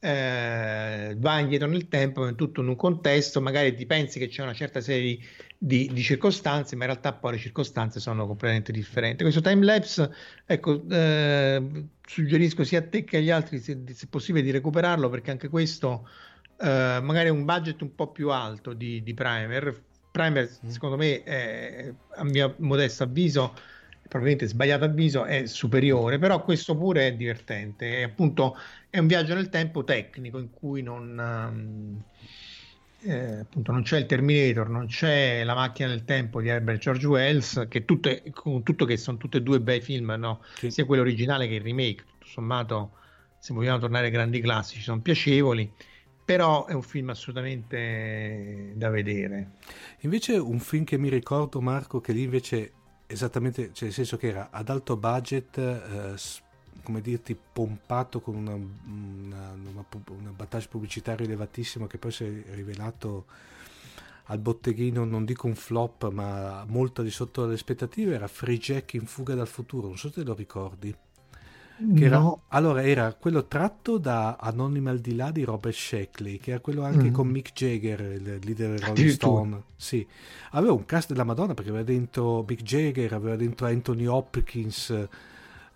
eh, vai indietro nel tempo, in tutto in un contesto, magari ti pensi che c'è una certa serie di Di, di circostanze, ma in realtà poi le circostanze sono completamente differenti. Questo time lapse, ecco, eh, suggerisco sia a te che agli altri, se, se possibile, di recuperarlo, perché anche questo eh, magari è un budget un po' più alto di, di Primer. Primer, mm. secondo me, è, a mio modesto avviso, probabilmente sbagliato avviso, è superiore, però questo pure è divertente. È appunto è un viaggio nel tempo tecnico in cui non um, Eh, appunto non c'è il Terminator, non c'è La macchina del tempo di Herbert George Wells, che tutte, con tutto che sono tutti e due bei film, no? Sì. Sia quello originale che il remake, tutto sommato, se vogliamo tornare ai grandi classici, sono piacevoli, però è un film assolutamente da vedere.
Invece un film che mi ricordo, Marco, che lì invece esattamente, cioè nel senso che era ad alto budget, eh, come dirti, pompato con una, una, una, una battage pubblicitario elevatissimo, che poi si è rivelato al botteghino, non dico un flop, ma molto di sotto alle aspettative, era Free Jack in fuga dal futuro, non so se te lo ricordi. Che era, no. Allora era quello tratto da Anonima al di là di Robert Sheckley, che era quello anche mm. con Mick Jagger, il leader del Rolling Stone. Sì, aveva un cast della Madonna, perché aveva dentro Mick Jagger, aveva dentro Anthony Hopkins, Uh,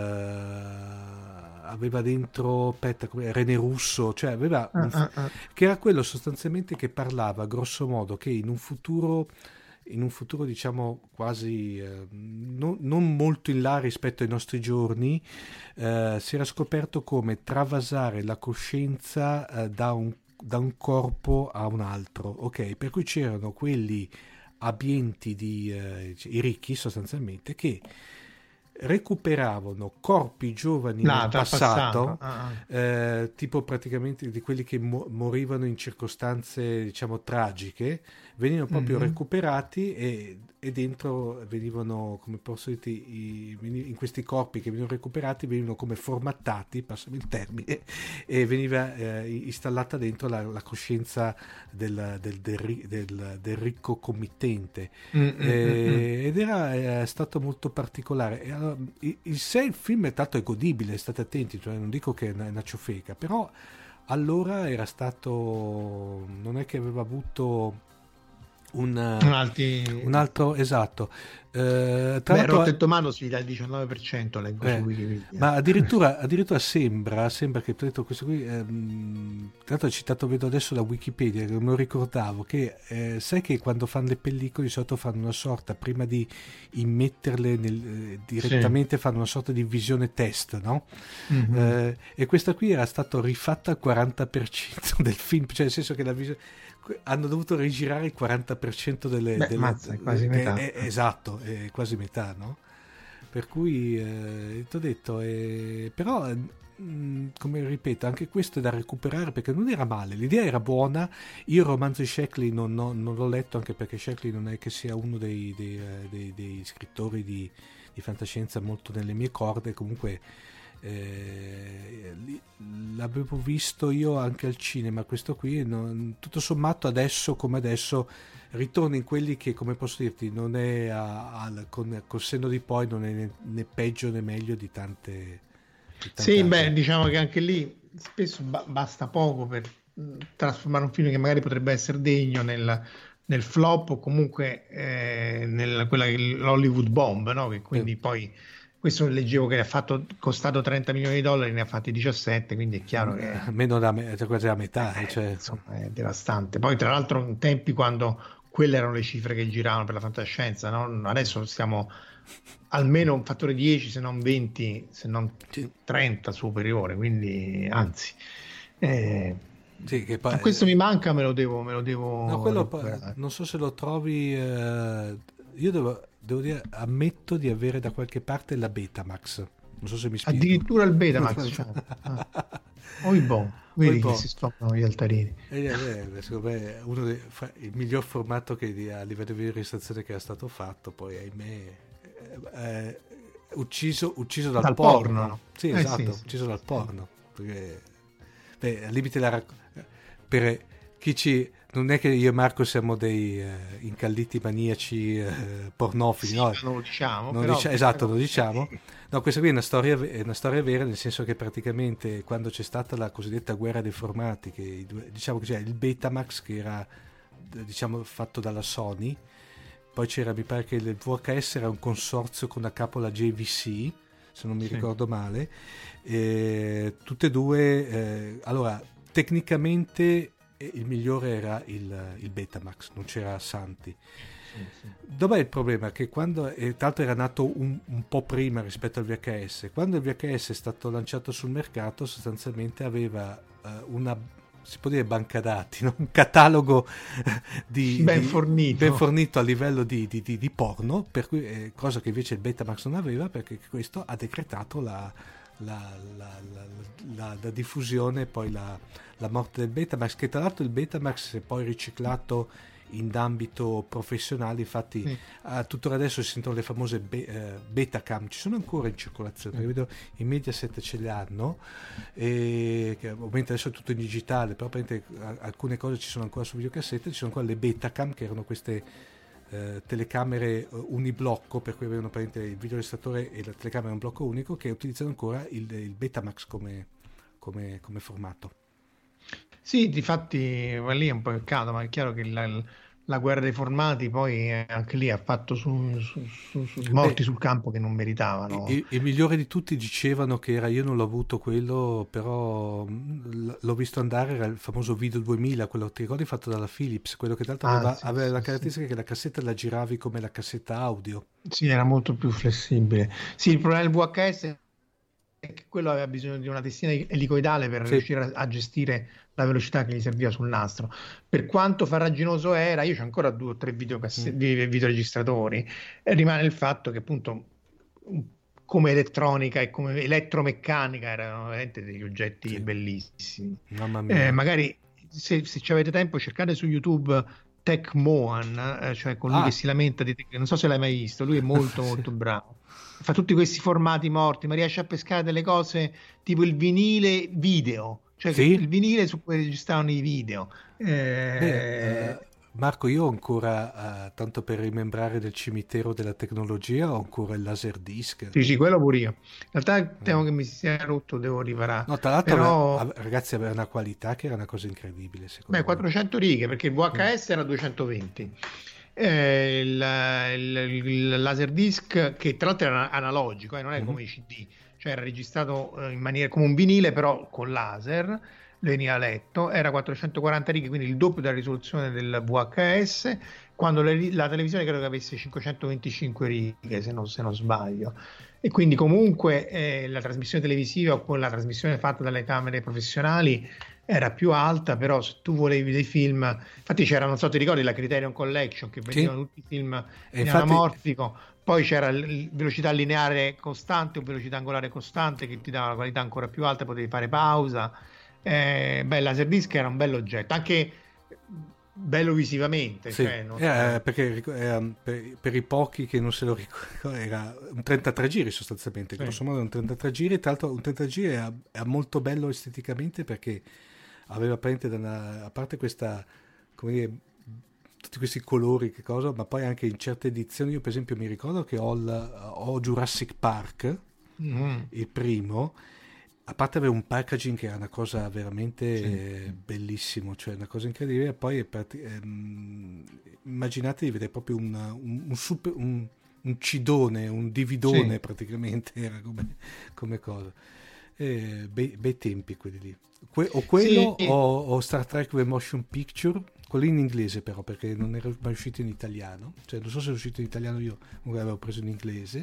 aveva dentro petta, come, René Russo, cioè aveva un, uh, uh, uh. che era quello sostanzialmente che parlava grosso modo che in un futuro in un futuro diciamo quasi eh, non, non molto in là rispetto ai nostri giorni, eh, si era scoperto come travasare la coscienza eh, da un da un corpo a un altro, ok? Per cui c'erano quelli abbienti di eh, i ricchi sostanzialmente, che recuperavano corpi giovani no, nel passato, passato. Ah. Eh, tipo praticamente di quelli che mo- morivano in circostanze diciamo tragiche, venivano proprio mm-hmm. recuperati e, e dentro venivano, come posso dire, i, in questi corpi che venivano recuperati venivano come formattati, passami il termine, e veniva eh, installata dentro la, la coscienza del, del, del, del, del ricco committente, mm-hmm. eh, ed era eh, stato molto particolare. E allora, il sé il film è tanto è godibile, state attenti, cioè non dico che è una ciofeca, però allora era stato, non è che aveva avuto un,
un, alti...
un altro, esatto, eh, tra
Beh, Rotten Tomatoes gli dà il diciannove per cento, leggo eh, su Wikipedia.
Ma addirittura, addirittura sembra sembra che detto questo qui, ehm, tra l'altro ho citato, vedo adesso la Wikipedia, che non lo ricordavo, che eh, sai che quando fanno le pellicole di solito fanno una sorta, prima di immetterle nel, eh, direttamente, sì. fanno una sorta di visione test, no? Mm-hmm. Eh, e questa qui era stata rifatta al quaranta per cento del film, cioè nel senso che la visione, hanno dovuto rigirare il quaranta per cento delle,
Beh,
delle
mazza, è quasi metà.
È, è, esatto, è quasi metà, no? Per cui eh, ti ho detto, eh, però come ripeto, anche questo è da recuperare perché non era male, l'idea era buona. Io il romanzo di Sheckley non, non, non l'ho letto, anche perché Sheckley non è che sia uno dei, dei, dei, dei scrittori di, di fantascienza molto nelle mie corde. Comunque eh, l'avevo visto io anche al cinema, questo qui non, tutto sommato adesso come adesso ritorna in quelli che, come posso dirti, non è a, a, con, col senno di poi non è né, né peggio né meglio di tante.
Sì, beh, diciamo che anche lì spesso ba- basta poco per trasformare un film che magari potrebbe essere degno nel, nel flop o comunque eh, nel quella che l'Hollywood bomb, no? Che quindi mm. poi questo leggevo che ha fatto costato trenta milioni di dollari, ne ha fatti diciassette, quindi è chiaro che
meno da me, cioè quasi la metà,
eh,
cioè.
Insomma, è devastante. Poi tra l'altro in tempi quando quelle erano le cifre che giravano per la fantascienza, no? Adesso stiamo almeno un fattore dieci, se non venti, se non trenta superiore, quindi anzi eh,
sì, che poi,
questo mi manca, me lo devo me lo devo
no, quello poi, non so se lo trovi eh, io devo, devo dire, ammetto di avere da qualche parte la Betamax, non so se mi spiego.
Addirittura il Betamax cioè. ah. Oi bon, vedi che si stoppano gli altarini.
Eh, eh, secondo me è uno dei, il miglior formato che a livello di registrazione che era stato fatto, poi ahimè eh, ucciso, ucciso dal,
dal
porno,
porno no?
Sì,
eh,
esatto,
sì,
ucciso
sì,
dal
sì.
porno perché beh, al limite la rac- per chi ci non è che io e Marco siamo dei eh, incalliti maniaci eh, pornofili,
sì,
no?
Non lo diciamo,
non
però,
dicia- esatto,
però,
lo diciamo.
sì.
No, questa qui è una storia, è una storia vera, nel senso che praticamente quando c'è stata la cosiddetta guerra dei formati, che diciamo che c'è il Betamax che era diciamo fatto dalla Sony, poi c'era, mi pare che il V H S era un consorzio con a capo la J V C, se non mi sì. ricordo male, e tutte e due eh, allora tecnicamente il migliore era il, il Betamax, non c'era Santi. Sì, sì. Dov'è il problema? Che quando, e tra l'altro era nato un, un po' prima rispetto al V H S, quando il V H S è stato lanciato sul mercato sostanzialmente aveva uh, una, si può dire banca dati, no? Un catalogo di,
ben,
di,
fornito.
ben fornito a livello di, di, di, di porno, per cui, eh, cosa che invece il Betamax non aveva, perché questo ha decretato la, la, la, la, la, la diffusione e poi la, la morte del Betamax, che tra l'altro il Betamax si è poi riciclato in ambito professionale, infatti sì. uh, tuttora adesso si sentono le famose be- uh, Betacam, ci sono ancora in circolazione, mm. vedo i Mediaset ce le hanno, e che ovviamente adesso è tutto in digitale, però alcune cose ci sono ancora su videocassette, ci sono ancora le Betacam che erano queste uh, telecamere uh, uniblocco, per cui avevano il videoregistratore e la telecamera un blocco unico, che utilizzano ancora il, il Betamax come, come, come formato.
Sì, difatti lì è un po' peccato, ma è chiaro che la, la guerra dei formati poi anche lì ha fatto su, su, su, su morti Beh, sul campo che non meritavano.
Il, il migliore di tutti dicevano che era, io non l'ho avuto quello, però l'ho visto andare, era il famoso Video duemila, quello ti ricordi fatto dalla Philips, quello che tra l'altro ah, aveva, sì, aveva sì, la caratteristica sì. che la cassetta la giravi come la cassetta audio.
Sì, era molto più flessibile. Sì, il problema del V H S è che quello aveva bisogno di una testina elicoidale per sì. riuscire a, a gestire la velocità che gli serviva sul nastro. Per quanto farraginoso era, io c'ho ancora due o tre videocass- mm. videoregistratori, e rimane il fatto che appunto come elettronica e come elettromeccanica erano veramente degli oggetti sì. bellissimi.
Mamma mia.
Eh, magari se, se ci avete tempo cercate su YouTube Tech Mohan, eh, cioè con lui ah. che si lamenta di te- non so se l'hai mai visto, lui è molto molto bravo, fa tutti questi formati morti, ma riesce a pescare delle cose tipo il vinile video, cioè sì? il vinile su cui registravano i video. Eh...
Beh, eh, Marco, io ho ancora, uh, tanto per rimembrare del cimitero della tecnologia, ho ancora il Laserdisc.
Sì, sì, quello pure io. In realtà temo eh. che mi sia rotto, devo riparare.
No, tra l'altro,
Però...
aveva, ragazzi, aveva una qualità che era una cosa incredibile, secondo
Beh,
me.
quattrocento righe, perché il V H S mm. era duecentoventi. Eh, il, il, il Laserdisc, che tra l'altro era analogico, eh, non è mm. come i C D, cioè era registrato in maniera come un vinile, però con laser, veniva letto, era quattrocentoquaranta righe, quindi il doppio della risoluzione del V H S, quando le, la televisione credo che avesse cinquecentoventicinque righe, se non, se non sbaglio. e quindi comunque eh, la trasmissione televisiva o la trasmissione fatta dalle camere professionali era più alta, però se tu volevi dei film, infatti c'era, non so ti ricordi, la Criterion Collection che vedevano sì. tutti i film in infatti... anamorfico, poi c'era l- velocità lineare costante o velocità angolare costante che ti dava la qualità ancora più alta, potevi fare pausa, eh, beh, Laserdisc era un bello oggetto, anche bello visivamente,
sì.
cioè, non...
eh, perché eh, per, per i pochi che non se lo ricordano era un trentatré giri sostanzialmente, sì. grosso modo un trentatré giri, tra l'altro un trentatré giri è, è molto bello esteticamente perché aveva praticamente da una, a parte questa, come dire, tutti questi colori che cosa, ma poi anche in certe edizioni, io per esempio mi ricordo che ho, il, ho Jurassic Park, mm-hmm. il primo, a parte avere un packaging che era una cosa veramente sì. eh, bellissimo, cioè una cosa incredibile, e poi è part- ehm, immaginate di vedere proprio un, un, un, super, un, un cidone, un dividone sì. praticamente, era come, come cosa. Eh, bei, bei tempi quelli lì. Que- o quello sì. o, o Star Trek The Motion Picture, quello in inglese però, perché non era mai uscito in italiano, cioè non so se è uscito in italiano, io l'avevo preso in inglese.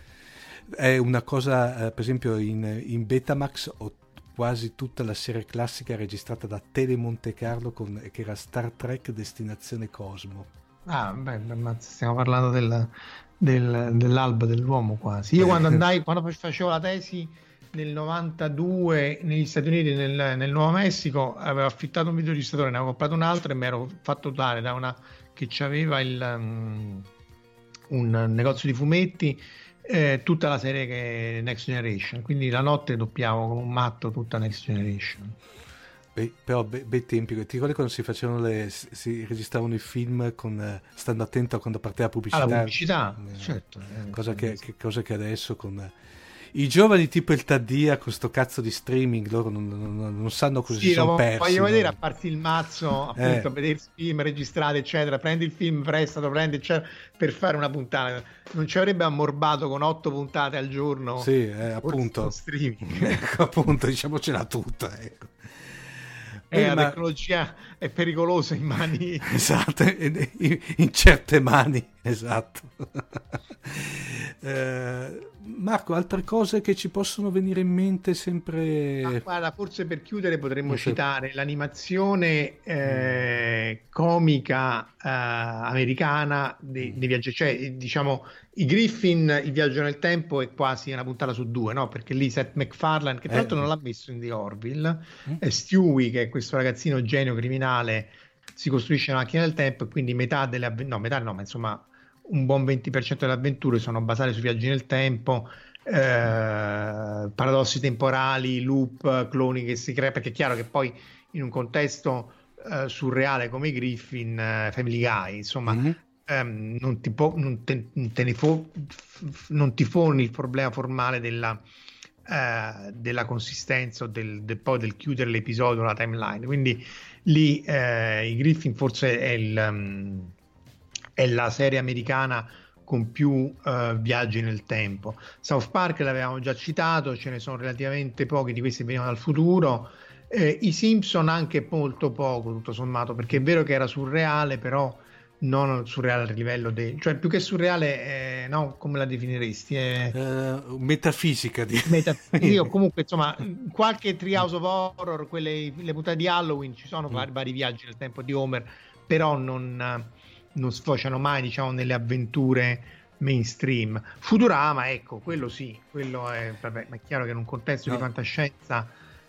È una cosa, eh, per esempio in, in Betamax ho quasi tutta la serie classica registrata da Tele Monte Carlo con, che era Star Trek Destinazione Cosmo.
Ah, beh, ma stiamo parlando del, del, dell'alba dell'uomo quasi. Io quando andai, quando facevo la tesi nel novantadue negli Stati Uniti, nel, nel Nuovo Messico, avevo affittato un videoregistratore, ne avevo comprato un altro e mi ero fatto dare da una che c'aveva il, um, un negozio di fumetti, eh, tutta la serie che Next Generation, quindi la notte doppiavo come un matto tutta Next Generation.
Beh, però bei be tempi, ti ricordi quando si facevano le, si registravano i film con, eh, stando attento a quando partiva la pubblicità?
Ah, la pubblicità, eh, certo.
Eh, cosa, che, che, cosa che adesso con... Eh, i giovani tipo il Taddia con sto cazzo di streaming, loro non, non, non sanno cosa sì, si sono persi.
Voglio
no?
vedere a farsi il mazzo, appunto, eh. a vedere film registrati, eccetera. Prendi il film, prestalo, prendi, eccetera, per fare una puntata. Non ci avrebbe ammorbato con otto puntate al giorno.
Sì, eh, appunto.
Streaming.
Ecco, appunto, diciamocela tutta, ecco.
Eh, la tecnologia è pericolosa in mani.
Esatto, in, in certe mani, esatto. eh, Marco, altre cose che ci possono venire in mente sempre?
Ah, guarda, forse per chiudere potremmo so. citare l'animazione eh, comica eh, americana dei, dei viaggi, cioè diciamo i Griffin, il viaggio nel tempo è quasi una puntata su due, no? Perché lì Seth MacFarlane, che tra l'altro eh. non l'ha messo in The Orville, mm. e Stewie, che è questo ragazzino genio criminale, si costruisce una macchina del tempo e quindi metà delle avventure, no metà no, ma insomma un buon venti per cento delle avventure sono basate sui viaggi nel tempo, eh, paradossi temporali, loop, cloni che si creano, perché è chiaro che poi in un contesto eh, surreale come i Griffin, eh, Family Guy, insomma, mm-hmm. ehm, non ti po- non te, te ne fo- non ti poni il problema formale della, eh, della consistenza o del, del, poi del chiudere l'episodio, la timeline, quindi lì eh, i Griffin forse è il um, è la serie americana con più uh, viaggi nel tempo. South Park l'avevamo già citato, ce ne sono relativamente pochi di questi che venivano dal futuro, eh, i Simpson anche molto poco tutto sommato, perché è vero che era surreale, però non surreale a livello del, cioè più che surreale, eh, no, come la definiresti? Eh,
uh, metafisica di...
Metaf- io comunque insomma qualche Treehouse of Horror, quelle le puntate di Halloween, ci sono mm. vari, vari viaggi nel tempo di Homer, però non non sfociano mai, diciamo, nelle avventure mainstream. Futurama, ecco, quello sì, quello è, vabbè, ma è chiaro che in un contesto no. di fantascienza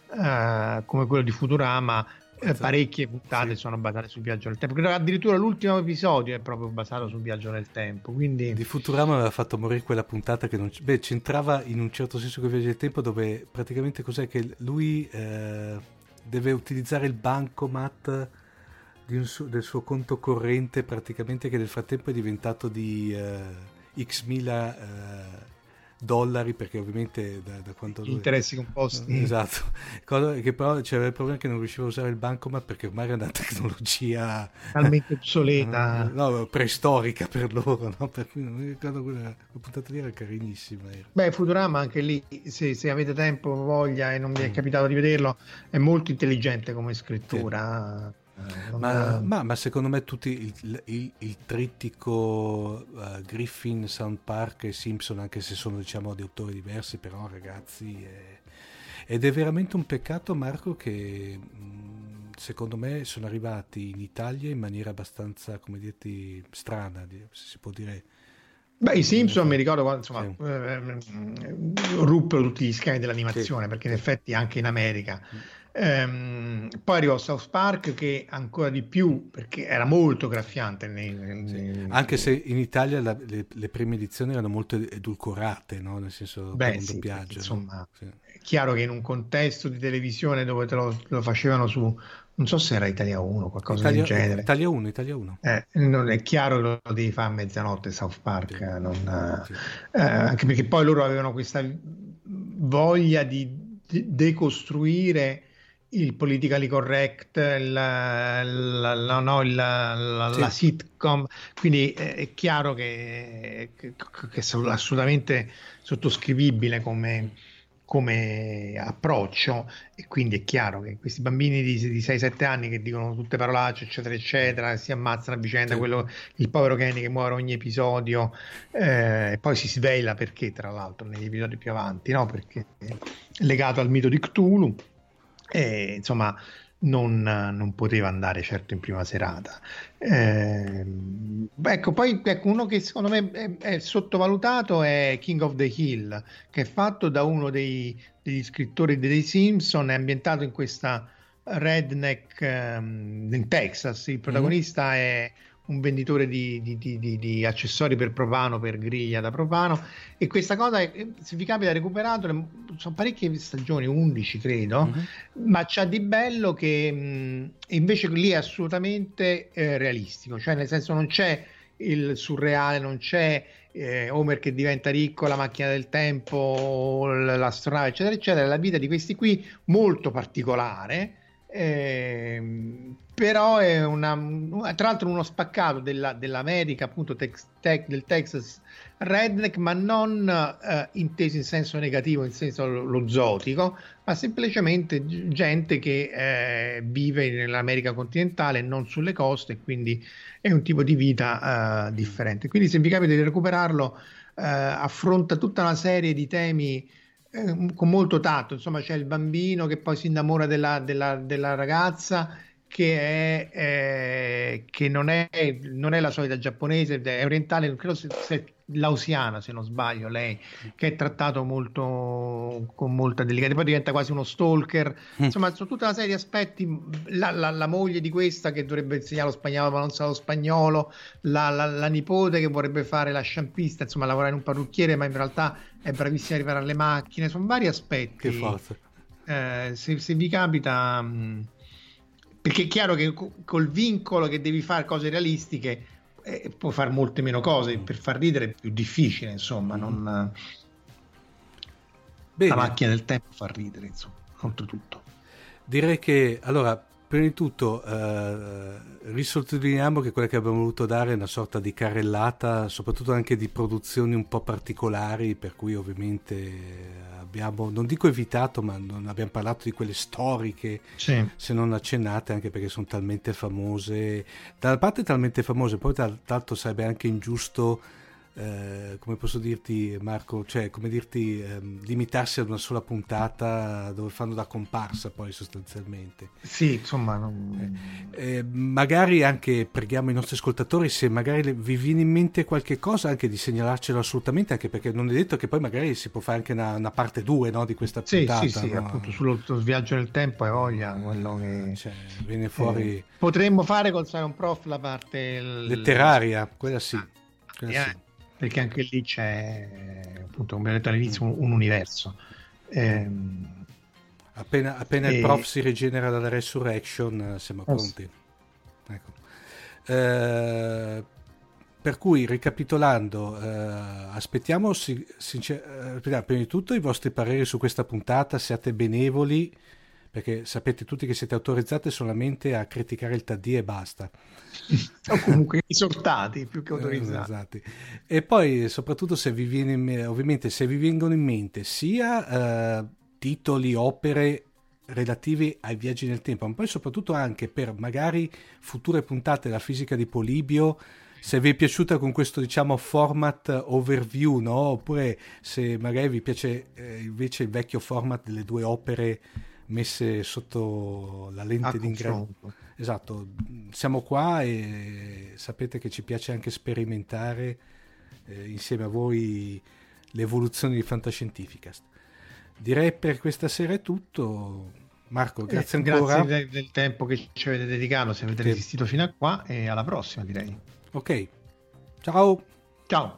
uh, come quello di Futurama eh, parecchie puntate sì. sono basate sul viaggio nel tempo. Credo addirittura l'ultimo episodio è proprio basato sul viaggio nel tempo, quindi...
Di Futurama aveva fatto morire quella puntata che non c- beh, c'entrava in un certo senso con il viaggio nel tempo, dove praticamente cos'è che lui eh, deve utilizzare il bancomat Di un su- del suo conto corrente, praticamente, che nel frattempo è diventato di uh, x mila uh, dollari, perché ovviamente da, da quanto lui...
interessi composti,
esatto, cosa che però c'era il problema che non riusciva a usare il bancomat perché ormai era una tecnologia
talmente obsoleta,
no, preistorica per loro, no? Per cui non mi ricordo, quella, quella puntata lì era carinissima, era.
Beh, Futurama anche lì, se, se avete tempo, voglia e non vi è capitato di vederlo, è molto intelligente come scrittura, sì.
Ma, ma, ma secondo me tutti il, il, il trittico uh, Griffin, South Park e Simpson, anche se sono diciamo di autori diversi, però ragazzi è, ed è veramente un peccato, Marco, che mh, secondo me sono arrivati in Italia in maniera abbastanza, come dirti, strana, se si può dire.
Beh, i Simpson mi ricordo quando insomma sì. eh, ruppero tutti gli schemi dell'animazione, sì, perché in effetti anche in America ehm, poi arrivò South Park, che ancora di più, perché era molto graffiante nei, nei,
sì. anche se in Italia la, le, le prime edizioni erano molto edulcorate, no? Nel senso
beh,
un
sì,
doppiaggio,
perché, insomma
no? Sì.
È chiaro che in un contesto di televisione dove te lo, lo facevano su, non so se era Italia uno o qualcosa
Italia,
del genere,
Italia uno, Italia uno.
Eh, non è chiaro, lo devi fare a mezzanotte South Park, sì. non,
sì.
eh, anche perché poi loro avevano questa voglia di decostruire il politically correct, la, la, la, no, la, la, sì. la sitcom, quindi è chiaro che, che, che è assolutamente sottoscrivibile come, come approccio, e quindi è chiaro che questi bambini di, di sei sette anni che dicono tutte parolacce eccetera eccetera, si ammazzano a vicenda, sì. quello, il povero Kenny che muore ogni episodio, e eh, poi si svela perché, tra l'altro negli episodi più avanti, no? Perché è legato al mito di Cthulhu. E, insomma non, non poteva andare certo in prima serata. Eh, ecco, poi ecco, uno che secondo me è, è sottovalutato è King of the Hill, che è fatto da uno dei, degli scrittori dei Simpson, è ambientato in questa redneck um, in Texas. Il protagonista mm. è un venditore di, di, di, di, di accessori per propano, per griglia da propano, e questa cosa è, se vi capita recuperato, sono parecchie stagioni, undici credo, mm-hmm. ma c'ha di bello che mh, invece lì è assolutamente eh, realistico, cioè nel senso non c'è il surreale, non c'è eh, Homer che diventa ricco, la macchina del tempo, l'astronave eccetera eccetera, la vita di questi qui molto particolare. Eh, però è una, tra l'altro uno spaccato della, dell'America, appunto tex, tex, del Texas redneck, ma non eh, inteso in senso negativo, in senso lo, lo zotico, ma semplicemente gente che eh, vive nell'America continentale, non sulle coste, quindi è un tipo di vita eh, differente. Quindi se vi capita di recuperarlo, eh, affronta tutta una serie di temi con molto tatto. Insomma, c'è il bambino che poi si innamora della, della, della ragazza che è eh, che non è non è la solita giapponese, è orientale, credo se, se lausiana se non sbaglio, lei, che è trattato molto con molta delicatezza, poi diventa quasi uno stalker. Insomma, sono tutta una serie di aspetti. La, la, la moglie di questa che dovrebbe insegnare lo spagnolo ma non sa lo spagnolo, la, la, la nipote che vorrebbe fare la sciampista, insomma lavorare in un parrucchiere ma in realtà è bravissima a riparare le macchine. Sono vari aspetti.
Che forza.
Eh, se, se vi capita, mh, perché è chiaro che col vincolo che devi fare cose realistiche eh, può fare molte meno cose, per far ridere è più difficile, insomma. Non...
Bene.
La macchina del tempo fa ridere, insomma, oltretutto.
Direi che, allora, prima di tutto eh, risottolineiamo che quella che abbiamo voluto dare è una sorta di carrellata, soprattutto anche di produzioni un po' particolari, per cui ovviamente abbiamo, non dico evitato, ma non abbiamo parlato di quelle storiche,
sì.
se non accennate, anche perché sono talmente famose, da una parte talmente famose, poi dall'altro sarebbe anche ingiusto, eh, come posso dirti, Marco, cioè come dirti, eh, limitarsi ad una sola puntata dove fanno da comparsa poi sostanzialmente.
Sì, insomma non...
eh, eh, magari anche preghiamo i nostri ascoltatori, se magari vi viene in mente qualche cosa, anche di segnalarcelo assolutamente, anche perché non è detto che poi magari si può fare anche una, una parte due, no, di questa puntata.
Sì, sì, sì,
no?
Appunto sullo viaggio nel tempo, hai voglia, quello che
cioè, viene fuori.
Eh, potremmo fare col Simon Prof la parte il...
letteraria, quella sì, quella
eh,
sì.
Perché anche lì c'è, appunto, come ho detto all'inizio, un, un universo. Ehm,
appena appena
e...
il prof si rigenera dalla resurrection siamo pronti. Ecco. Eh, per cui, ricapitolando, eh, aspettiamo si, sincer- prima di tutto i vostri pareri su questa puntata, siate benevoli, perché sapete tutti che siete autorizzati solamente a criticare il Taddì e basta.
O comunque esortati più che autorizzati.
Esatto. E poi soprattutto se vi viene, ovviamente se vi vengono in mente sia eh, titoli, opere relativi ai viaggi nel tempo, ma poi soprattutto anche per magari future puntate della fisica di Polibio, se vi è piaciuta con questo, diciamo, format overview, no? Oppure se magari vi piace eh, invece il vecchio format delle due opere messe sotto la lente d'ingresso. Esatto, siamo qua e sapete che ci piace anche sperimentare eh, insieme a voi l'evoluzione di Fantascientificast. Direi per questa sera è tutto. Marco, grazie eh, ancora.
Grazie del, del tempo che ci avete dedicato, se avete resistito fino a qua, e alla prossima, direi.
Ok, ciao.
Ciao.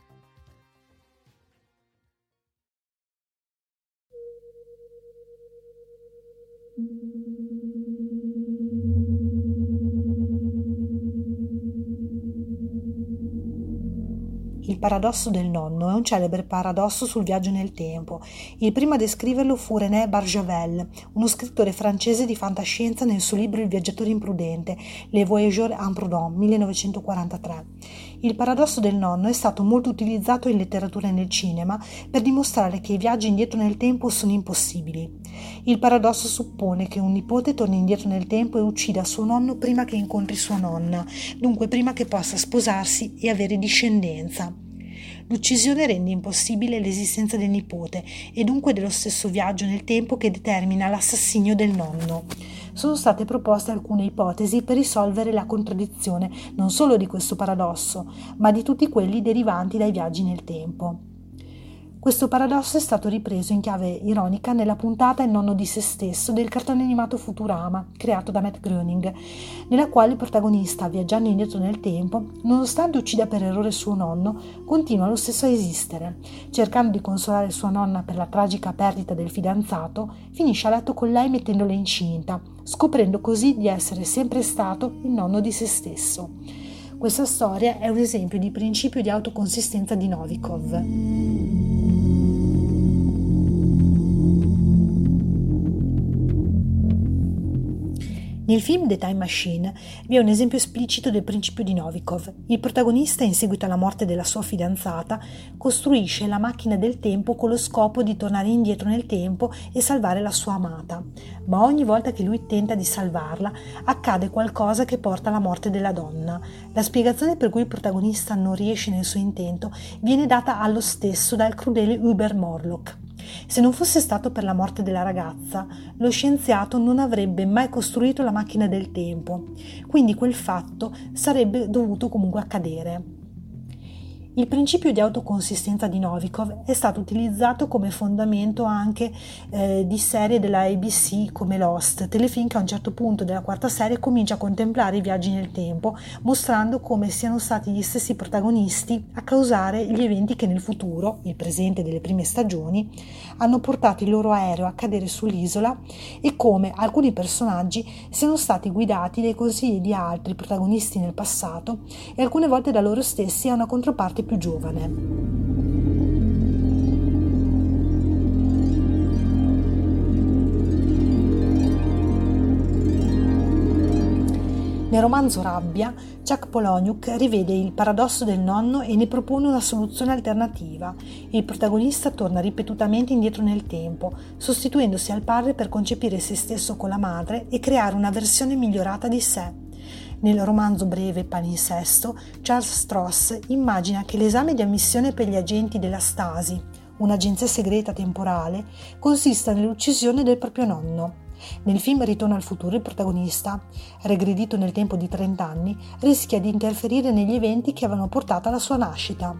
Il paradosso del nonno è un celebre paradosso sul viaggio nel tempo. Il primo a descriverlo fu René Barjavel, uno scrittore francese di fantascienza, nel suo libro Il viaggiatore imprudente, Les Voyageurs Imprudents, millenovecentoquarantatré. Il paradosso del nonno è stato molto utilizzato in letteratura e nel cinema per dimostrare che i viaggi indietro nel tempo sono impossibili. Il paradosso suppone che un nipote torni indietro nel tempo e uccida suo nonno prima che incontri sua nonna, dunque prima che possa sposarsi e avere discendenza. L'uccisione rende impossibile l'esistenza del nipote e dunque dello stesso viaggio nel tempo che determina l'assassinio del nonno. Sono state proposte alcune ipotesi per risolvere la contraddizione non solo di questo paradosso, ma di tutti quelli derivanti dai viaggi nel tempo. Questo paradosso è stato ripreso in chiave ironica nella puntata Il nonno di se stesso del cartone animato Futurama, creato da Matt Groening, nella quale il protagonista, viaggiando indietro nel tempo, nonostante uccida per errore suo nonno, continua lo stesso a esistere. Cercando di consolare sua nonna per la tragica perdita del fidanzato, finisce a letto con lei mettendole incinta, scoprendo così di essere sempre stato il nonno di se stesso. Questa storia è un esempio di principio di autoconsistenza di Novikov. Nel film The Time Machine vi è un esempio esplicito del principio di Novikov. Il protagonista, in seguito alla morte della sua fidanzata, costruisce la macchina del tempo con lo scopo di tornare indietro nel tempo e salvare la sua amata. Ma ogni volta che lui tenta di salvarla, accade qualcosa che porta alla morte della donna. La spiegazione per cui il protagonista non riesce nel suo intento viene data allo stesso dal crudele Uber Morlock. Se non fosse stato per la morte della ragazza, lo scienziato non avrebbe mai costruito la macchina del tempo, quindi quel fatto sarebbe dovuto comunque accadere. Il principio di autoconsistenza di Novikov è stato utilizzato come fondamento anche eh, di serie della A B C come Lost, telefilm che a un certo punto della quarta serie comincia a contemplare i viaggi nel tempo, mostrando come siano stati gli stessi protagonisti a causare gli eventi che nel futuro, il presente delle prime stagioni, hanno portato il loro aereo a cadere sull'isola e come alcuni personaggi siano stati guidati dai consigli di altri protagonisti nel passato e alcune volte da loro stessi a una controparte più giovane. Nel romanzo Rabbia, Chuck Palahniuk rivede il paradosso del nonno e ne propone una soluzione alternativa. Il protagonista torna ripetutamente indietro nel tempo, sostituendosi al padre per concepire se stesso con la madre e creare una versione migliorata di sé. Nel romanzo breve Palinsesto, Charles Stross immagina che l'esame di ammissione per gli agenti della Stasi, un'agenzia segreta temporale, consista nell'uccisione del proprio nonno. Nel film Ritorno al futuro il protagonista, regredito nel tempo di trenta anni, rischia di interferire negli eventi che avevano portato alla sua nascita.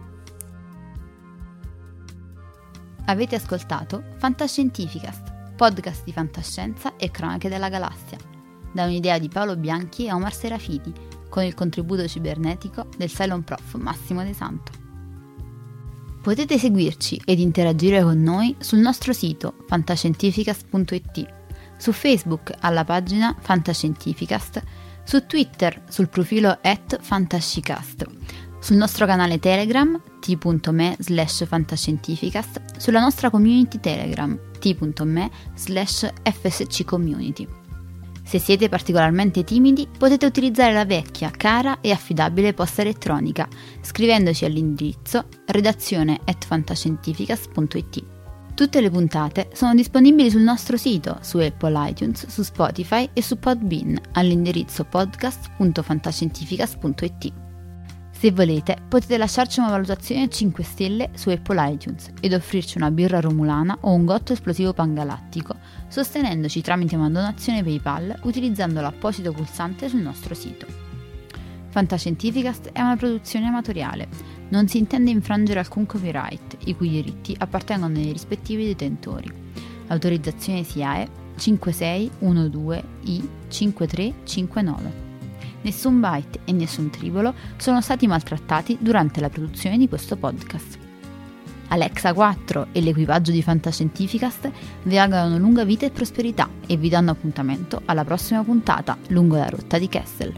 Avete ascoltato Fantascientificast, podcast di fantascienza e cronache della galassia, da un'idea di Paolo Bianchi e Omar Serafiti, con il contributo cibernetico del Cylon Prof Massimo De Santo. Potete seguirci ed interagire con noi sul nostro sito fantascientificast punto it, su Facebook alla pagina Fantascientificast, su Twitter sul profilo at fantascicast, sul nostro canale Telegram t.me slash fantascientificast, sulla nostra community Telegram t.me slash fsccommunity. Se siete particolarmente timidi, potete utilizzare la vecchia, cara e affidabile posta elettronica, scrivendoci all'indirizzo redazione at fantascientificast punto it. Tutte le puntate sono disponibili sul nostro sito, su Apple iTunes, su Spotify e su Podbean all'indirizzo podcast punto fantascientificast punto it. Se volete potete lasciarci una valutazione cinque stelle su Apple iTunes ed offrirci una birra romulana o un gotto esplosivo pangalattico, sostenendoci tramite una donazione PayPal utilizzando l'apposito pulsante sul nostro sito. Fantascientificast è una produzione amatoriale, non si intende infrangere alcun copyright, i cui diritti appartengono ai rispettivi detentori. L'autorizzazione S I A E cinque sei uno due I cinque tre cinque nove. Nessun byte e nessun tribolo sono stati maltrattati durante la produzione di questo podcast. Alexa quattro e l'equipaggio di Fantascientificast vi augurano lunga vita e prosperità e vi danno appuntamento alla prossima puntata lungo la rotta di Kessel.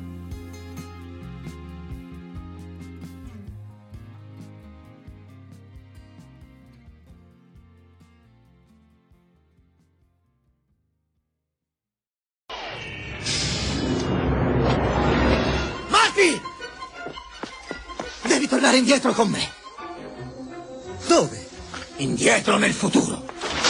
Devi tornare indietro con me. Dove? Indietro nel futuro.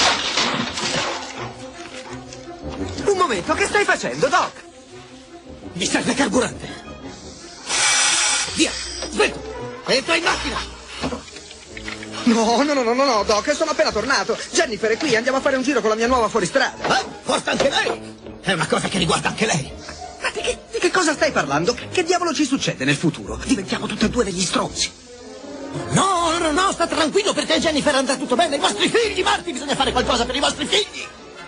Un momento, che stai facendo, Doc? Mi serve carburante. Via, svelto. Entra in macchina.
No, no, no, no, no, no, Doc, sono appena tornato. Jennifer è qui, andiamo a fare un giro con la mia nuova fuoristrada.
Ah, forse anche lei? È una cosa che riguarda anche lei.
Ma di che, di che cosa stai parlando? Che diavolo ci succede nel futuro? Diventiamo tutti e due degli stronzi.
No, no, no, sta tranquillo perché Jennifer andrà tutto bene. I vostri figli, Marty, bisogna fare qualcosa per i vostri figli.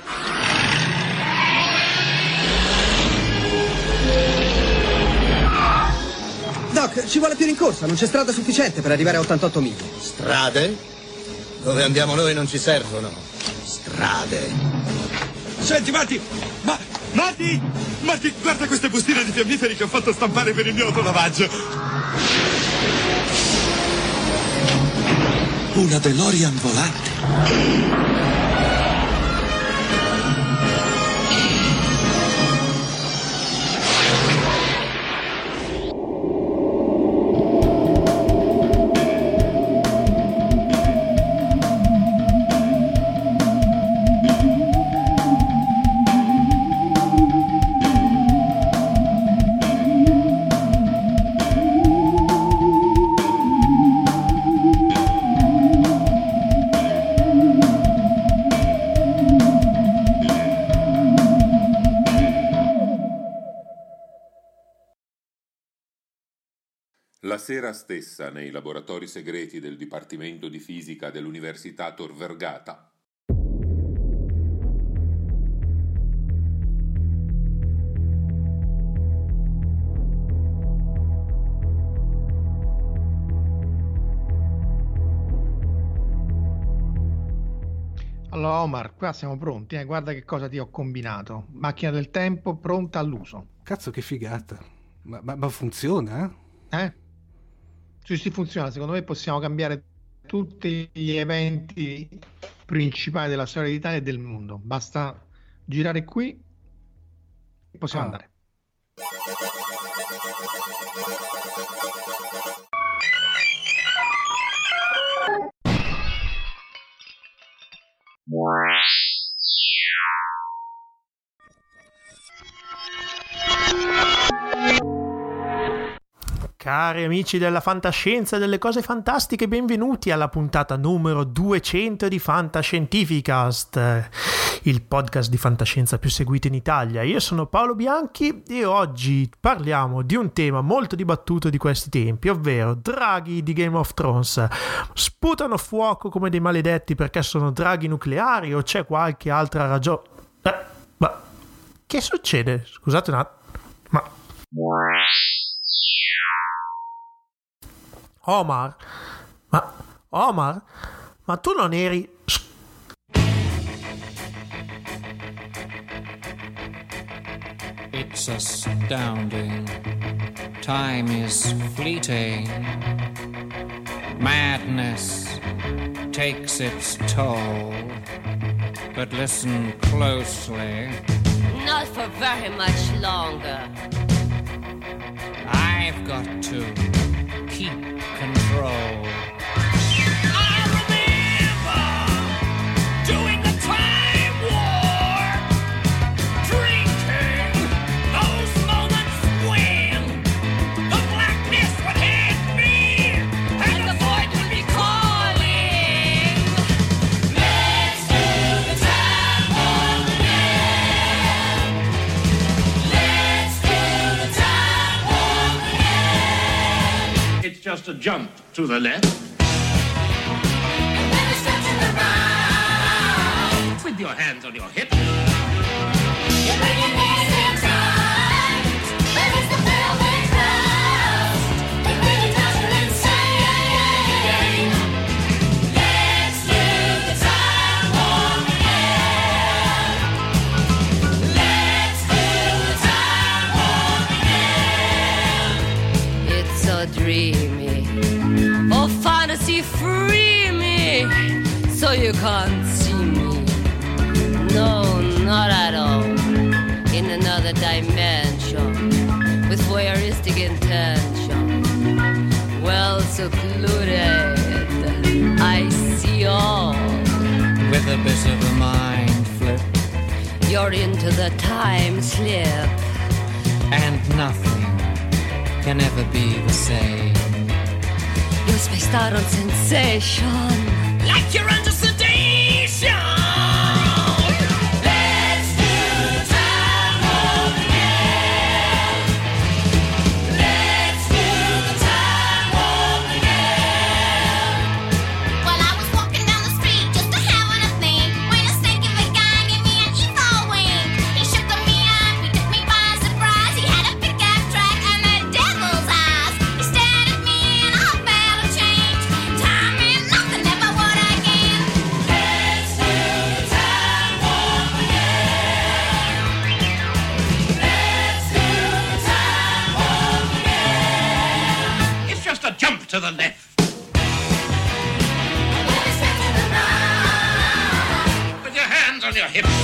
Doc, ci vuole più rincorsa, non c'è strada sufficiente per arrivare a ottantotto miglia.
Strade? Dove andiamo noi non ci servono strade.
Senti, Marty, ma... Marty! Marty, guarda queste bustine di fiammiferi che ho fatto stampare per il mio autolavaggio. Una DeLorean volante.
La sera stessa, nei laboratori segreti del Dipartimento di Fisica dell'Università Tor Vergata.
Allora Omar, qua siamo pronti, eh? Guarda che cosa ti ho combinato. Macchina del tempo pronta all'uso.
Cazzo, che figata. Ma, ma, ma funziona?
Eh? Sì, sì, funziona. Secondo me possiamo cambiare tutti gli eventi principali della storia d'Italia e del mondo. Basta girare qui e possiamo ah. andare.
Cari amici della fantascienza e delle cose fantastiche, benvenuti alla puntata numero duecento di Fantascientificast, il podcast di fantascienza più seguito in Italia. Io sono Paolo Bianchi e oggi parliamo di un tema molto dibattuto di questi tempi, ovvero draghi di Game of Thrones. Sputano fuoco come dei maledetti perché sono draghi nucleari o c'è qualche altra ragione? Eh, ma che succede? Scusate un attimo, ma... Omar, ma Omar, ma tu non eri...
It's astounding. Time is fleeting. Madness takes its toll. But listen closely.
Not for very much longer.
I've got to keep control. I remember
just a jump to the left. With your hands on your hips. You bring your knees in tight. Release the pelvic thrust. You bring it down to insane. Let's do the time warp again. Let's do the time warp again.
It's so dreamy. Oh, fantasy free me. So you can't see me. No, not at all. In another dimension, with voyeuristic intention, well secluded, I see all.
With a bit of a mind flip.
You're into the time slip.
And nothing can ever be the same.
You're spaced out on sensation. Like you're under sedation.
To the left. With your hands on your hips.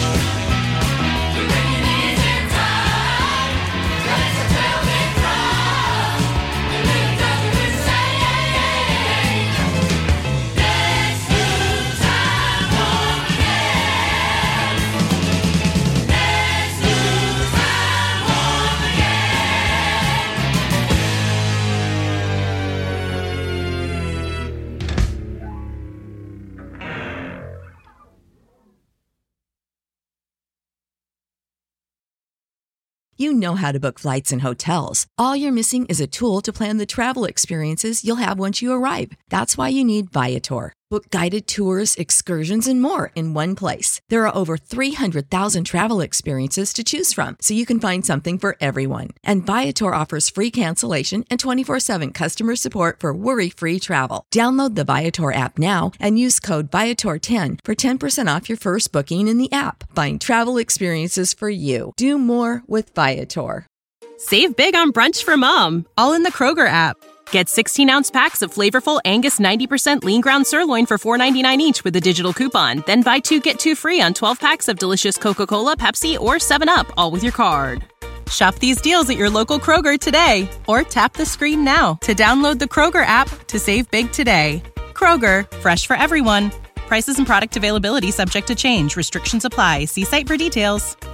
You know how to book flights and hotels. All you're missing is a tool to plan the travel experiences you'll have once you arrive. That's why you need Viator. Book guided tours, excursions, and more in one place. There are over three hundred thousand travel experiences to choose from, so you can find something for everyone. And Viator offers free cancellation and twenty-four seven customer support for worry-free travel. Download the Viator app now and use code Viator ten for ten percent off your first booking in the app. Find travel experiences for you. Do more with Viator.
Save big on brunch for mom, all in the Kroger app. Get sixteen-ounce packs of flavorful Angus ninety percent lean ground sirloin for four ninety-nine each with a digital coupon. Then buy two, get two free on twelve packs of delicious Coca-Cola, Pepsi, or seven up, all with your card. Shop these deals at your local Kroger today, or tap the screen now to download the Kroger app to save big today. Kroger, fresh for everyone. Prices and product availability subject to change. Restrictions apply. See site for details.